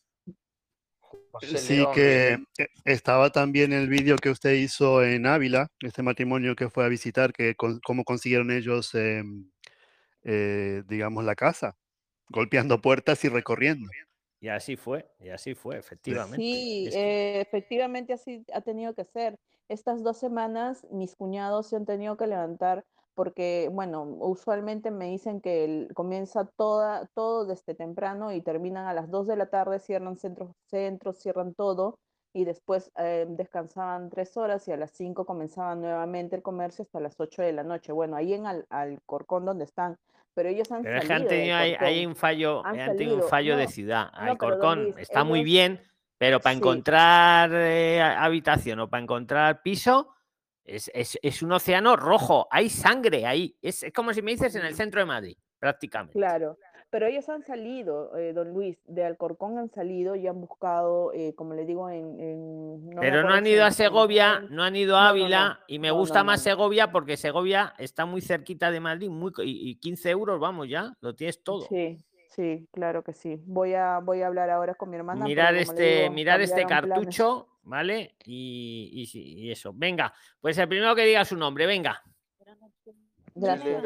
[SPEAKER 11] Sí, que estaba también el vídeo que usted hizo en Ávila, este matrimonio que fue a visitar, cómo consiguieron ellos, digamos, la casa, golpeando puertas y recorriendo.
[SPEAKER 1] Y así fue, efectivamente.
[SPEAKER 12] sí, efectivamente así ha tenido que ser. Estas 2 semanas mis cuñados se han tenido que levantar porque, bueno, usualmente me dicen que comienza todo desde temprano y terminan a las 2 de la tarde, cierran centros, cierran todo y después descansaban 3 horas y a las 5 comenzaban nuevamente el comercio hasta las 8 de la noche. Bueno, ahí en Alcorcón donde están, pero ellos han
[SPEAKER 1] Pero es que han
[SPEAKER 12] salido de
[SPEAKER 1] tenido hay
[SPEAKER 12] Alcorcón,
[SPEAKER 1] un fallo,
[SPEAKER 12] han
[SPEAKER 1] han tenido un
[SPEAKER 12] salido.
[SPEAKER 1] fallo de
[SPEAKER 12] No,
[SPEAKER 1] ciudad.
[SPEAKER 12] no, pero don
[SPEAKER 1] Alcorcón
[SPEAKER 12] Luis,
[SPEAKER 1] está muy
[SPEAKER 12] ellos,
[SPEAKER 1] bien, pero para
[SPEAKER 12] sí.
[SPEAKER 1] encontrar habitación o para encontrar piso, Es un océano rojo, hay sangre ahí. Es como si me dices en el centro de Madrid, prácticamente.
[SPEAKER 12] Claro, pero ellos han salido, don Luis, de Alcorcón han salido y han buscado, como le digo, no me
[SPEAKER 1] Pero no
[SPEAKER 12] acuerdo
[SPEAKER 1] han
[SPEAKER 12] si
[SPEAKER 1] ido a
[SPEAKER 12] en
[SPEAKER 1] Segovia,
[SPEAKER 12] Jaén.
[SPEAKER 1] no han ido a
[SPEAKER 12] No,
[SPEAKER 1] Ávila, y me gusta más
[SPEAKER 12] no.
[SPEAKER 1] Segovia porque Segovia está muy cerquita de Madrid, y 15 euros, vamos, ya, lo tienes todo.
[SPEAKER 12] Sí, claro que sí. Voy a hablar ahora con mi hermana
[SPEAKER 1] Mirar
[SPEAKER 12] porque, como le digo,
[SPEAKER 1] mirar este
[SPEAKER 12] cambiaron planes.
[SPEAKER 1] cartucho, ¿vale? Y eso. Venga, pues el primero que diga su nombre, venga.
[SPEAKER 12] Gracias.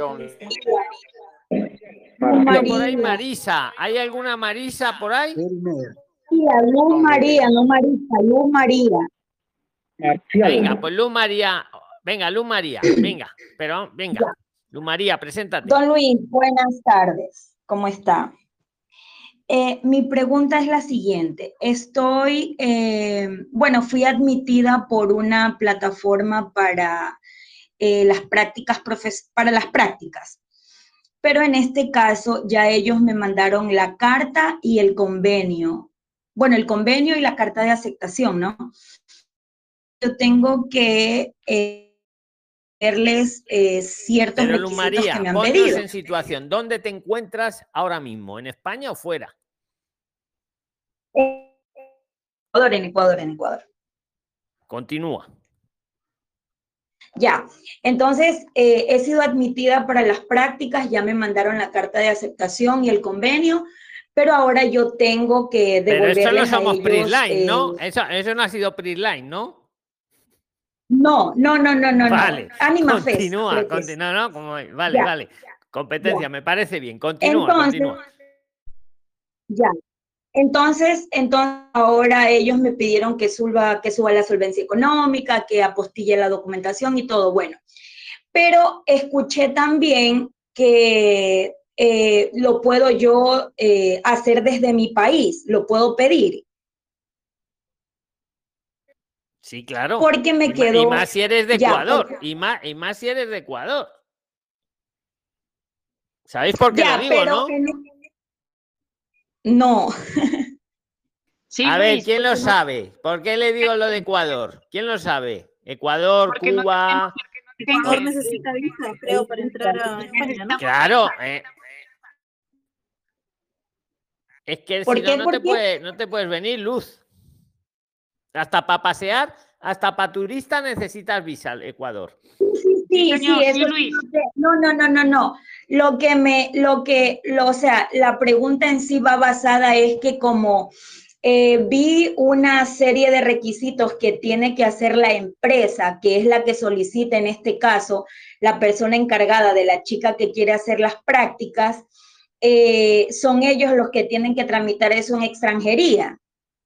[SPEAKER 1] Por ahí Marisa. ¿Hay alguna Marisa por ahí?
[SPEAKER 16] Luz María, no Marisa, Luz María.
[SPEAKER 1] Venga, pues Luz María. Venga, Luz María. Venga, pero venga. Luz María, preséntate.
[SPEAKER 16] Don Luis, buenas tardes. ¿Cómo está? Mi pregunta es la siguiente. Fui admitida por una plataforma para las prácticas, pero en este caso ya ellos me mandaron la carta y el convenio. Bueno, el convenio y la carta de aceptación, ¿no? Yo tengo que verles ciertos
[SPEAKER 1] Pero Luz
[SPEAKER 16] requisitos
[SPEAKER 1] María,
[SPEAKER 16] que me han
[SPEAKER 1] ponnos
[SPEAKER 16] pedido.
[SPEAKER 1] en situación. ¿Dónde te encuentras ahora mismo? ¿En España o fuera?
[SPEAKER 16] En Ecuador.
[SPEAKER 1] Continúa.
[SPEAKER 16] Ya, entonces he sido admitida para las prácticas, ya me mandaron la carta de aceptación y el convenio, pero ahora yo tengo que devolverles
[SPEAKER 1] Pero eso no somos
[SPEAKER 16] a ellos,
[SPEAKER 1] PRISLINE, ¿no? Eso no ha sido PRISLINE, ¿no?
[SPEAKER 16] No.
[SPEAKER 1] Vale,
[SPEAKER 16] Anima Fest,
[SPEAKER 1] continúa,
[SPEAKER 16] creo que es.
[SPEAKER 1] continúa, ¿no? Vale,
[SPEAKER 16] Ya,
[SPEAKER 1] vale. Competencia,
[SPEAKER 16] ya.
[SPEAKER 1] me parece bien. Continúa.
[SPEAKER 16] Ya. Entonces ahora ellos me pidieron que suba la solvencia económica, que apostille la documentación y todo, bueno. Pero escuché también que lo puedo yo hacer desde mi país, lo puedo pedir.
[SPEAKER 1] Sí, claro.
[SPEAKER 16] Porque me quedó...
[SPEAKER 1] Y más si eres de
[SPEAKER 16] ya,
[SPEAKER 1] Ecuador.
[SPEAKER 16] porque...
[SPEAKER 1] Y más si eres de Ecuador. ¿Sabéis por qué
[SPEAKER 16] ya,
[SPEAKER 1] lo digo,
[SPEAKER 16] pero
[SPEAKER 1] no?
[SPEAKER 16] No.
[SPEAKER 1] Sí, a ver, ¿quién lo sabe? ¿Por qué le digo lo de Ecuador? ¿Quién lo sabe? Ecuador, Cuba...
[SPEAKER 17] Ecuador necesita visa, creo, para entrar a España, ¿no?
[SPEAKER 1] Claro. Es que si no, no te puedes venir, Luz. Hasta para pasear, hasta para turista necesitas visa, Ecuador.
[SPEAKER 16] Sí, eso
[SPEAKER 1] Luis.
[SPEAKER 16] No. O sea, la pregunta en sí va basada es que como vi una serie de requisitos que tiene que hacer la empresa, que es la que solicita en este caso la persona encargada de la chica que quiere hacer las prácticas, son ellos los que tienen que tramitar eso en extranjería.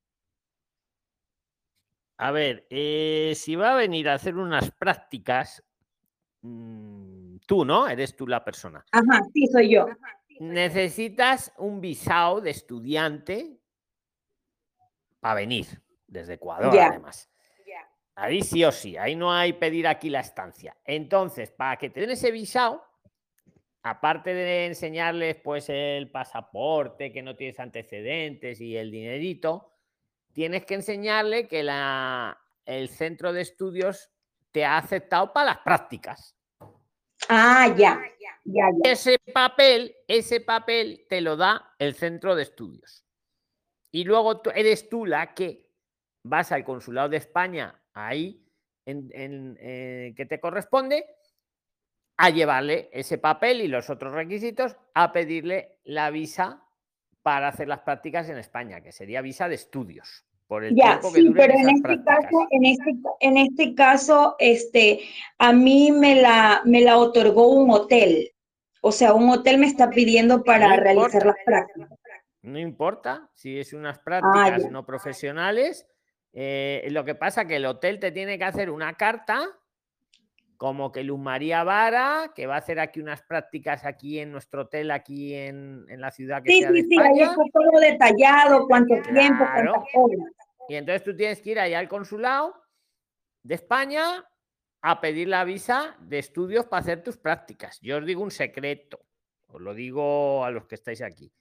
[SPEAKER 1] A ver, si va a venir a hacer unas prácticas, tú, ¿no? Eres tú la persona.
[SPEAKER 16] Ajá, sí, soy yo.
[SPEAKER 1] Necesitas un visado de estudiante para venir, desde Ecuador, además. Ahí sí o sí, ahí no hay pedir aquí la estancia. Entonces, para que te den ese visado, aparte de enseñarles pues el pasaporte, que no tienes antecedentes y el dinerito, tienes que enseñarle que el centro de estudios te ha aceptado para las prácticas.
[SPEAKER 16] Ah, ya.
[SPEAKER 1] Ese papel te lo da el centro de estudios. Y luego eres tú la que vas al consulado de España, ahí que te corresponde, a llevarle ese papel y los otros requisitos, a pedirle la visa para hacer las prácticas en España, que sería visa de estudios. Por el tiempo que duren esas prácticas.
[SPEAKER 16] En este caso, a mí me la otorgó un hotel. O sea, un hotel me está pidiendo para realizar las prácticas.
[SPEAKER 1] No importa si es unas prácticas no profesionales. Lo que pasa es que el hotel te tiene que hacer una carta, como que Luz María Vara, que va a hacer aquí unas prácticas aquí en nuestro hotel, aquí en la ciudad que sea de España.
[SPEAKER 16] Ahí está todo detallado, cuánto tiempo, cuántas horas.
[SPEAKER 1] Y entonces tú tienes que ir allá al consulado de España a pedir la visa de estudios para hacer tus prácticas. Yo os digo un secreto, os lo digo a los que estáis aquí.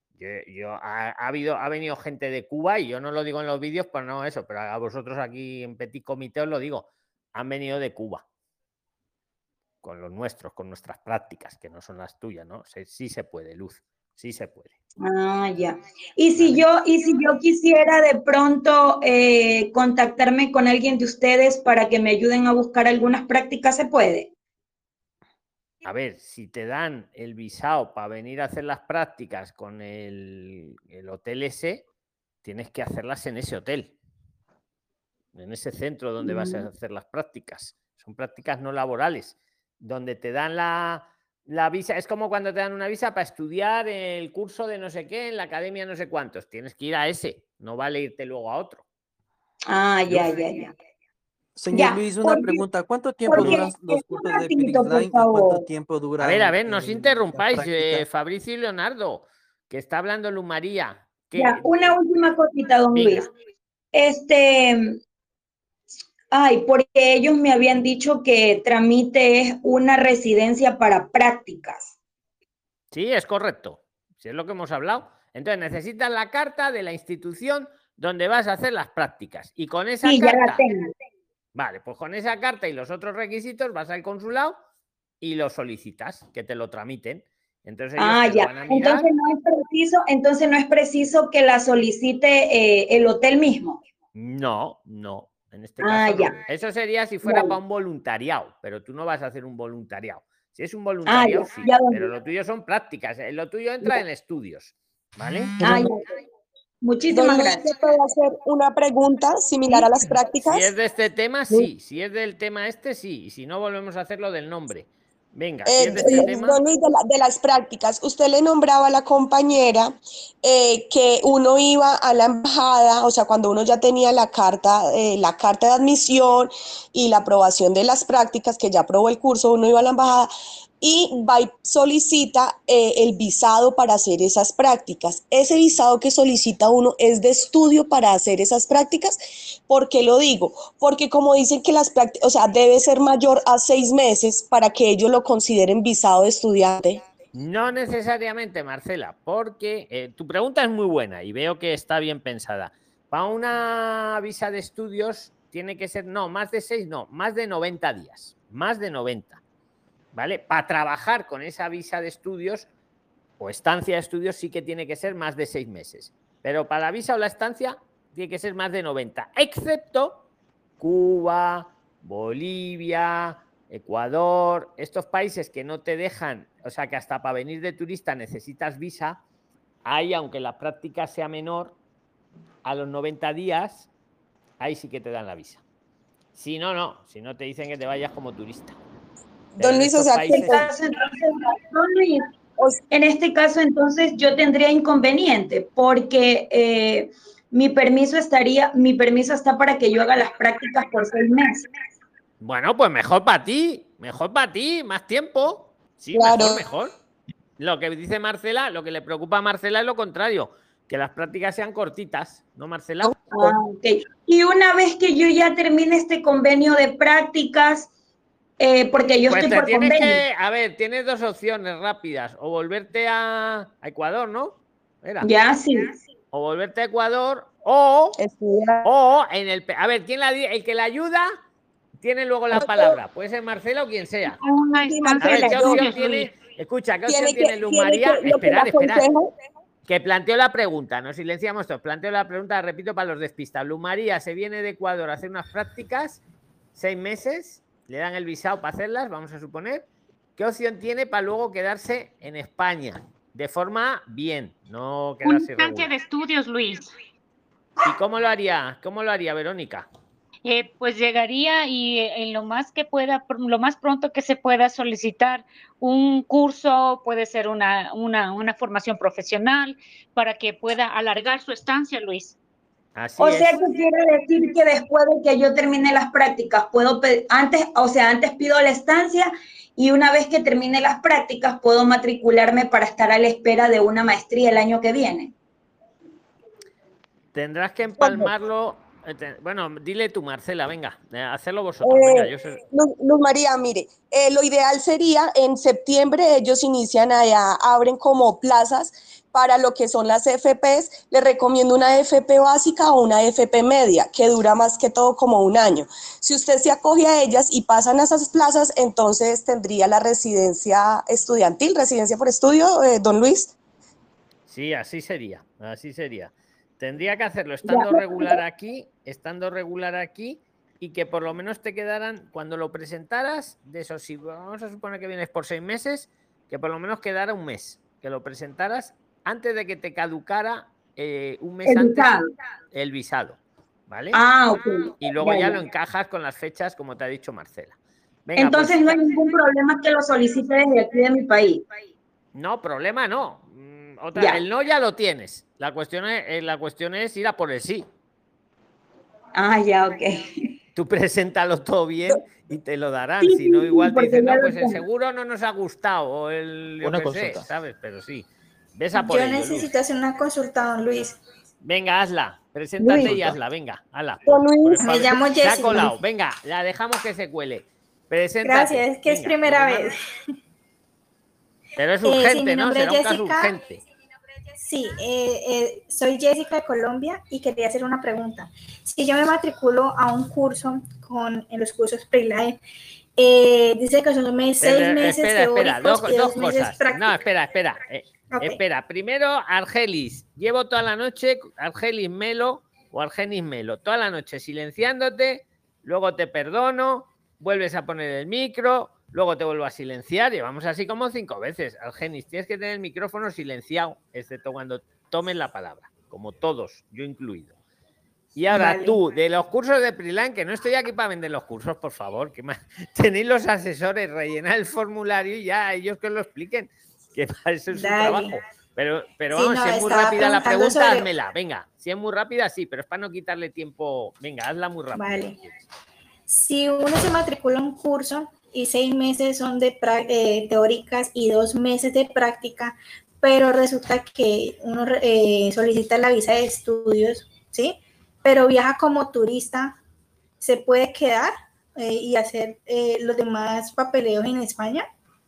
[SPEAKER 1] Ha venido gente de Cuba, y yo no lo digo en los vídeos, pues no eso, pero a vosotros aquí en Petit Comité os lo digo. han venido de Cuba. Con los nuestros, con nuestras prácticas, que no son las tuyas, ¿no? Sí se puede, Luz, sí se puede.
[SPEAKER 16] Ah, ya. Y si yo quisiera de pronto contactarme con alguien de ustedes para que me ayuden a buscar algunas prácticas, ¿se puede?
[SPEAKER 1] A ver, si te dan el visado para venir a hacer las prácticas con el hotel ese, tienes que hacerlas en ese hotel, en ese centro donde vas a hacer las prácticas. Son prácticas no laborales, donde te dan la visa. Es como cuando te dan una visa para estudiar el curso de no sé qué en la academia no sé cuántos. Tienes que ir a ese, no vale irte luego a otro.
[SPEAKER 16] Ah, ya.
[SPEAKER 5] Señor Luis, una pregunta. ¿Cuánto tiempo duran los cursos de PRIXLINE y cuánto tiempo duran?
[SPEAKER 1] A ver, no os interrumpáis, Fabricio y Leonardo, que está hablando Luz María.
[SPEAKER 16] Ya, una última cosita, don Luis. Porque ellos me habían dicho que tramite es una residencia para prácticas.
[SPEAKER 1] Sí, es correcto. Si es lo que hemos hablado. Entonces necesitas la carta de la institución donde vas a hacer las prácticas. Y con esa carta...
[SPEAKER 16] ya la tengo.
[SPEAKER 1] Vale, pues con esa carta y los otros requisitos vas al consulado y lo solicitas, que te lo tramiten. Entonces ellos te lo van a mirar.
[SPEAKER 16] Entonces no es preciso que la solicite el hotel mismo.
[SPEAKER 1] No. En este caso no. Eso sería si fuera para un voluntariado, pero tú no vas a hacer un voluntariado. Si es un voluntariado, sí, pero lo tuyo son prácticas. Lo tuyo entra en estudios, ¿vale?
[SPEAKER 16] Muchísimas gracias.
[SPEAKER 2] ¿Puedo hacer una pregunta similar a las prácticas?
[SPEAKER 1] Si es de este tema, sí. Si es del tema sí. Y si no, volvemos a hacerlo del nombre. Venga, si es de este tema...
[SPEAKER 2] Don Luis, de las prácticas, usted le nombraba a la compañera que uno iba a la embajada, o sea, cuando uno ya tenía la carta de admisión y la aprobación de las prácticas, que ya aprobó el curso, uno iba a la embajada y va y solicita el visado para hacer esas prácticas. Ese visado que solicita uno es de estudio para hacer esas prácticas. ¿Por qué lo digo? Porque como dicen que las prácticas, o sea, debe ser mayor a 6 meses para que ellos lo consideren visado de estudiante.
[SPEAKER 1] No necesariamente, Marcela, porque tu pregunta es muy buena y veo que está bien pensada. Para una visa de estudios tiene que ser, más de 6, más de 90 días, más de 90. ¿Vale? Para trabajar con esa visa de estudios o estancia de estudios sí que tiene que ser más de 6 meses. Pero para la visa o la estancia tiene que ser más de 90, excepto Cuba, Bolivia, Ecuador, estos países que no te dejan, o sea que hasta para venir de turista necesitas visa, ahí aunque la práctica sea menor, a los 90 días, ahí sí que te dan la visa. Si no, si no te dicen que te vayas como turista.
[SPEAKER 16] Don Luis, en este caso entonces yo tendría inconveniente porque mi permiso está para que yo haga las prácticas por 6 meses.
[SPEAKER 1] Bueno, pues mejor para ti, más tiempo. Sí, claro. Mejor. Lo que dice Marcela, lo que le preocupa a Marcela es lo contrario, que las prácticas sean cortitas, ¿no, Marcela?
[SPEAKER 16] Okay. Y una vez que yo ya termine este convenio de prácticas, porque yo estoy por convenio.
[SPEAKER 1] A ver, tienes 2 opciones rápidas, o volverte a Ecuador, ¿no?
[SPEAKER 16] Ya, sí.
[SPEAKER 1] O volverte a Ecuador, o en el... A ver, el que le ayuda tiene luego la palabra. Puede ser Marcela o quien sea. A ver, ¿qué opción tiene? Escucha, ¿qué opción tiene Luz María? Esperad. Que planteó la pregunta, nos silenciamos todos. Planteó la pregunta, repito, para los despistas. Luz María se viene de Ecuador a hacer unas prácticas, 6 meses, le dan el visado para hacerlas, vamos a suponer. ¿Qué opción tiene para luego quedarse en España? De forma bien, no quedarse
[SPEAKER 18] una estancia de estudios, Luis.
[SPEAKER 1] ¿Y cómo lo haría, Verónica?
[SPEAKER 18] Pues llegaría y en lo más pronto que se pueda solicitar un curso, puede ser una formación profesional para que pueda alargar su estancia, Luis.
[SPEAKER 16] Así es. Sea que quiere decir que después de que yo termine las prácticas, antes pido la estancia y una vez que termine las prácticas puedo matricularme para estar a la espera de una maestría el año que viene.
[SPEAKER 1] Tendrás que empalmarlo. Bueno, dile tú, Marcela, venga, hacerlo vosotros. Venga,
[SPEAKER 2] Luz María, mire, lo ideal sería en septiembre ellos inician allá, abren como plazas para lo que son las FPs, le recomiendo una FP básica o una FP media, que dura más que todo como un año. Si usted se acoge a ellas y pasan a esas plazas, entonces tendría la residencia estudiantil, residencia por estudio, don Luis.
[SPEAKER 1] Sí, así sería, así sería. Tendría que hacerlo estando regular aquí, y que por lo menos te quedaran, cuando lo presentaras, de eso, si vamos a suponer que vienes por 6 meses, que por lo menos quedara un mes, que lo presentaras antes de que te caducara un mes antes el visado, ¿vale?
[SPEAKER 16] Ok.
[SPEAKER 1] Y luego ya lo encajas con las fechas, como te ha dicho Marcela. Venga,
[SPEAKER 16] entonces
[SPEAKER 1] pues,
[SPEAKER 16] no hay ningún problema que lo solicite desde aquí de mi país.
[SPEAKER 1] No, problema no. El no ya lo tienes. La cuestión es ir a por el sí.
[SPEAKER 16] Ya, ok.
[SPEAKER 1] Tú preséntalo todo bien y te lo darán. Si no, igual te dicen, no, pues el seguro no nos ha gustado. O el, yo qué sé, ¿sabes? Pero sí. Ves a por ello,
[SPEAKER 17] necesito hacer una consulta, don Luis.
[SPEAKER 1] Venga, hazla. Preséntate y hazla. Venga, hazla.
[SPEAKER 17] Me llamo Jessy.
[SPEAKER 1] Se ha colado. Venga, la dejamos que se cuele. Preséntate.
[SPEAKER 17] Gracias, es que es primera vez.
[SPEAKER 1] Pero es urgente,
[SPEAKER 17] sí, mi
[SPEAKER 1] ¿no?
[SPEAKER 17] nombre
[SPEAKER 1] Será
[SPEAKER 17] es
[SPEAKER 1] un caso
[SPEAKER 17] Jessica.
[SPEAKER 1] urgente.
[SPEAKER 17] Sí, soy Jessica de Colombia y quería hacer una pregunta. Si yo me matriculo a un curso en los cursos Preline, dice que son 6 meses teóricos y 2 meses prácticos.
[SPEAKER 1] No, espera. Espera, primero Argelis. Llevo toda la noche, Argelis Melo o Argenis Melo, toda la noche silenciándote, luego te perdono, vuelves a poner el micro, luego te vuelvo a silenciar, llevamos así como 5 veces. Argenis, tienes que tener el micrófono silenciado, excepto cuando tomes la palabra, como todos, yo incluido. Y ahora tú, de los cursos de Preline, que no estoy aquí para vender los cursos, por favor, que más tenéis los asesores, rellenar el formulario y ya ellos que os lo expliquen, que para eso es su trabajo. Pero vamos, si es muy rápida la pregunta, házmela. Venga, si es muy rápida, sí, pero es para no quitarle tiempo. Venga, hazla muy rápida.
[SPEAKER 17] Vale. Si uno se matricula a un curso y 6 meses son de teóricas y 2 meses de práctica, pero resulta que uno solicita la visa de estudios, ¿sí? Pero viaja como turista, ¿se puede quedar y hacer los demás papeleos en España?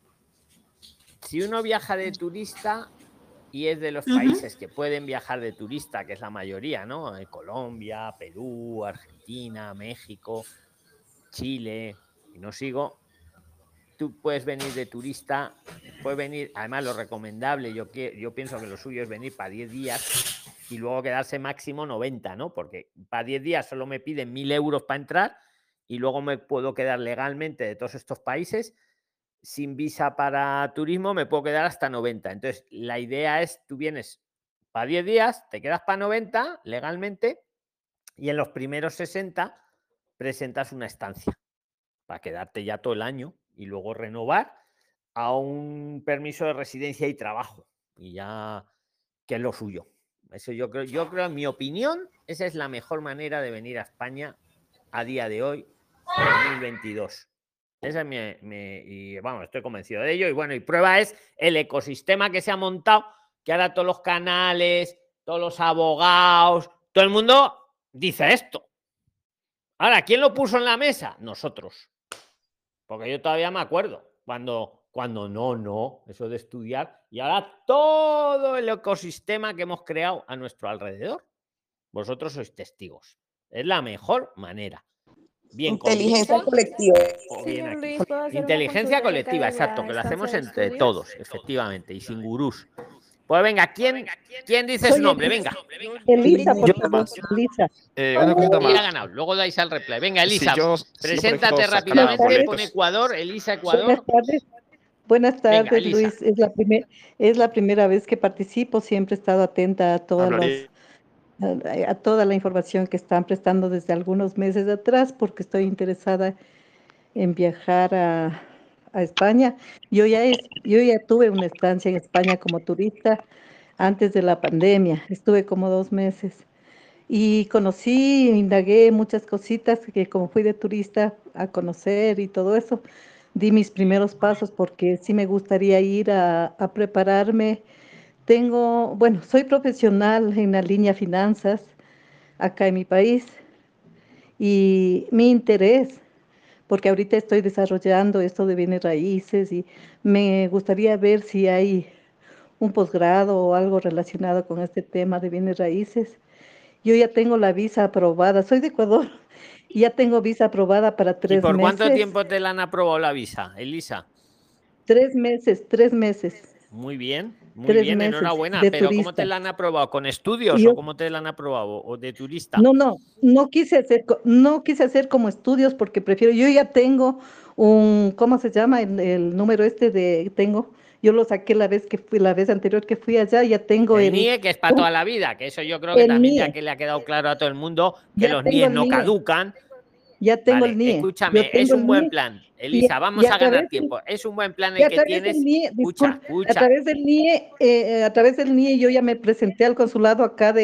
[SPEAKER 1] Si uno viaja de turista y es de los países que pueden viajar de turista, que es la mayoría, ¿no? Colombia, Perú, Argentina, México, Chile, y no sigo, tú puedes venir de turista, puedes venir, además lo recomendable, yo pienso que lo suyo es venir para 10 días y luego quedarse máximo 90, ¿no? Porque para 10 días solo me piden 1.000 euros para entrar y luego me puedo quedar legalmente de todos estos países. Sin visa para turismo me puedo quedar hasta 90. Entonces, la idea es, tú vienes para 10 días, te quedas para 90 legalmente y en los primeros 60 presentas una estancia para quedarte ya todo el año y luego renovar a un permiso de residencia y trabajo. Y ya, que es lo suyo. Eso yo creo, en mi opinión, esa es la mejor manera de venir a España a día de hoy, 2022. Esa es y vamos, estoy convencido de ello. Y bueno, y prueba es el ecosistema que se ha montado, que ahora todos los canales, todos los abogados, todo el mundo dice esto. Ahora, ¿quién lo puso en la mesa? Nosotros. Porque yo todavía me acuerdo cuando no, eso de estudiar, y ahora todo el ecosistema que hemos creado a nuestro alrededor. Vosotros sois testigos. Es la mejor manera. Bien,
[SPEAKER 2] inteligencia colectiva.
[SPEAKER 1] Bien Luis, inteligencia colectiva, exacto, que lo hacemos entre todos, efectivamente, y sin gurús. Pues venga, ¿quién dice su nombre? Venga.
[SPEAKER 19] Elisa, por favor, Elisa.
[SPEAKER 1] Una cosita más. Ha ganado. Luego dais al replay. Venga, Elisa, preséntate rápidamente. Pon Ecuador, Elisa, Ecuador.
[SPEAKER 19] Buenas tardes,
[SPEAKER 1] venga,
[SPEAKER 19] Luis. Es la primera vez que participo. Siempre he estado atenta a toda la información que están prestando desde algunos meses atrás, porque estoy interesada en viajar a España. Yo ya tuve una estancia en España como turista antes de la pandemia. Estuve como 2 meses y indagué muchas cositas que como fui de turista a conocer y todo eso, di mis primeros pasos porque sí me gustaría ir a prepararme. Soy profesional en la línea finanzas acá en mi país y mi interés, porque ahorita estoy desarrollando esto de bienes raíces y me gustaría ver si hay un posgrado o algo relacionado con este tema de bienes raíces. Yo ya tengo la visa aprobada, soy de Ecuador, y ya tengo visa aprobada para 3
[SPEAKER 1] ¿Y
[SPEAKER 19] meses.
[SPEAKER 1] por cuánto tiempo te la han aprobado la visa, Elisa?
[SPEAKER 19] 3 meses, 3 meses.
[SPEAKER 1] Muy bien, muy
[SPEAKER 19] 3
[SPEAKER 1] bien,
[SPEAKER 19] meses
[SPEAKER 1] enhorabuena.
[SPEAKER 19] de
[SPEAKER 1] Pero ¿cómo
[SPEAKER 19] turista.
[SPEAKER 1] te la han aprobado? ¿Con estudios
[SPEAKER 19] Y yo-
[SPEAKER 1] o cómo te la han aprobado? ¿O de turista?
[SPEAKER 19] No quise hacer como estudios porque prefiero, yo ya tengo ¿cómo se llama? El número yo lo saqué la vez anterior que fui allá, ya tengo
[SPEAKER 1] El NIE, que es para toda la vida, que eso yo creo que
[SPEAKER 19] el
[SPEAKER 1] también ya
[SPEAKER 19] NIE.
[SPEAKER 1] que le ha quedado claro a todo el mundo, que
[SPEAKER 19] Ya
[SPEAKER 1] los
[SPEAKER 19] tengo
[SPEAKER 1] NIE
[SPEAKER 19] el
[SPEAKER 1] no
[SPEAKER 19] NIE.
[SPEAKER 1] caducan.
[SPEAKER 19] Ya tengo
[SPEAKER 1] Vale,
[SPEAKER 19] el NIE.
[SPEAKER 1] escúchame,
[SPEAKER 19] Yo tengo
[SPEAKER 1] es un
[SPEAKER 19] el
[SPEAKER 1] buen
[SPEAKER 19] NIE.
[SPEAKER 1] plan. Elisa, vamos a ganar tiempo. Es un buen plan
[SPEAKER 19] Y
[SPEAKER 1] el
[SPEAKER 19] a
[SPEAKER 1] que
[SPEAKER 19] través del
[SPEAKER 1] tienes.
[SPEAKER 19] NIE,
[SPEAKER 1] Escucha.
[SPEAKER 19] a través del NIE yo ya me presenté al consulado acá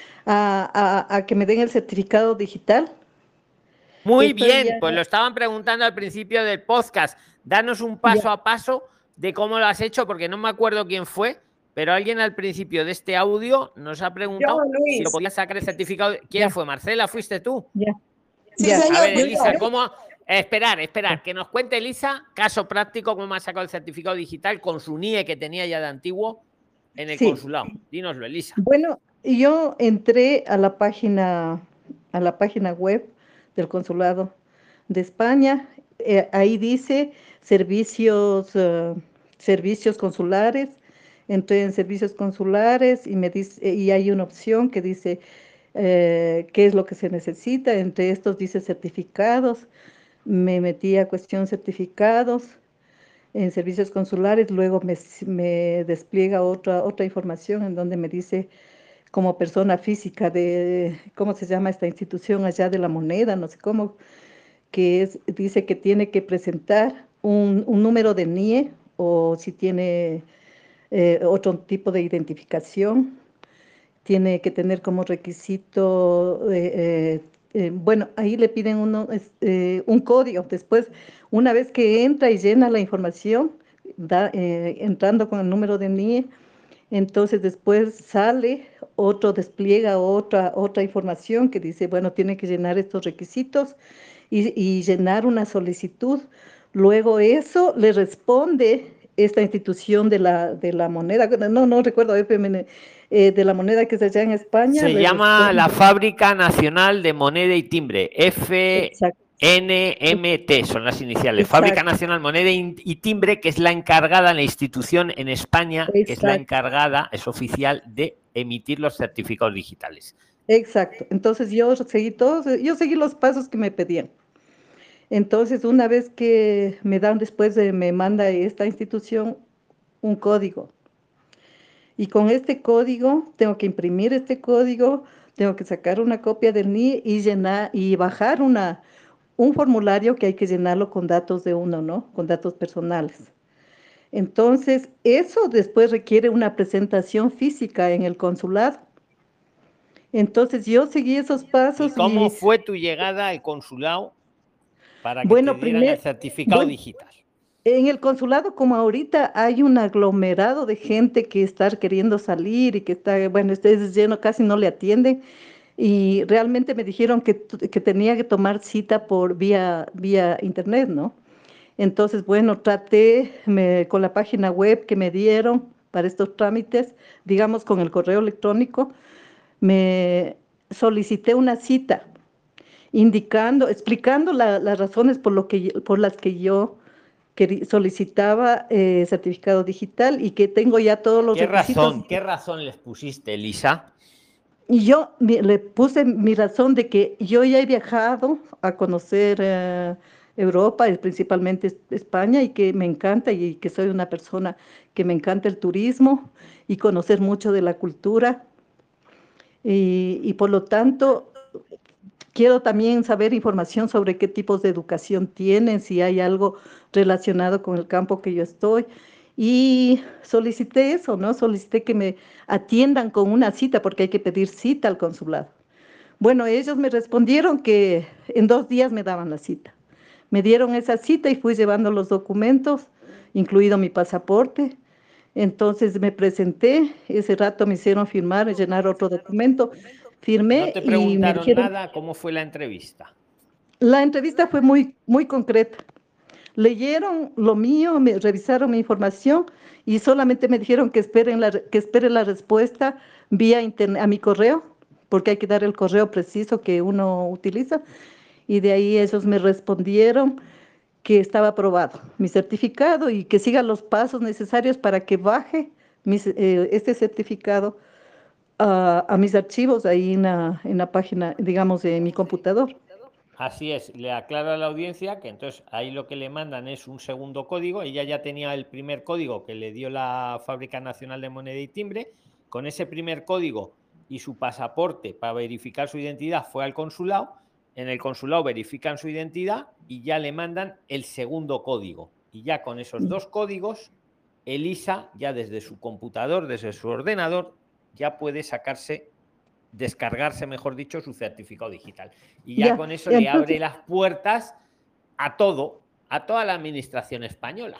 [SPEAKER 19] a que me den el certificado digital.
[SPEAKER 1] Muy
[SPEAKER 19] Estoy
[SPEAKER 1] bien,
[SPEAKER 19] ya-
[SPEAKER 1] pues lo estaban preguntando al principio del podcast. Danos un paso a paso de cómo lo has hecho, porque no me acuerdo quién fue, pero alguien al principio de este audio nos ha preguntado si lo podías sacar el certificado. ¿Quién fue? ¿Marcela? ¿Fuiste tú?
[SPEAKER 2] Sí,
[SPEAKER 19] Ya.
[SPEAKER 2] señor.
[SPEAKER 1] A ver,
[SPEAKER 2] Yo
[SPEAKER 1] Elisa,
[SPEAKER 2] ya.
[SPEAKER 1] ¿cómo? Esperar, que nos cuente Elisa, caso práctico, cómo ha sacado el certificado digital con su NIE que tenía ya de antiguo en el
[SPEAKER 19] Sí.
[SPEAKER 1] consulado. Dínoslo, Elisa.
[SPEAKER 19] Bueno, yo entré a la página web del consulado de España. Ahí dice servicios consulares. Entré en servicios consulares y hay una opción que dice qué es lo que se necesita. Entre estos dice certificados. Me metí a cuestión certificados en servicios consulares, luego me despliega otra información en donde me dice como persona física ¿cómo se llama esta institución allá de la moneda? No sé cómo, dice que tiene que presentar un número de NIE o si tiene otro tipo de identificación, tiene que tener como requisito, bueno, ahí le piden un código. Después, una vez que entra y llena la información, entrando con el número de NIE, entonces después despliega otra información que dice, bueno, tiene que llenar estos requisitos y llenar una solicitud. Luego eso le responde esta institución de la moneda, no recuerdo, de la moneda que es allá en España.
[SPEAKER 1] Se llama la Fábrica Nacional de Moneda y Timbre, FNMT, son las iniciales.
[SPEAKER 19] Exacto.
[SPEAKER 1] Fábrica Nacional Moneda y Timbre, que es la encargada, la institución en España, que es la encargada, es oficial de emitir los certificados digitales.
[SPEAKER 19] Exacto. Entonces yo seguí los pasos que me pedían. Entonces, una vez que me manda esta institución un código. Y con este código, tengo que imprimir este código, tengo que sacar una copia del NIE y bajar un formulario que hay que llenarlo con datos de uno, ¿no? Con datos personales. Entonces, eso después requiere una presentación física en el consulado. Entonces, yo seguí esos pasos.
[SPEAKER 1] ¿Y cómo fue tu llegada al consulado para que
[SPEAKER 19] Bueno,
[SPEAKER 1] te dieran el certificado digital?
[SPEAKER 19] En el consulado, como ahorita hay un aglomerado de gente que está queriendo salir y que es lleno, casi no le atienden. Y realmente me dijeron que tenía que tomar cita por vía internet, ¿no? Entonces, bueno, traté con la página web que me dieron para estos trámites, digamos con el correo electrónico, me solicité una cita, explicando las razones por las que yo solicitaba certificado digital y que tengo ya todos los requisitos.
[SPEAKER 1] ¿Qué razón les pusiste, Elisa?
[SPEAKER 19] Y yo le puse mi razón de que yo ya he viajado a conocer Europa, y principalmente España, y que me encanta y que soy una persona que me encanta el turismo y conocer mucho de la cultura. Y por lo tanto, quiero también saber información sobre qué tipos de educación tienen, si hay algo relacionado con el campo que yo estoy. Y solicité eso, ¿no? Solicité que me atiendan con una cita, porque hay que pedir cita al consulado. Bueno, ellos me respondieron que en 2 días me daban la cita. Me dieron esa cita y fui llevando los documentos, incluido mi pasaporte. Entonces me presenté, ese rato me hicieron firmar, llenar otro documento. Firmé.
[SPEAKER 1] ¿No te
[SPEAKER 19] y me
[SPEAKER 1] preguntaron
[SPEAKER 19] dijeron,
[SPEAKER 1] nada? ¿Cómo fue la entrevista?
[SPEAKER 19] la entrevista fue muy, muy concreta. Leyeron lo mío, me revisaron mi información y solamente me dijeron que espere la respuesta vía internet a mi correo, porque hay que dar el correo preciso que uno utiliza. Y de ahí ellos me respondieron que estaba aprobado mi certificado y que siga los pasos necesarios para que baje este certificado a mis archivos ahí en la página, digamos, de mi computador.
[SPEAKER 1] Así es, le aclaro a la audiencia que entonces ahí lo que le mandan es un segundo código. Ella ya tenía el primer código que le dio la Fábrica Nacional de Moneda y Timbre. Con ese primer código y su pasaporte para verificar su identidad fue al consulado. En el consulado verifican su identidad y ya le mandan el segundo código. Y ya con esos dos códigos, Elisa ya desde su computador, desde su ordenador, ya puede descargarse, mejor dicho, su certificado digital. Y ya con eso le abre las puertas a toda la administración española.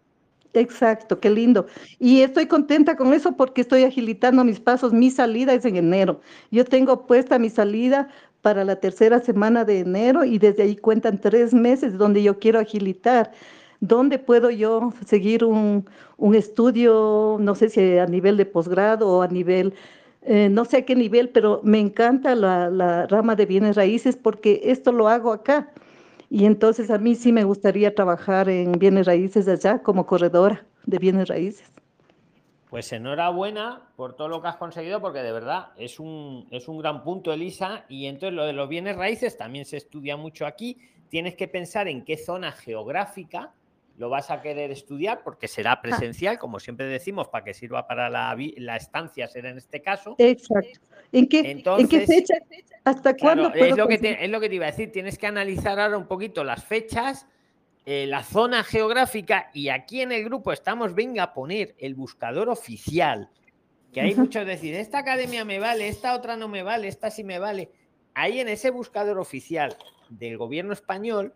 [SPEAKER 19] Exacto, qué lindo. Y estoy contenta con eso porque estoy agilitando mis pasos. Mi salida es en enero. Yo tengo puesta mi salida para la tercera semana de enero y desde ahí cuentan 3 meses donde yo quiero agilitar. ¿Dónde puedo yo seguir un estudio, no sé si a nivel de posgrado o a nivel, no sé a qué nivel, pero me encanta la rama de bienes raíces porque esto lo hago acá. Y entonces a mí sí me gustaría trabajar en bienes raíces allá como corredora de bienes raíces.
[SPEAKER 1] Pues enhorabuena por todo lo que has conseguido, porque de verdad es un gran punto, Elisa. Y entonces lo de los bienes raíces también se estudia mucho aquí. Tienes que pensar en qué zona geográfica lo vas a querer estudiar, porque será presencial, como siempre decimos, para que sirva para la estancia, será en este caso.
[SPEAKER 19] Exacto. ¿En qué fecha? ¿Hasta cuándo puedo
[SPEAKER 1] es lo que te iba a decir. Tienes que analizar ahora un poquito las fechas, la zona geográfica, y aquí en el grupo estamos, venga a poner el buscador oficial, que hay muchos decir, esta academia me vale, esta otra no me vale, esta sí me vale. Ahí en ese buscador oficial del gobierno español,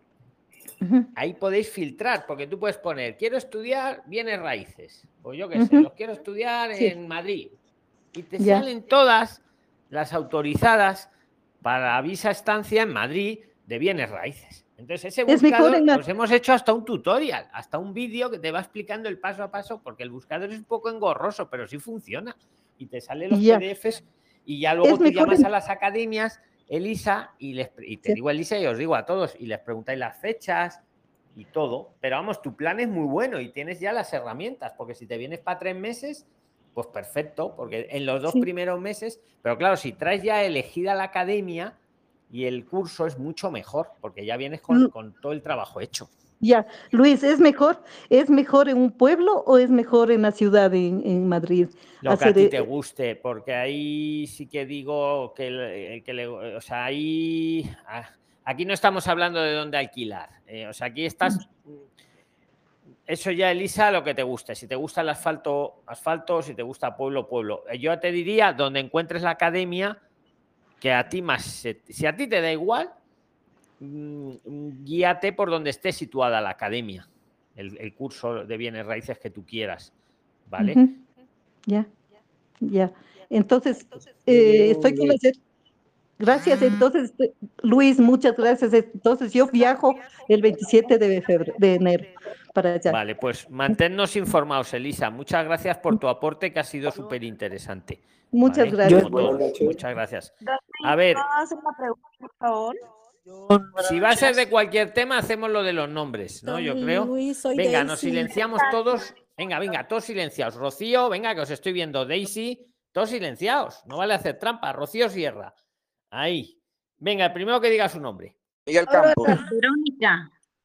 [SPEAKER 1] ahí podéis filtrar, porque tú puedes poner, quiero estudiar bienes raíces, o yo qué sé, los quiero estudiar en Madrid, y te salen todas las autorizadas para visa estancia en Madrid de bienes raíces. Entonces ese buscador, nos hemos hecho hasta un tutorial, hasta un vídeo que te va explicando el paso a paso, porque el buscador es un poco engorroso, pero sí funciona. Y te salen los PDFs y ya luego tú llamas a las academias, Elisa, y te digo Elisa y os digo a todos, y les preguntáis las fechas y todo. Pero vamos, tu plan es muy bueno y tienes ya las herramientas, porque si te vienes para 3 meses, pues perfecto, porque en los 2 primeros meses, pero claro, si traes ya elegida la academia y el curso es mucho mejor, porque ya vienes con todo el trabajo hecho.
[SPEAKER 19] Ya, Luis, ¿es mejor en un pueblo o es mejor en la ciudad, en Madrid?
[SPEAKER 1] Lo que a ti te guste, porque ahí sí que digo o sea, ahí aquí no estamos hablando de dónde alquilar, o sea, aquí estás, eso ya, Elisa, lo que te guste. Si te gusta el asfalto, si te gusta pueblo, pueblo. Yo te diría donde encuentres la academia que a ti más, si a ti te da igual, guíate por donde esté situada la academia, el curso de bienes raíces que tú quieras, ¿vale?
[SPEAKER 19] Ya. Entonces, estoy con gracias. Entonces, Luis, muchas gracias. Entonces, yo viajo el 27 de enero para allá.
[SPEAKER 1] Vale, pues manténnos informados, Elisa. Muchas gracias por tu aporte, que ha sido súper interesante.
[SPEAKER 19] Muchas gracias.
[SPEAKER 1] Muchas gracias. A ver,
[SPEAKER 16] hacer una pregunta, por favor?
[SPEAKER 1] si va a ser de cualquier tema, hacemos lo de los nombres, ¿no? Yo creo. Venga, nos silenciamos todos. Venga, todos silenciados. Rocío, venga, que os estoy viendo. Daisy, todos silenciados. No vale hacer trampa. Rocío Sierra. Ahí. Venga, el primero que diga su nombre.
[SPEAKER 20] Miguel Campos.
[SPEAKER 18] Verónica.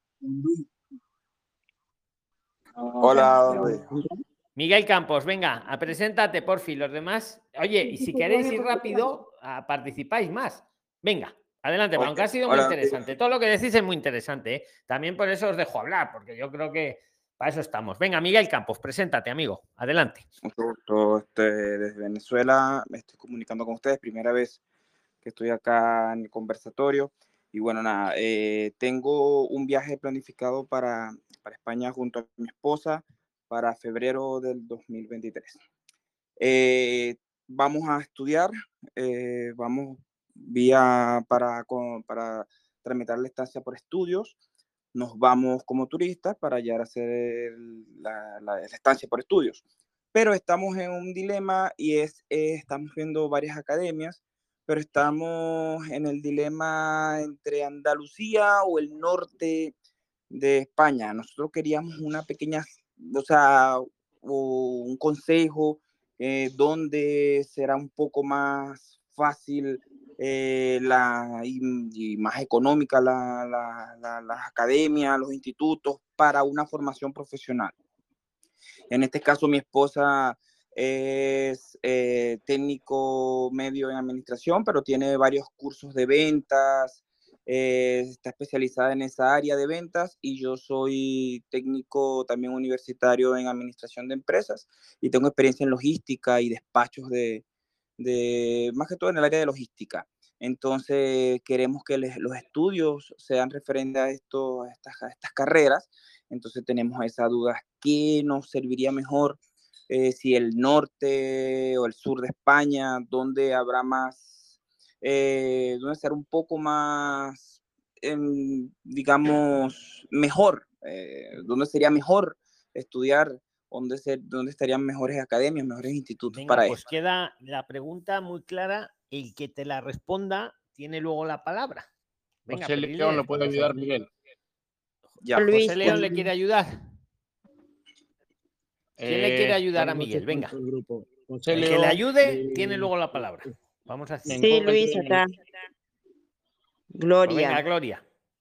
[SPEAKER 20] Hola, Luis.
[SPEAKER 1] Miguel Campos, venga, preséntate, porfi. Los demás, oye, y si queréis ir rápido, participáis más. Venga, adelante, aunque ha sido muy interesante. Todo lo que decís es muy interesante, ¿eh? También por eso os dejo hablar, porque yo creo que para eso estamos. Venga, Miguel Campos, preséntate, amigo. Adelante.
[SPEAKER 20] Mucho gusto. Desde Venezuela me estoy comunicando con ustedes. Primera vez que estoy acá en el conversatorio. Y bueno, nada, tengo un viaje planificado para España junto a mi esposa para febrero del 2023. Vamos a estudiar, vamos para tramitar la estancia por estudios. nos vamos como turistas para llegar a hacer la estancia por estudios. Pero estamos en un dilema y estamos viendo varias academias, pero estamos en el dilema entre Andalucía o el norte de España. Nosotros queríamos una pequeña, o sea, un consejo donde será un poco más fácil y más económica las academias, los institutos para una formación profesional. En este caso, mi esposa es técnico medio en administración, pero tiene varios cursos de ventas, está especializada en esa área de ventas, y yo soy técnico también universitario en administración de empresas y tengo experiencia en logística y despachos más que todo en el área de logística. Entonces queremos que los estudios sean referentes a estas carreras. Entonces tenemos esa duda: ¿qué nos serviría mejor? Si el norte o el sur de España, donde habrá más, donde será un poco más, digamos, mejor, donde sería mejor estudiar, donde estarían mejores academias, mejores institutos.
[SPEAKER 1] Venga,
[SPEAKER 20] para
[SPEAKER 1] pues
[SPEAKER 20] esto.
[SPEAKER 1] queda la pregunta muy clara. El que te la responda tiene luego la palabra. Venga,
[SPEAKER 21] José León, ¿lo puede ayudar, Miguel?
[SPEAKER 20] Ya.
[SPEAKER 1] José León le quiere ayudar. ¿Quién le quiere ayudar a Miguel? Venga. El que le ayude tiene luego la palabra. Vamos a hacer.
[SPEAKER 10] Sí, Luis, acá. Gloria.
[SPEAKER 1] Pues venga, Gloria.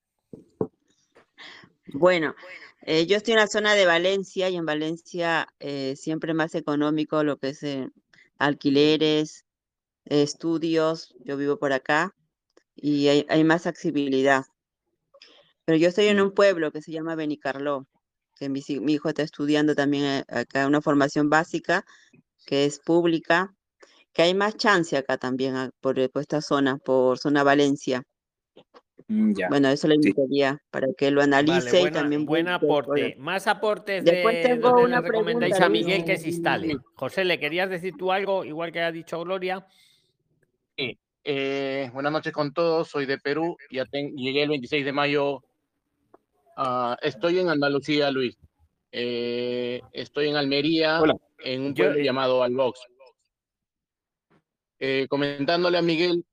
[SPEAKER 10] Bueno, yo estoy en la zona de Valencia y en Valencia siempre más económico lo que es alquileres, estudios. Yo vivo por acá y hay más accesibilidad. Pero yo estoy en un pueblo que se llama Benicarló, que mi hijo está estudiando también acá una formación básica que es pública, que hay más chance acá también por esta zona, por zona Valencia.
[SPEAKER 20] Ya.
[SPEAKER 10] Bueno, eso le invitaría para que lo analice.
[SPEAKER 1] Vale,
[SPEAKER 10] y también
[SPEAKER 1] buen
[SPEAKER 10] busque
[SPEAKER 1] aporte. Más aportes
[SPEAKER 10] Después
[SPEAKER 1] de
[SPEAKER 10] tengo
[SPEAKER 1] donde
[SPEAKER 10] una
[SPEAKER 1] le recomendáis
[SPEAKER 10] pregunta,
[SPEAKER 1] a
[SPEAKER 10] Luis.
[SPEAKER 1] Miguel que se instale. José, ¿le querías decir tú algo, igual que ha dicho Gloria?
[SPEAKER 21] Sí. Buenas noches con todos, soy de Perú, llegué el 26 de mayo. Estoy en Andalucía, Luis. Estoy en Almería, en un pueblo llamado Albox. Comentándole a Miguel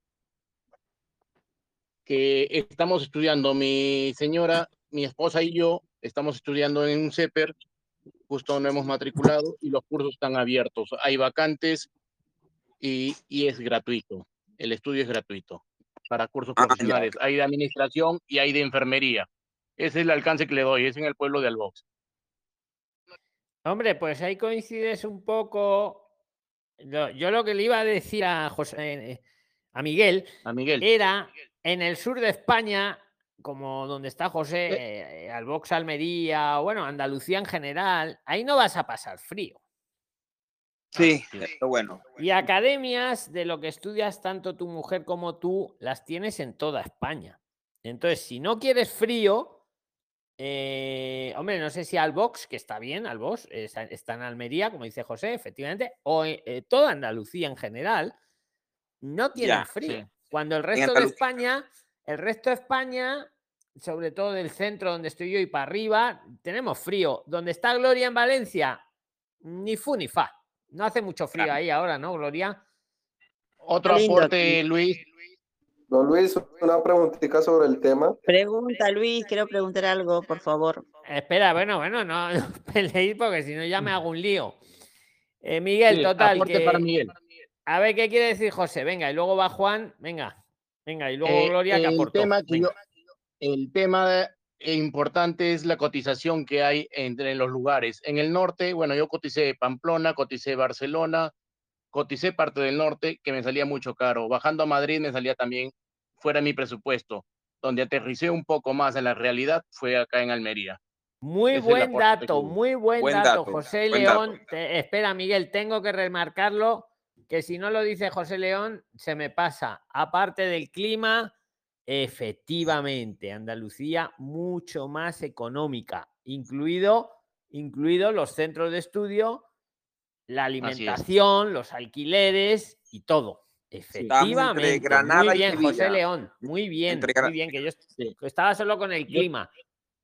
[SPEAKER 21] que estamos estudiando, mi señora, mi esposa y yo, estamos estudiando en un CEPER, justo no hemos matriculado y los cursos están abiertos. Hay vacantes y es gratuito. El estudio es gratuito para cursos profesionales. Hay de administración y hay de enfermería. Ese es el alcance que le doy, es en el pueblo de Albox.
[SPEAKER 1] Hombre, pues ahí coincides un poco. Yo lo que le iba a decir a Miguel era en el sur de España, como donde está José, Albox, Almería, o bueno, Andalucía en general, ahí no vas a pasar frío.
[SPEAKER 20] Sí, pero bueno.
[SPEAKER 1] Y academias de lo que estudias tanto tu mujer como tú las tienes en toda España. Entonces, si no quieres frío, hombre, no sé si Albox, que está bien, Albox está en Almería, como dice José, efectivamente, o toda Andalucía en general, no tienen frío. Sí. Cuando el resto de España, sobre todo del centro donde estoy yo y para arriba, tenemos frío. Donde está Gloria en Valencia, ni fu ni fa. No hace mucho frío ahí ahora, ¿no, Gloria?
[SPEAKER 21] Otro aporte, Luis.
[SPEAKER 22] Don Luis, una preguntita sobre el tema.
[SPEAKER 10] Pregunta, Luis, quiero preguntar algo, por favor.
[SPEAKER 1] Espera, bueno, no peleéis porque si no ya me hago un lío. Miguel,
[SPEAKER 21] Sí,
[SPEAKER 1] total.
[SPEAKER 21] Aporte para Miguel.
[SPEAKER 1] A ver qué quiere decir José. Venga, y luego va Juan. Venga, y luego Gloria que aportó.
[SPEAKER 21] El tema importante es la cotización que hay entre los lugares. En el norte, bueno, yo coticé Pamplona, coticé Barcelona, coticé parte del norte, que me salía mucho caro. Bajando a Madrid me salía también fuera de mi presupuesto. Donde aterricé un poco más en la realidad fue acá en Almería.
[SPEAKER 1] Muy buen dato, José León. Espera, Miguel, tengo que remarcarlo, que si no lo dice José León, se me pasa. Aparte del clima, efectivamente, Andalucía mucho más económica, incluido los centros de estudio, la alimentación, los alquileres y todo. Efectivamente.
[SPEAKER 20] Granada
[SPEAKER 1] muy bien,
[SPEAKER 20] y Sevilla.
[SPEAKER 1] José León. Muy bien, que yo estaba solo con el clima.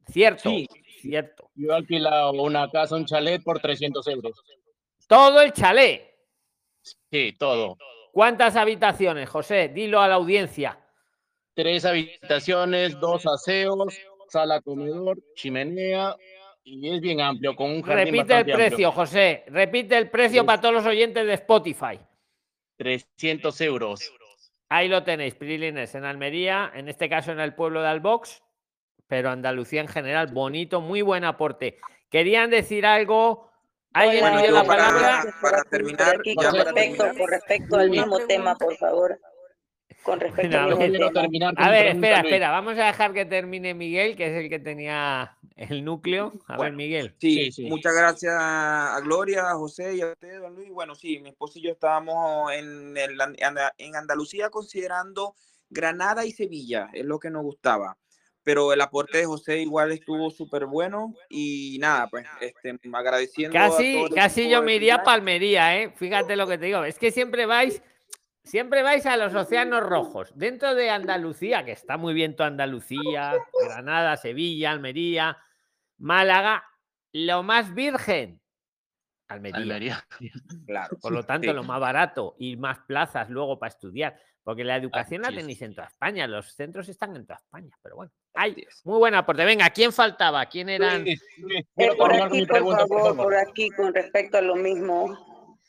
[SPEAKER 1] Cierto,
[SPEAKER 21] Sí.
[SPEAKER 1] cierto.
[SPEAKER 21] Yo he alquilado una casa, un chalet por 300 euros.
[SPEAKER 1] Todo el chalet.
[SPEAKER 21] Sí, todo.
[SPEAKER 1] ¿Cuántas habitaciones, José? Dilo a la audiencia.
[SPEAKER 21] 3 habitaciones, 2 aseos, sala, comedor, chimenea, y es bien amplio, con un jardín
[SPEAKER 1] Repite el
[SPEAKER 21] bastante
[SPEAKER 1] precio,
[SPEAKER 21] amplio.
[SPEAKER 1] José. Repite el precio para todos los oyentes de Spotify.
[SPEAKER 21] 300 euros.
[SPEAKER 1] Ahí lo tenéis, Prilines, en Almería, en este caso en el pueblo de Albox, pero Andalucía en general, bonito, muy buen aporte. ¿Querían decir algo? ¿Alguien
[SPEAKER 20] Bueno,
[SPEAKER 1] pidió
[SPEAKER 20] yo
[SPEAKER 1] la palabra?
[SPEAKER 20] para terminar, ya para terminar.
[SPEAKER 16] Con respecto al mismo tema, por favor. Con respecto
[SPEAKER 1] Bueno,
[SPEAKER 16] al mismo tema.
[SPEAKER 1] a ver, espera, vamos a dejar que termine Miguel, que es el que tenía el núcleo. A ver, Miguel.
[SPEAKER 20] Sí, muchas gracias a Gloria, a José y a usted, don Luis. Bueno, sí, mi esposo y yo estábamos en Andalucía considerando Granada y Sevilla, es lo que nos gustaba. Pero el aporte de José igual estuvo súper bueno y nada, pues agradeciendo a todo el
[SPEAKER 1] Casi
[SPEAKER 20] equipo
[SPEAKER 1] yo
[SPEAKER 20] de
[SPEAKER 1] me iría a
[SPEAKER 20] Freelance.
[SPEAKER 1] Palmería, ¿eh? Fíjate lo que te digo. Es que siempre vais a los océanos rojos. Dentro de Andalucía, que está muy bien toda Andalucía, Granada, Sevilla, Almería, Málaga, lo más virgen, Almería.
[SPEAKER 20] Claro.
[SPEAKER 1] Por lo tanto,
[SPEAKER 20] Sí.
[SPEAKER 1] lo más barato y más plazas luego para estudiar. Porque la educación la
[SPEAKER 21] Así es.
[SPEAKER 1] tenéis en toda España. Los centros están en toda España. Pero bueno, hay muy buen aporte. Venga, ¿quién faltaba? ¿Quién eran?
[SPEAKER 21] Quiero
[SPEAKER 16] Por
[SPEAKER 21] terminar
[SPEAKER 16] aquí,
[SPEAKER 21] mi
[SPEAKER 16] por
[SPEAKER 21] pregunta, por
[SPEAKER 16] favor,
[SPEAKER 21] favor.
[SPEAKER 16] por aquí, con respecto a lo mismo.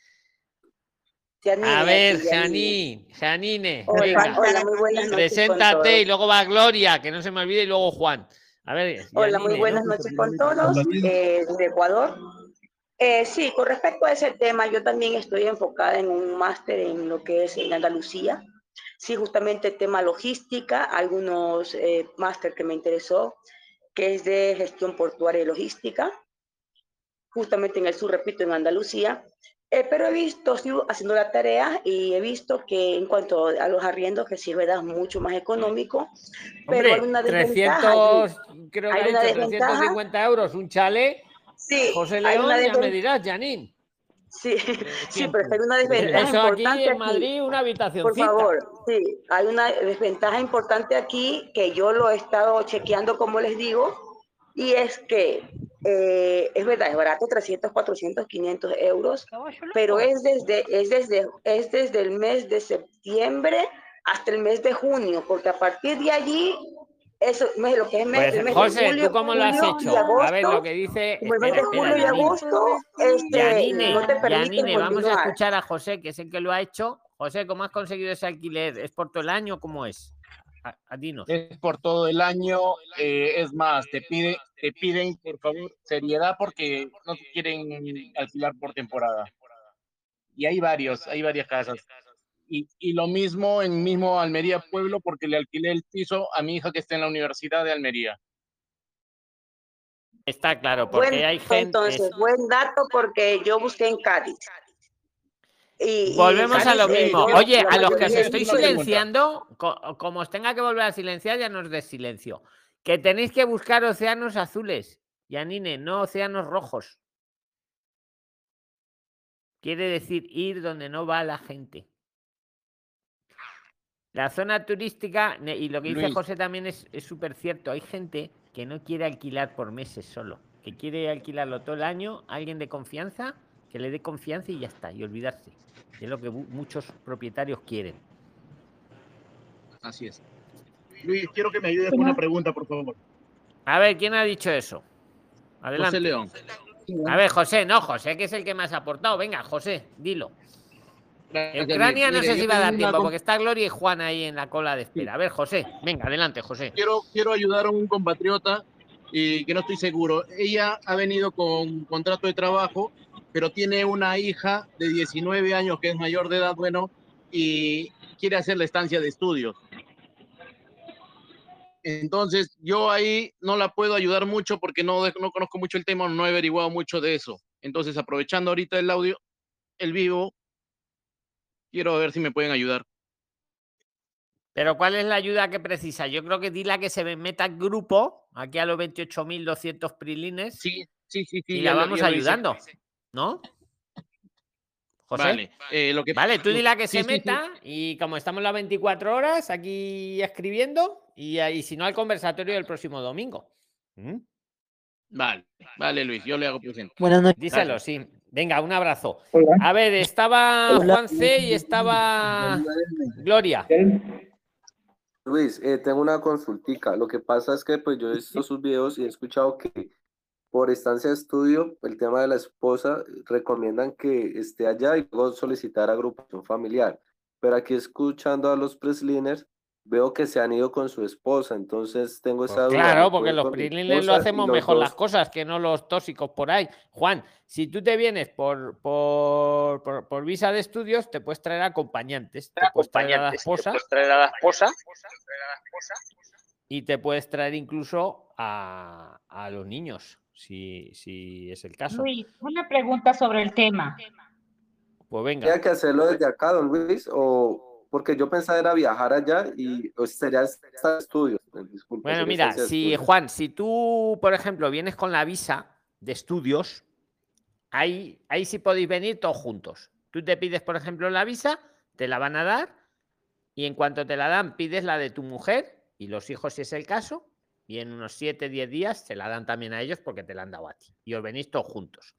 [SPEAKER 1] A ver,
[SPEAKER 16] Janine.
[SPEAKER 1] Janine,
[SPEAKER 16] Hola,
[SPEAKER 1] venga.
[SPEAKER 16] hola, muy buenas noches con
[SPEAKER 1] Preséntate
[SPEAKER 16] todos.
[SPEAKER 1] y luego va Gloria, que no se me olvide, y luego Juan. A ver,
[SPEAKER 16] Hola, muy
[SPEAKER 1] Janine,
[SPEAKER 16] buenas
[SPEAKER 1] ¿no?
[SPEAKER 16] noches con todos, de Ecuador. Sí, con respecto a ese tema, yo también estoy enfocada en un máster en lo que es en Andalucía. Sí, justamente tema logística, algunos máster que me interesó, que es de gestión portuaria y logística, justamente en el sur, repito, en Andalucía. Pero he visto, estoy haciendo la tarea y he visto que en cuanto a los arriendos, que sí es verdad, mucho más económico, pero hay
[SPEAKER 1] Hombre,
[SPEAKER 16] una desventaja allí.
[SPEAKER 1] 300, creo que
[SPEAKER 16] Hay
[SPEAKER 1] ha
[SPEAKER 16] una
[SPEAKER 1] dicho
[SPEAKER 16] desventaja.
[SPEAKER 1] 350 euros un chalet.
[SPEAKER 16] Sí,
[SPEAKER 1] José
[SPEAKER 16] hay una
[SPEAKER 1] León, ya me
[SPEAKER 16] desventaja.
[SPEAKER 1] dirás, Janine.
[SPEAKER 16] Sí, sí, pero hay una desventaja
[SPEAKER 1] Eso aquí
[SPEAKER 16] importante
[SPEAKER 1] en
[SPEAKER 16] aquí.
[SPEAKER 1] Madrid, una
[SPEAKER 16] Por
[SPEAKER 1] habitacioncita.
[SPEAKER 16] favor, sí, hay una desventaja importante aquí que yo lo he estado chequeando, como les digo, y es que es verdad, es barato, 300, 400, 500 euros, pero es desde el mes de septiembre hasta el mes de junio, porque a partir de allí, eso, lo que es
[SPEAKER 1] Pues,
[SPEAKER 16] el mes
[SPEAKER 1] José,
[SPEAKER 16] de julio,
[SPEAKER 1] ¿tú cómo lo has
[SPEAKER 16] julio
[SPEAKER 1] hecho?
[SPEAKER 16] y agosto,
[SPEAKER 1] A ver, lo que dice...
[SPEAKER 16] como el mes de julio y
[SPEAKER 1] Janine.
[SPEAKER 16] agosto,
[SPEAKER 1] Janine,
[SPEAKER 16] no te permiten
[SPEAKER 1] Janine, vamos a
[SPEAKER 16] continuar.
[SPEAKER 1] escuchar a José, que es el que lo ha hecho. José, ¿cómo has conseguido ese alquiler? ¿Es por todo el año? ¿Cómo es? Dinos.
[SPEAKER 21] Es por todo el año, es más, te piden, por favor, seriedad porque no te quieren alquilar por temporada. Y hay varias casas. Y lo mismo en mismo Almería Pueblo, porque le alquilé el piso a mi hija que está en la Universidad de Almería.
[SPEAKER 1] Está claro, porque
[SPEAKER 16] Buen
[SPEAKER 1] hay
[SPEAKER 16] dato,
[SPEAKER 1] gente...
[SPEAKER 16] entonces, buen dato porque yo busqué en Cádiz. Y en
[SPEAKER 1] Volvemos a
[SPEAKER 16] Cádiz,
[SPEAKER 1] lo mismo.
[SPEAKER 16] yo,
[SPEAKER 1] Oye,
[SPEAKER 16] la
[SPEAKER 1] a los que os
[SPEAKER 16] mayoría de
[SPEAKER 1] estoy
[SPEAKER 16] pisos-
[SPEAKER 1] silenciando, como os tenga que volver a silenciar, ya no os des silencio. Que tenéis que buscar océanos azules, Janine, no océanos rojos. Quiere decir ir donde no va la gente. La zona turística, y lo que dice
[SPEAKER 21] Luis.
[SPEAKER 1] José también es súper cierto. Hay gente que no quiere alquilar por meses solo, que quiere alquilarlo todo el año, alguien de confianza, que le dé confianza y ya está, y olvidarse. Es lo que muchos propietarios quieren.
[SPEAKER 21] Así es. Luis, quiero que me ayudes con una pregunta, por favor.
[SPEAKER 1] A ver, ¿quién ha dicho eso? Adelante.
[SPEAKER 21] José León.
[SPEAKER 1] A ver, José, no, José, que es el que más ha aportado. Venga, José, dilo.
[SPEAKER 21] Gracias,
[SPEAKER 1] Ucrania
[SPEAKER 21] Luis.
[SPEAKER 1] no
[SPEAKER 21] Mire,
[SPEAKER 1] sé si
[SPEAKER 21] yo
[SPEAKER 1] va a dar
[SPEAKER 21] tengo
[SPEAKER 1] tiempo, porque está Gloria y Juan ahí en la cola de espera. A ver, José, venga, adelante, José.
[SPEAKER 21] Quiero ayudar a un compatriota y que no estoy seguro. Ella ha venido con contrato de trabajo, pero tiene una hija de 19 años que es mayor de edad, bueno, y quiere hacer la estancia de estudios. Entonces, yo ahí no la puedo ayudar mucho porque no conozco mucho el tema, no he averiguado mucho de eso. Entonces, aprovechando ahorita el audio, el vivo, quiero ver si me pueden ayudar.
[SPEAKER 1] Pero ¿cuál es la ayuda que precisa? Yo creo que dile que se meta al grupo, aquí a los 28.200 prilines.
[SPEAKER 21] Sí,
[SPEAKER 1] y la vamos ayudando, ¿no? José.
[SPEAKER 21] Vale,
[SPEAKER 1] vale, tú dile que
[SPEAKER 21] sí,
[SPEAKER 1] se
[SPEAKER 21] sí,
[SPEAKER 1] meta y como estamos las 24 horas aquí escribiendo y si no al conversatorio del próximo domingo.
[SPEAKER 21] Vale, Luis, yo le hago presente.
[SPEAKER 10] Buenas noches.
[SPEAKER 1] Díselo,
[SPEAKER 21] Gracias.
[SPEAKER 1] sí. Venga, un abrazo.
[SPEAKER 10] Hola.
[SPEAKER 1] A ver, estaba
[SPEAKER 10] Hola.
[SPEAKER 1] Juan C. y estaba Gloria.
[SPEAKER 22] Luis, tengo una consultica. Lo que pasa es que pues yo he visto sus videos y he escuchado que por estancia de estudio, el tema de la esposa, recomiendan que esté allá y luego solicitar agrupación familiar. Pero aquí escuchando a los presliners, veo que se han ido con su esposa, entonces tengo esa duda.
[SPEAKER 1] Claro,
[SPEAKER 22] ¿Me
[SPEAKER 1] porque
[SPEAKER 22] puedo ir
[SPEAKER 1] los
[SPEAKER 22] con mi
[SPEAKER 1] PRIXLINERS lo
[SPEAKER 22] esposa y
[SPEAKER 1] hacemos
[SPEAKER 22] los
[SPEAKER 1] mejor
[SPEAKER 22] dos?
[SPEAKER 1] las cosas que no los tóxicos por ahí. Juan, si tú te vienes por visa de estudios, te puedes traer acompañantes. Te puedes traer a la esposa y te puedes traer incluso a los niños, si es el caso.
[SPEAKER 18] Luis, una pregunta sobre el tema.
[SPEAKER 1] Pues venga.
[SPEAKER 22] ¿Tendría que hacerlo desde acá, don Luis? O porque yo pensaba era viajar allá y pues, sería estar estudios. Disculpe,
[SPEAKER 1] Bueno,
[SPEAKER 22] sería
[SPEAKER 1] mira,
[SPEAKER 22] estancia de
[SPEAKER 1] si
[SPEAKER 22] estudios.
[SPEAKER 1] Juan, si tú, por ejemplo, vienes con la visa de estudios, ahí sí podéis venir todos juntos. Tú te pides, por ejemplo, la visa, te la van a dar y en cuanto te la dan, pides la de tu mujer y los hijos, si es el caso, y en unos 7-10 días se la dan también a ellos porque te la han dado a ti y os venís todos juntos.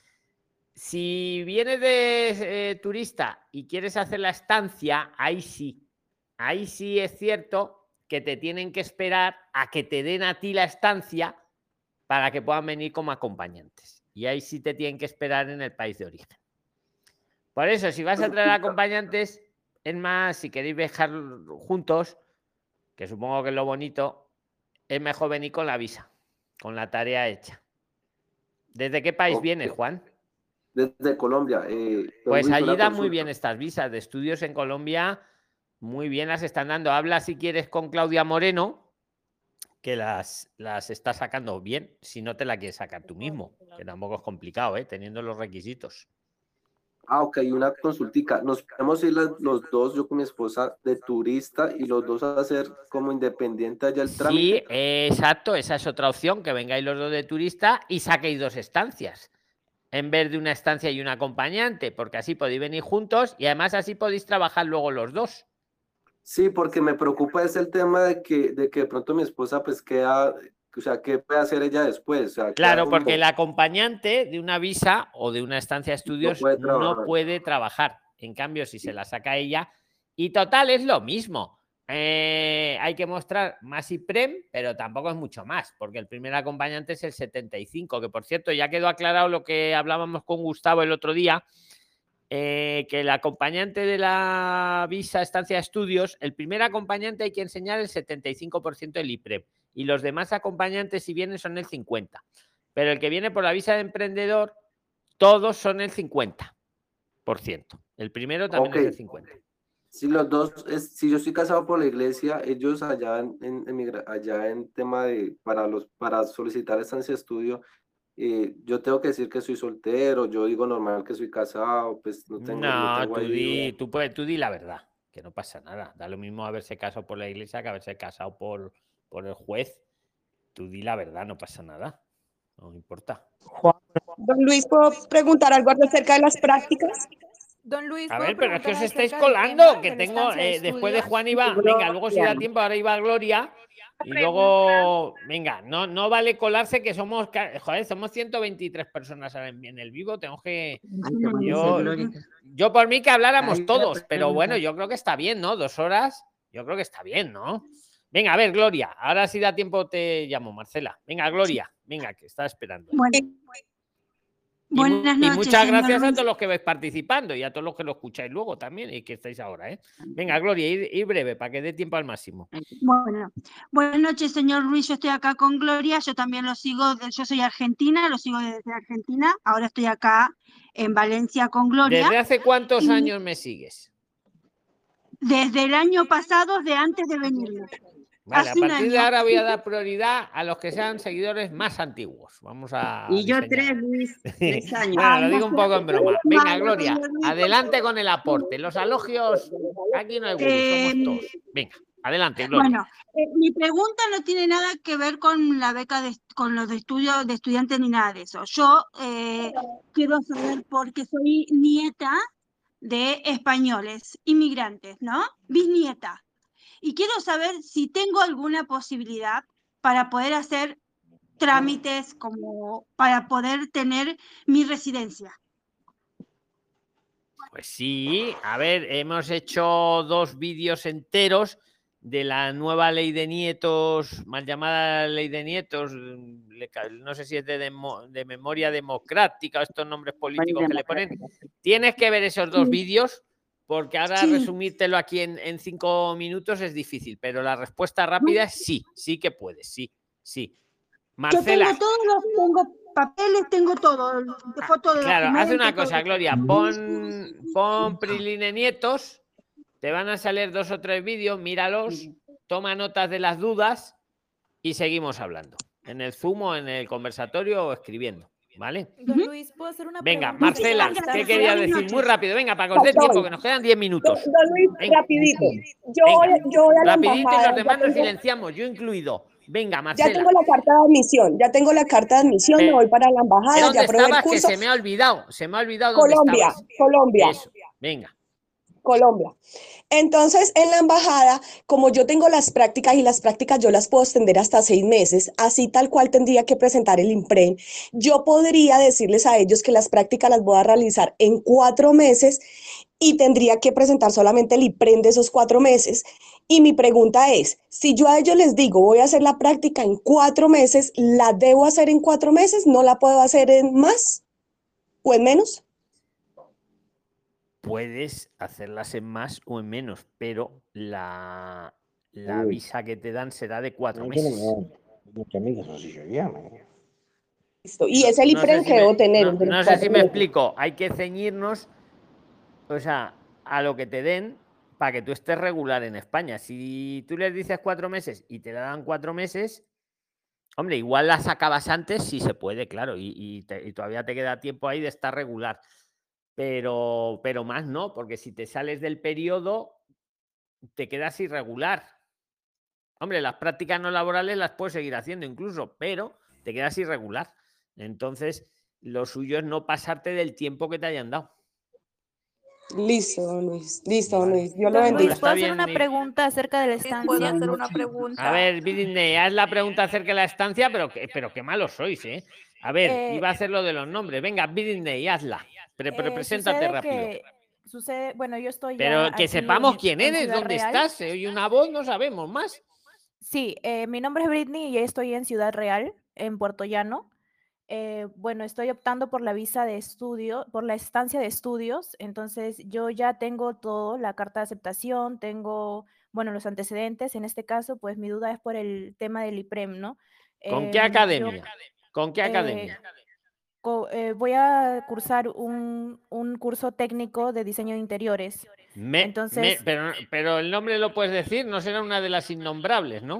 [SPEAKER 1] Si vienes de turista y quieres hacer la estancia, ahí sí es cierto que te tienen que esperar a que te den a ti la estancia para que puedan venir como acompañantes. Y ahí sí te tienen que esperar en el país de origen. Por eso, si vas a traer acompañantes, es más, si queréis viajar juntos, que supongo que es lo bonito, es mejor venir con la visa, con la tarea hecha. ¿Desde qué país vienes, Juan?
[SPEAKER 22] Desde Colombia.
[SPEAKER 1] Pues
[SPEAKER 22] Luis,
[SPEAKER 1] allí
[SPEAKER 22] una
[SPEAKER 1] dan muy
[SPEAKER 22] consulta.
[SPEAKER 1] bien estas visas de estudios en Colombia, muy bien las están dando. Habla si quieres con Claudia Moreno, que las está sacando bien, si no te la quieres sacar tú mismo, que tampoco es complicado, teniendo los requisitos.
[SPEAKER 22] Ah, ok, una consultica. Nos podemos ir los dos, yo con mi esposa, de turista y los dos a hacer como independiente allá el trámite.
[SPEAKER 1] Sí, exacto, esa es otra opción, que vengáis los dos de turista y saquéis 2 estancias, en vez de una estancia y un acompañante, porque así podéis venir juntos y además así podéis trabajar luego los dos.
[SPEAKER 22] Sí, porque me preocupa es el tema de que de pronto mi esposa pues queda, o sea, ¿qué puede hacer ella después? O sea, queda
[SPEAKER 1] Claro,
[SPEAKER 22] como-
[SPEAKER 1] porque el acompañante de una visa o de una estancia de estudios no puede trabajar. En cambio, si se la saca ella, y total es lo mismo. Hay que mostrar más IPREM, pero tampoco es mucho más, porque el primer acompañante es el 75, que por cierto ya quedó aclarado lo que hablábamos con Gustavo el otro día, que el acompañante de la visa estancia de estudios, el primer acompañante hay que enseñar el 75% del IPREM y los demás acompañantes si vienen son el 50%, pero el que viene por la visa de emprendedor todos son el 50%, el primero también es el 50%.
[SPEAKER 22] Si los dos, si yo estoy casado por la iglesia, ellos allá allá en tema de para solicitar estancia de estudio, yo tengo que decir que soy soltero, yo digo normal que soy casado, pues no tengo,
[SPEAKER 1] No,
[SPEAKER 22] tengo ahí.
[SPEAKER 1] tú di la verdad, que no pasa nada. Da lo mismo haberse casado por la iglesia que haberse casado por el juez. Tú di la verdad, no pasa nada. No importa.
[SPEAKER 2] Don Luis, ¿puedo preguntar algo acerca de las prácticas?
[SPEAKER 3] Don Luis,
[SPEAKER 1] A
[SPEAKER 3] ¿puedo
[SPEAKER 1] ver, pero es que os
[SPEAKER 3] preguntar
[SPEAKER 1] estáis
[SPEAKER 3] acerca del
[SPEAKER 1] colando,
[SPEAKER 3] tema
[SPEAKER 1] que
[SPEAKER 3] de la
[SPEAKER 1] tengo,
[SPEAKER 3] estancia de
[SPEAKER 1] después de
[SPEAKER 3] estudios?
[SPEAKER 1] Juan iba, venga, luego si da tiempo, ahora iba Gloria, y luego, venga, no vale colarse que somos, joder, somos 123 personas ahora en el vivo, tenemos que, yo por mí que habláramos todos, pero bueno, yo creo que está bien, ¿no? 2 horas, yo creo que está bien, ¿no? Venga, a ver, Gloria, ahora si da tiempo te llamo, Marcela. Venga, Gloria, venga, que está esperando.
[SPEAKER 6] Bueno. Buenas noches,
[SPEAKER 1] y muchas gracias
[SPEAKER 6] Luis.
[SPEAKER 1] a todos los que vais participando y a todos los que lo escucháis luego también y que estáis ahora, ¿eh? Venga, Gloria, ir breve para que dé tiempo al máximo.
[SPEAKER 6] Bueno, buenas noches, señor Luis. Yo estoy acá con Gloria. Yo también lo sigo. Yo soy argentina, lo sigo desde Argentina. Ahora estoy acá en Valencia con Gloria.
[SPEAKER 1] ¿Desde hace cuántos años me sigues?
[SPEAKER 6] Desde el año pasado, de antes de venirme.
[SPEAKER 1] Vale,
[SPEAKER 6] Hace
[SPEAKER 1] a
[SPEAKER 6] un
[SPEAKER 1] partir de
[SPEAKER 6] año.
[SPEAKER 1] ahora voy a dar prioridad a los que sean seguidores más antiguos. Vamos a.
[SPEAKER 10] Y yo
[SPEAKER 1] diseñar.
[SPEAKER 10] 3, Luis, 3 años.
[SPEAKER 1] Bueno, lo digo un poco en broma. Venga, Gloria, adelante con el aporte. Los alogios, aquí no hay gurús, somos todos. Venga, adelante, Gloria.
[SPEAKER 6] Bueno, mi pregunta no tiene nada que ver con la beca, con los estudios de estudiantes ni nada de eso. Yo quiero saber, porque soy nieta de españoles, inmigrantes, ¿no? Bisnieta. Y quiero saber si tengo alguna posibilidad para poder hacer trámites como para poder tener mi residencia.
[SPEAKER 1] Pues sí, a ver, hemos hecho 2 vídeos enteros de la nueva ley de nietos, mal llamada ley de nietos, no sé si es de memoria democrática, estos nombres políticos que le ponen. Tienes que ver esos 2 vídeos, porque ahora resumírtelo aquí en 5 minutos es difícil, pero la respuesta rápida es sí, sí que puedes, sí. Marcela.
[SPEAKER 6] Yo tengo todos tengo papeles, tengo todo, fotos de
[SPEAKER 1] claro,
[SPEAKER 6] documentos.
[SPEAKER 1] haz una cosa,
[SPEAKER 6] todo.
[SPEAKER 1] Gloria, pon Priline Nietos, te van a salir 2 o 3 vídeos, míralos, toma notas de las dudas y seguimos hablando. En el Zoom o en el conversatorio o escribiendo, ¿vale?
[SPEAKER 3] Don Luis, ¿puedo hacer una
[SPEAKER 1] Venga,
[SPEAKER 3] pregunta?
[SPEAKER 1] Marcela, ¿qué querías decir? Muy rápido, venga, para que os dé tiempo, que nos quedan 10 minutos.
[SPEAKER 2] Don Luis,
[SPEAKER 1] venga.
[SPEAKER 2] rapidito. Yo voy a la
[SPEAKER 1] Rapidito y
[SPEAKER 2] embajada,
[SPEAKER 1] los demás nos silenciamos, yo incluido. Venga, Marcela.
[SPEAKER 2] Ya tengo la carta de admisión, me voy para la embajada,
[SPEAKER 1] ¿Dónde
[SPEAKER 2] ya probé el
[SPEAKER 1] estabas?
[SPEAKER 2] curso.
[SPEAKER 1] Que se me ha olvidado dónde
[SPEAKER 2] Colombia,
[SPEAKER 1] estabas.
[SPEAKER 2] Colombia.
[SPEAKER 1] Eso, venga.
[SPEAKER 2] Colombia. Entonces, en la embajada, como yo tengo las prácticas y las prácticas yo las puedo extender hasta 6 meses, así tal cual tendría que presentar el IMPREN, yo podría decirles a ellos que las prácticas las voy a realizar en 4 meses y tendría que presentar solamente el IMPREN de esos 4 meses. Y mi pregunta es, si yo a ellos les digo, voy a hacer la práctica en 4 meses, ¿la debo hacer en 4 meses? ¿No la puedo hacer en más o en menos?
[SPEAKER 1] Puedes hacerlas en más o en menos, pero la
[SPEAKER 4] Uy.
[SPEAKER 1] visa que te dan será de 4
[SPEAKER 4] No,
[SPEAKER 1] meses.
[SPEAKER 4] muchas amigas así se llaman.
[SPEAKER 2] Y es el IMPREN que debo tener.
[SPEAKER 1] No sé si me explico. Hay que ceñirnos, o sea, a lo que te den para que tú estés regular en España. Si tú les dices 4 meses y te la dan 4 meses, hombre, igual las acabas antes, sí se puede, claro, y todavía te queda tiempo ahí de estar regular. Pero más no, porque si te sales del periodo, te quedas irregular. Hombre, las prácticas no laborales las puedes seguir haciendo incluso, pero te quedas irregular. Entonces, lo suyo es no pasarte del tiempo que te hayan dado.
[SPEAKER 2] Listo, don Luis. Listo, don
[SPEAKER 1] Vale.
[SPEAKER 2] Luis. Dios lo
[SPEAKER 3] Don
[SPEAKER 2] bendiga.
[SPEAKER 3] Luis, ¿puedo hacer
[SPEAKER 1] bien,
[SPEAKER 3] una pregunta acerca de la estancia?
[SPEAKER 13] ¿Puedo hacer una pregunta?
[SPEAKER 1] A ver, Britney, haz la pregunta acerca de la estancia, pero qué malos sois, ¿eh? A ver, iba a hacer lo de los nombres. Venga, Britney, hazla. Preséntate rápido.
[SPEAKER 3] Sucede, bueno, yo estoy
[SPEAKER 1] Pero
[SPEAKER 3] ya
[SPEAKER 1] que
[SPEAKER 3] aquí
[SPEAKER 1] sepamos quién
[SPEAKER 3] en
[SPEAKER 1] eres,
[SPEAKER 3] Ciudad
[SPEAKER 1] dónde
[SPEAKER 3] Real.
[SPEAKER 1] estás. Se oye una voz, no sabemos más.
[SPEAKER 3] Sí, mi nombre es Britney y estoy en Ciudad Real, en Puerto Llano. Bueno, estoy optando por la visa de estudio, por la estancia de estudios. Entonces, yo ya tengo todo, la carta de aceptación, tengo, bueno, los antecedentes. En este caso, pues mi duda es por el tema del IPREM, ¿no?
[SPEAKER 1] ¿Con qué academia? ¿Con qué academia?
[SPEAKER 3] Voy a cursar un curso técnico de diseño de interiores. Entonces,
[SPEAKER 1] pero el nombre lo puedes decir, no será una de las innombrables, ¿no?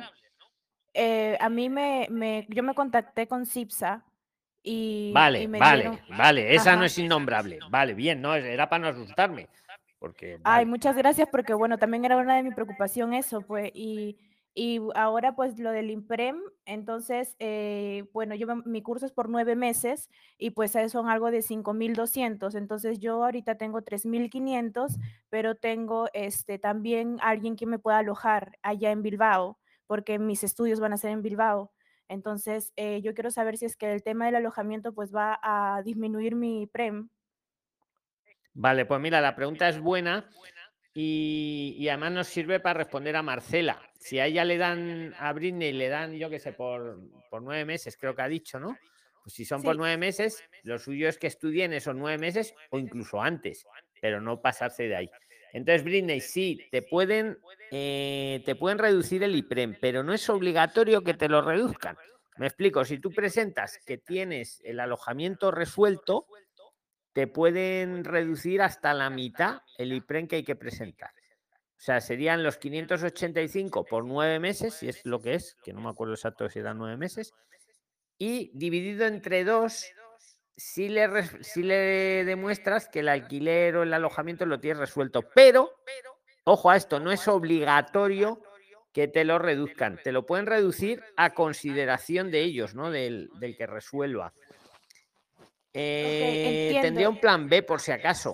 [SPEAKER 3] a mí yo me contacté con CIPSA y
[SPEAKER 1] Vale,
[SPEAKER 3] me
[SPEAKER 1] vale,
[SPEAKER 3] dieron...
[SPEAKER 1] vale, esa no
[SPEAKER 3] Ajá.
[SPEAKER 1] es innombrable. Vale, bien, no, era para no asustarme. Porque,
[SPEAKER 3] Ay,
[SPEAKER 1] vale.
[SPEAKER 3] muchas gracias, porque bueno, también era una de mis preocupaciones eso, pues, y ahora pues lo del IMPREM, entonces, bueno, mi curso es por 9 meses y pues son algo de 5.200, entonces yo ahorita tengo 3.500, pero tengo también alguien que me pueda alojar allá en Bilbao, porque mis estudios van a ser en Bilbao. Entonces, yo quiero saber si es que el tema del alojamiento pues va a disminuir mi IMPREM.
[SPEAKER 1] Vale, pues mira, la pregunta es buena y además nos sirve para responder a Marcela. Si a ella le dan, a Britney le dan, yo qué sé, por 9 meses, creo que ha dicho, ¿no? Pues si son por 9 meses, lo suyo es que estudien esos 9 meses o incluso antes, pero no pasarse de ahí. Entonces, Britney, sí, te pueden reducir el IPREM, pero no es obligatorio que te lo reduzcan. Me explico, si tú presentas que tienes el alojamiento resuelto, te pueden reducir hasta la mitad el IPREM que hay que presentar. O sea, serían los 585 por 9 meses, si es lo que es, que no me acuerdo exacto si eran 9 meses, y dividido entre 2, si le demuestras que el alquiler o el alojamiento lo tienes resuelto. Pero, ojo a esto, no es obligatorio que te lo reduzcan. Te lo pueden reducir a consideración de ellos, ¿no? Del que resuelva. Tendría un plan B por si acaso.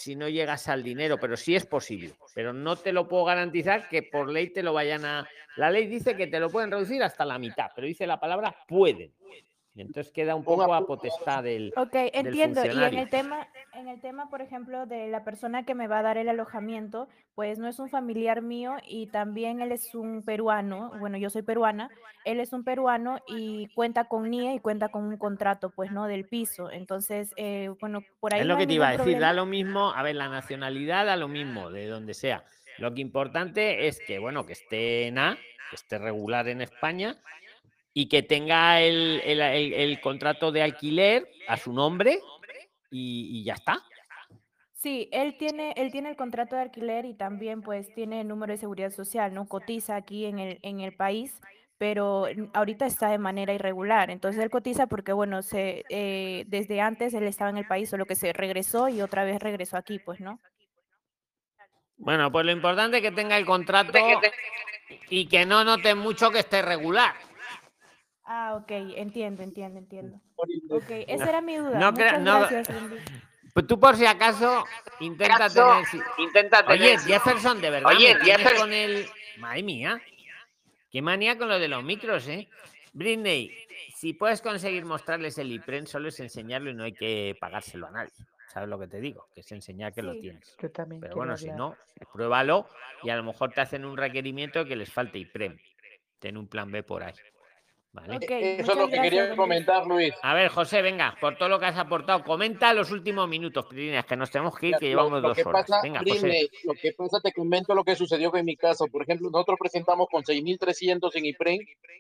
[SPEAKER 1] si no llegas al dinero, pero sí es posible. Pero no te lo puedo garantizar que por ley te lo vayan a... La ley dice que te lo pueden reducir hasta la mitad, pero dice la palabra pueden. Y entonces queda un poco a potestad del
[SPEAKER 3] Entiendo. Y
[SPEAKER 1] funcionario.
[SPEAKER 3] en el tema, por ejemplo, de la persona que me va a dar el alojamiento, pues no es un familiar mío y también él es un peruano. Bueno, yo soy peruana, él es un peruano y cuenta con NIE y cuenta con un contrato, pues, ¿no? Del piso. Entonces, bueno, por ahí
[SPEAKER 1] Es
[SPEAKER 3] no
[SPEAKER 1] lo
[SPEAKER 3] hay
[SPEAKER 1] que te iba a
[SPEAKER 3] ningún
[SPEAKER 1] decir, da
[SPEAKER 3] problema.
[SPEAKER 1] lo mismo, a ver, la nacionalidad da lo mismo, de donde sea. Lo que importante es que, bueno, que esté que esté regular en España y que tenga el contrato de alquiler a su nombre y ya está.
[SPEAKER 3] Sí, él tiene el contrato de alquiler y también pues tiene el número de seguridad social, ¿no? Cotiza aquí en el país, pero ahorita está de manera irregular. Entonces él cotiza porque, bueno, desde antes él estaba en el país, solo que se regresó y otra vez regresó aquí, pues, ¿no?
[SPEAKER 1] Bueno, pues lo importante es que tenga el contrato y que no noten mucho que esté regular.
[SPEAKER 3] Ah, ok, entiendo. Ok, esa era mi duda.
[SPEAKER 1] No,
[SPEAKER 3] Muchas
[SPEAKER 1] no,
[SPEAKER 3] gracias, Lindy.
[SPEAKER 1] pues tú por si acaso intenta tener... Oye, Jefferson, de verdad, me tienes con el... Madre mía, qué manía con lo de los micros, ¿eh? Britney, si puedes conseguir mostrarles el IPREN, solo es enseñarlo y no hay que pagárselo a nadie. ¿Sabes lo que te digo? Que es enseñar que lo tienes.
[SPEAKER 19] Yo también
[SPEAKER 1] Pero
[SPEAKER 19] quiero
[SPEAKER 1] bueno, si
[SPEAKER 19] hablar.
[SPEAKER 1] no, pruébalo y a lo mejor te hacen un requerimiento que les falte IPREN. Ten un plan B por ahí. ¿Vale?
[SPEAKER 3] Ok,
[SPEAKER 21] Eso es lo que quería comentar, Luis.
[SPEAKER 1] A ver, José, venga, por todo lo que has aportado, comenta los últimos minutos, Prilines, que nos tenemos que ir, que llevamos
[SPEAKER 21] Lo
[SPEAKER 1] 2
[SPEAKER 21] que
[SPEAKER 1] horas.
[SPEAKER 21] pasa,
[SPEAKER 1] Venga,
[SPEAKER 21] Britney,
[SPEAKER 1] José.
[SPEAKER 21] lo que pasa, te comento lo que sucedió en mi caso. Por ejemplo, nosotros presentamos con 6.300 en IPREN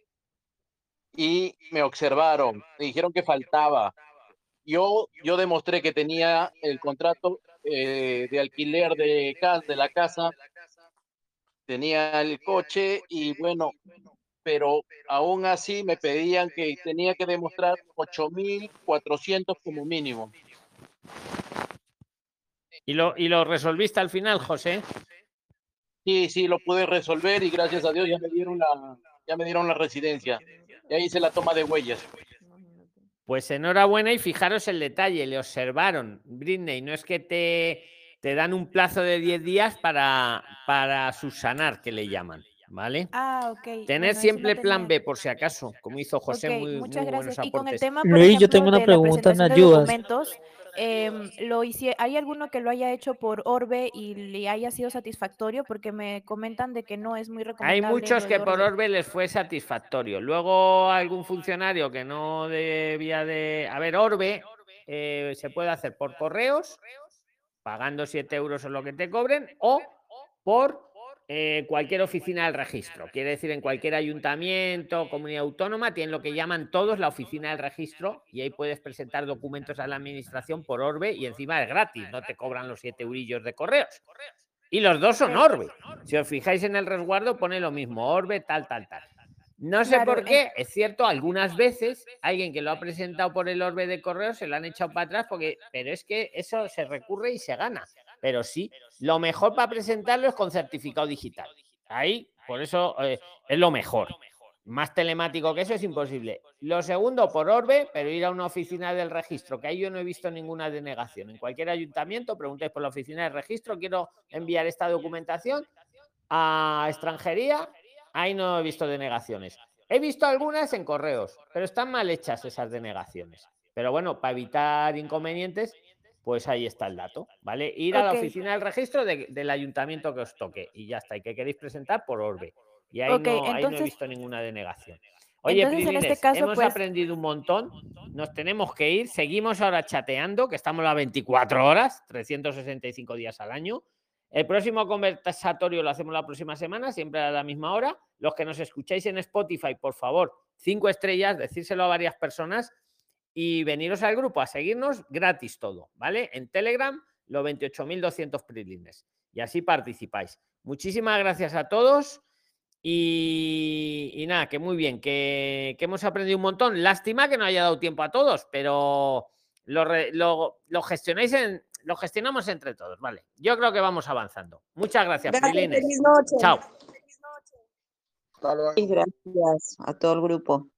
[SPEAKER 21] y me observaron, me dijeron que faltaba. Yo demostré que tenía el contrato de alquiler de la casa, tenía el coche y bueno, pero aún así me pedían que tenía que demostrar 8.400 como mínimo.
[SPEAKER 1] ¿Y lo resolviste al final, José?
[SPEAKER 21] Sí, lo pude resolver y gracias a Dios ya me dieron la residencia. Ya hice la toma de huellas.
[SPEAKER 1] Pues enhorabuena y fijaros el detalle, le observaron, Britney, no es que te dan un plazo de 10 días para subsanar, que le llaman, ¿vale?
[SPEAKER 3] Ah, ok.
[SPEAKER 1] Tener
[SPEAKER 3] Bueno, eso
[SPEAKER 1] siempre
[SPEAKER 3] no
[SPEAKER 1] plan
[SPEAKER 3] tenía.
[SPEAKER 1] B por si acaso, como hizo José,
[SPEAKER 3] Ok,
[SPEAKER 1] muy
[SPEAKER 3] muchas
[SPEAKER 1] buenos
[SPEAKER 3] gracias. Y con el
[SPEAKER 1] aportes.
[SPEAKER 3] tema, por
[SPEAKER 7] Luis, yo tengo
[SPEAKER 3] ejemplo,
[SPEAKER 7] una
[SPEAKER 3] de la
[SPEAKER 7] pregunta, ¿me
[SPEAKER 3] presentación de
[SPEAKER 7] ayudas?
[SPEAKER 3] documentos, ¿hay alguno que lo haya hecho por Orbe y le haya sido satisfactorio? Porque me comentan de que no es muy
[SPEAKER 1] Hay
[SPEAKER 3] recomendable
[SPEAKER 1] muchos
[SPEAKER 3] lo
[SPEAKER 1] que
[SPEAKER 3] de
[SPEAKER 1] por
[SPEAKER 3] Orbe.
[SPEAKER 1] Orbe les fue satisfactorio. Luego algún funcionario que no debía de... A ver, Orbe se puede hacer por correos, pagando 7 euros o lo que te cobren, o por cualquier oficina del registro. Quiere decir, en cualquier ayuntamiento, comunidad autónoma, tienen lo que llaman todos la oficina del registro y ahí puedes presentar documentos a la administración por Orbe y encima es gratis, no te cobran los 7 eurillos de correos. Y los dos son Orbe. Si os fijáis en el resguardo, pone lo mismo, Orbe, tal. No sé
[SPEAKER 3] Claro,
[SPEAKER 1] por qué, es cierto, algunas veces alguien que lo ha presentado por el Orbe de correo se lo han echado para atrás, pero es que eso se recurre y se gana. Pero sí, lo mejor para presentarlo es con certificado digital. Ahí, por eso es lo mejor. Más telemático que eso es imposible. Lo segundo, por Orbe, pero ir a una oficina del registro, que ahí yo no he visto ninguna denegación. En cualquier ayuntamiento, preguntéis por la oficina del registro, quiero enviar esta documentación a extranjería, ahí no he visto denegaciones. He visto algunas en correos, pero están mal hechas esas denegaciones. Pero bueno, para evitar inconvenientes, pues ahí está el dato, ¿vale? Ir a la oficina del registro del ayuntamiento que os toque y ya está. Y que queréis presentar por Orbe. Y ahí, ahí no he visto ninguna denegación. Oye, Prilines, hemos aprendido un montón. Nos tenemos que ir. Seguimos ahora chateando, que estamos a 24 horas, 365 días al año. El próximo conversatorio lo hacemos la próxima semana, siempre a la misma hora. Los que nos escucháis en Spotify, por favor, 5 estrellas, decírselo a varias personas y veniros al grupo a seguirnos gratis todo, ¿vale? En Telegram, los 28.200 Prilines. Y así participáis. Muchísimas gracias a todos. Y nada, que muy bien, que hemos aprendido un montón. Lástima que no haya dado tiempo a todos, pero lo gestionamos entre todos, ¿vale? Yo creo que vamos avanzando. Muchas gracias, Prilines.
[SPEAKER 2] Feliz noche.
[SPEAKER 1] Chao.
[SPEAKER 10] Y gracias a todo el grupo.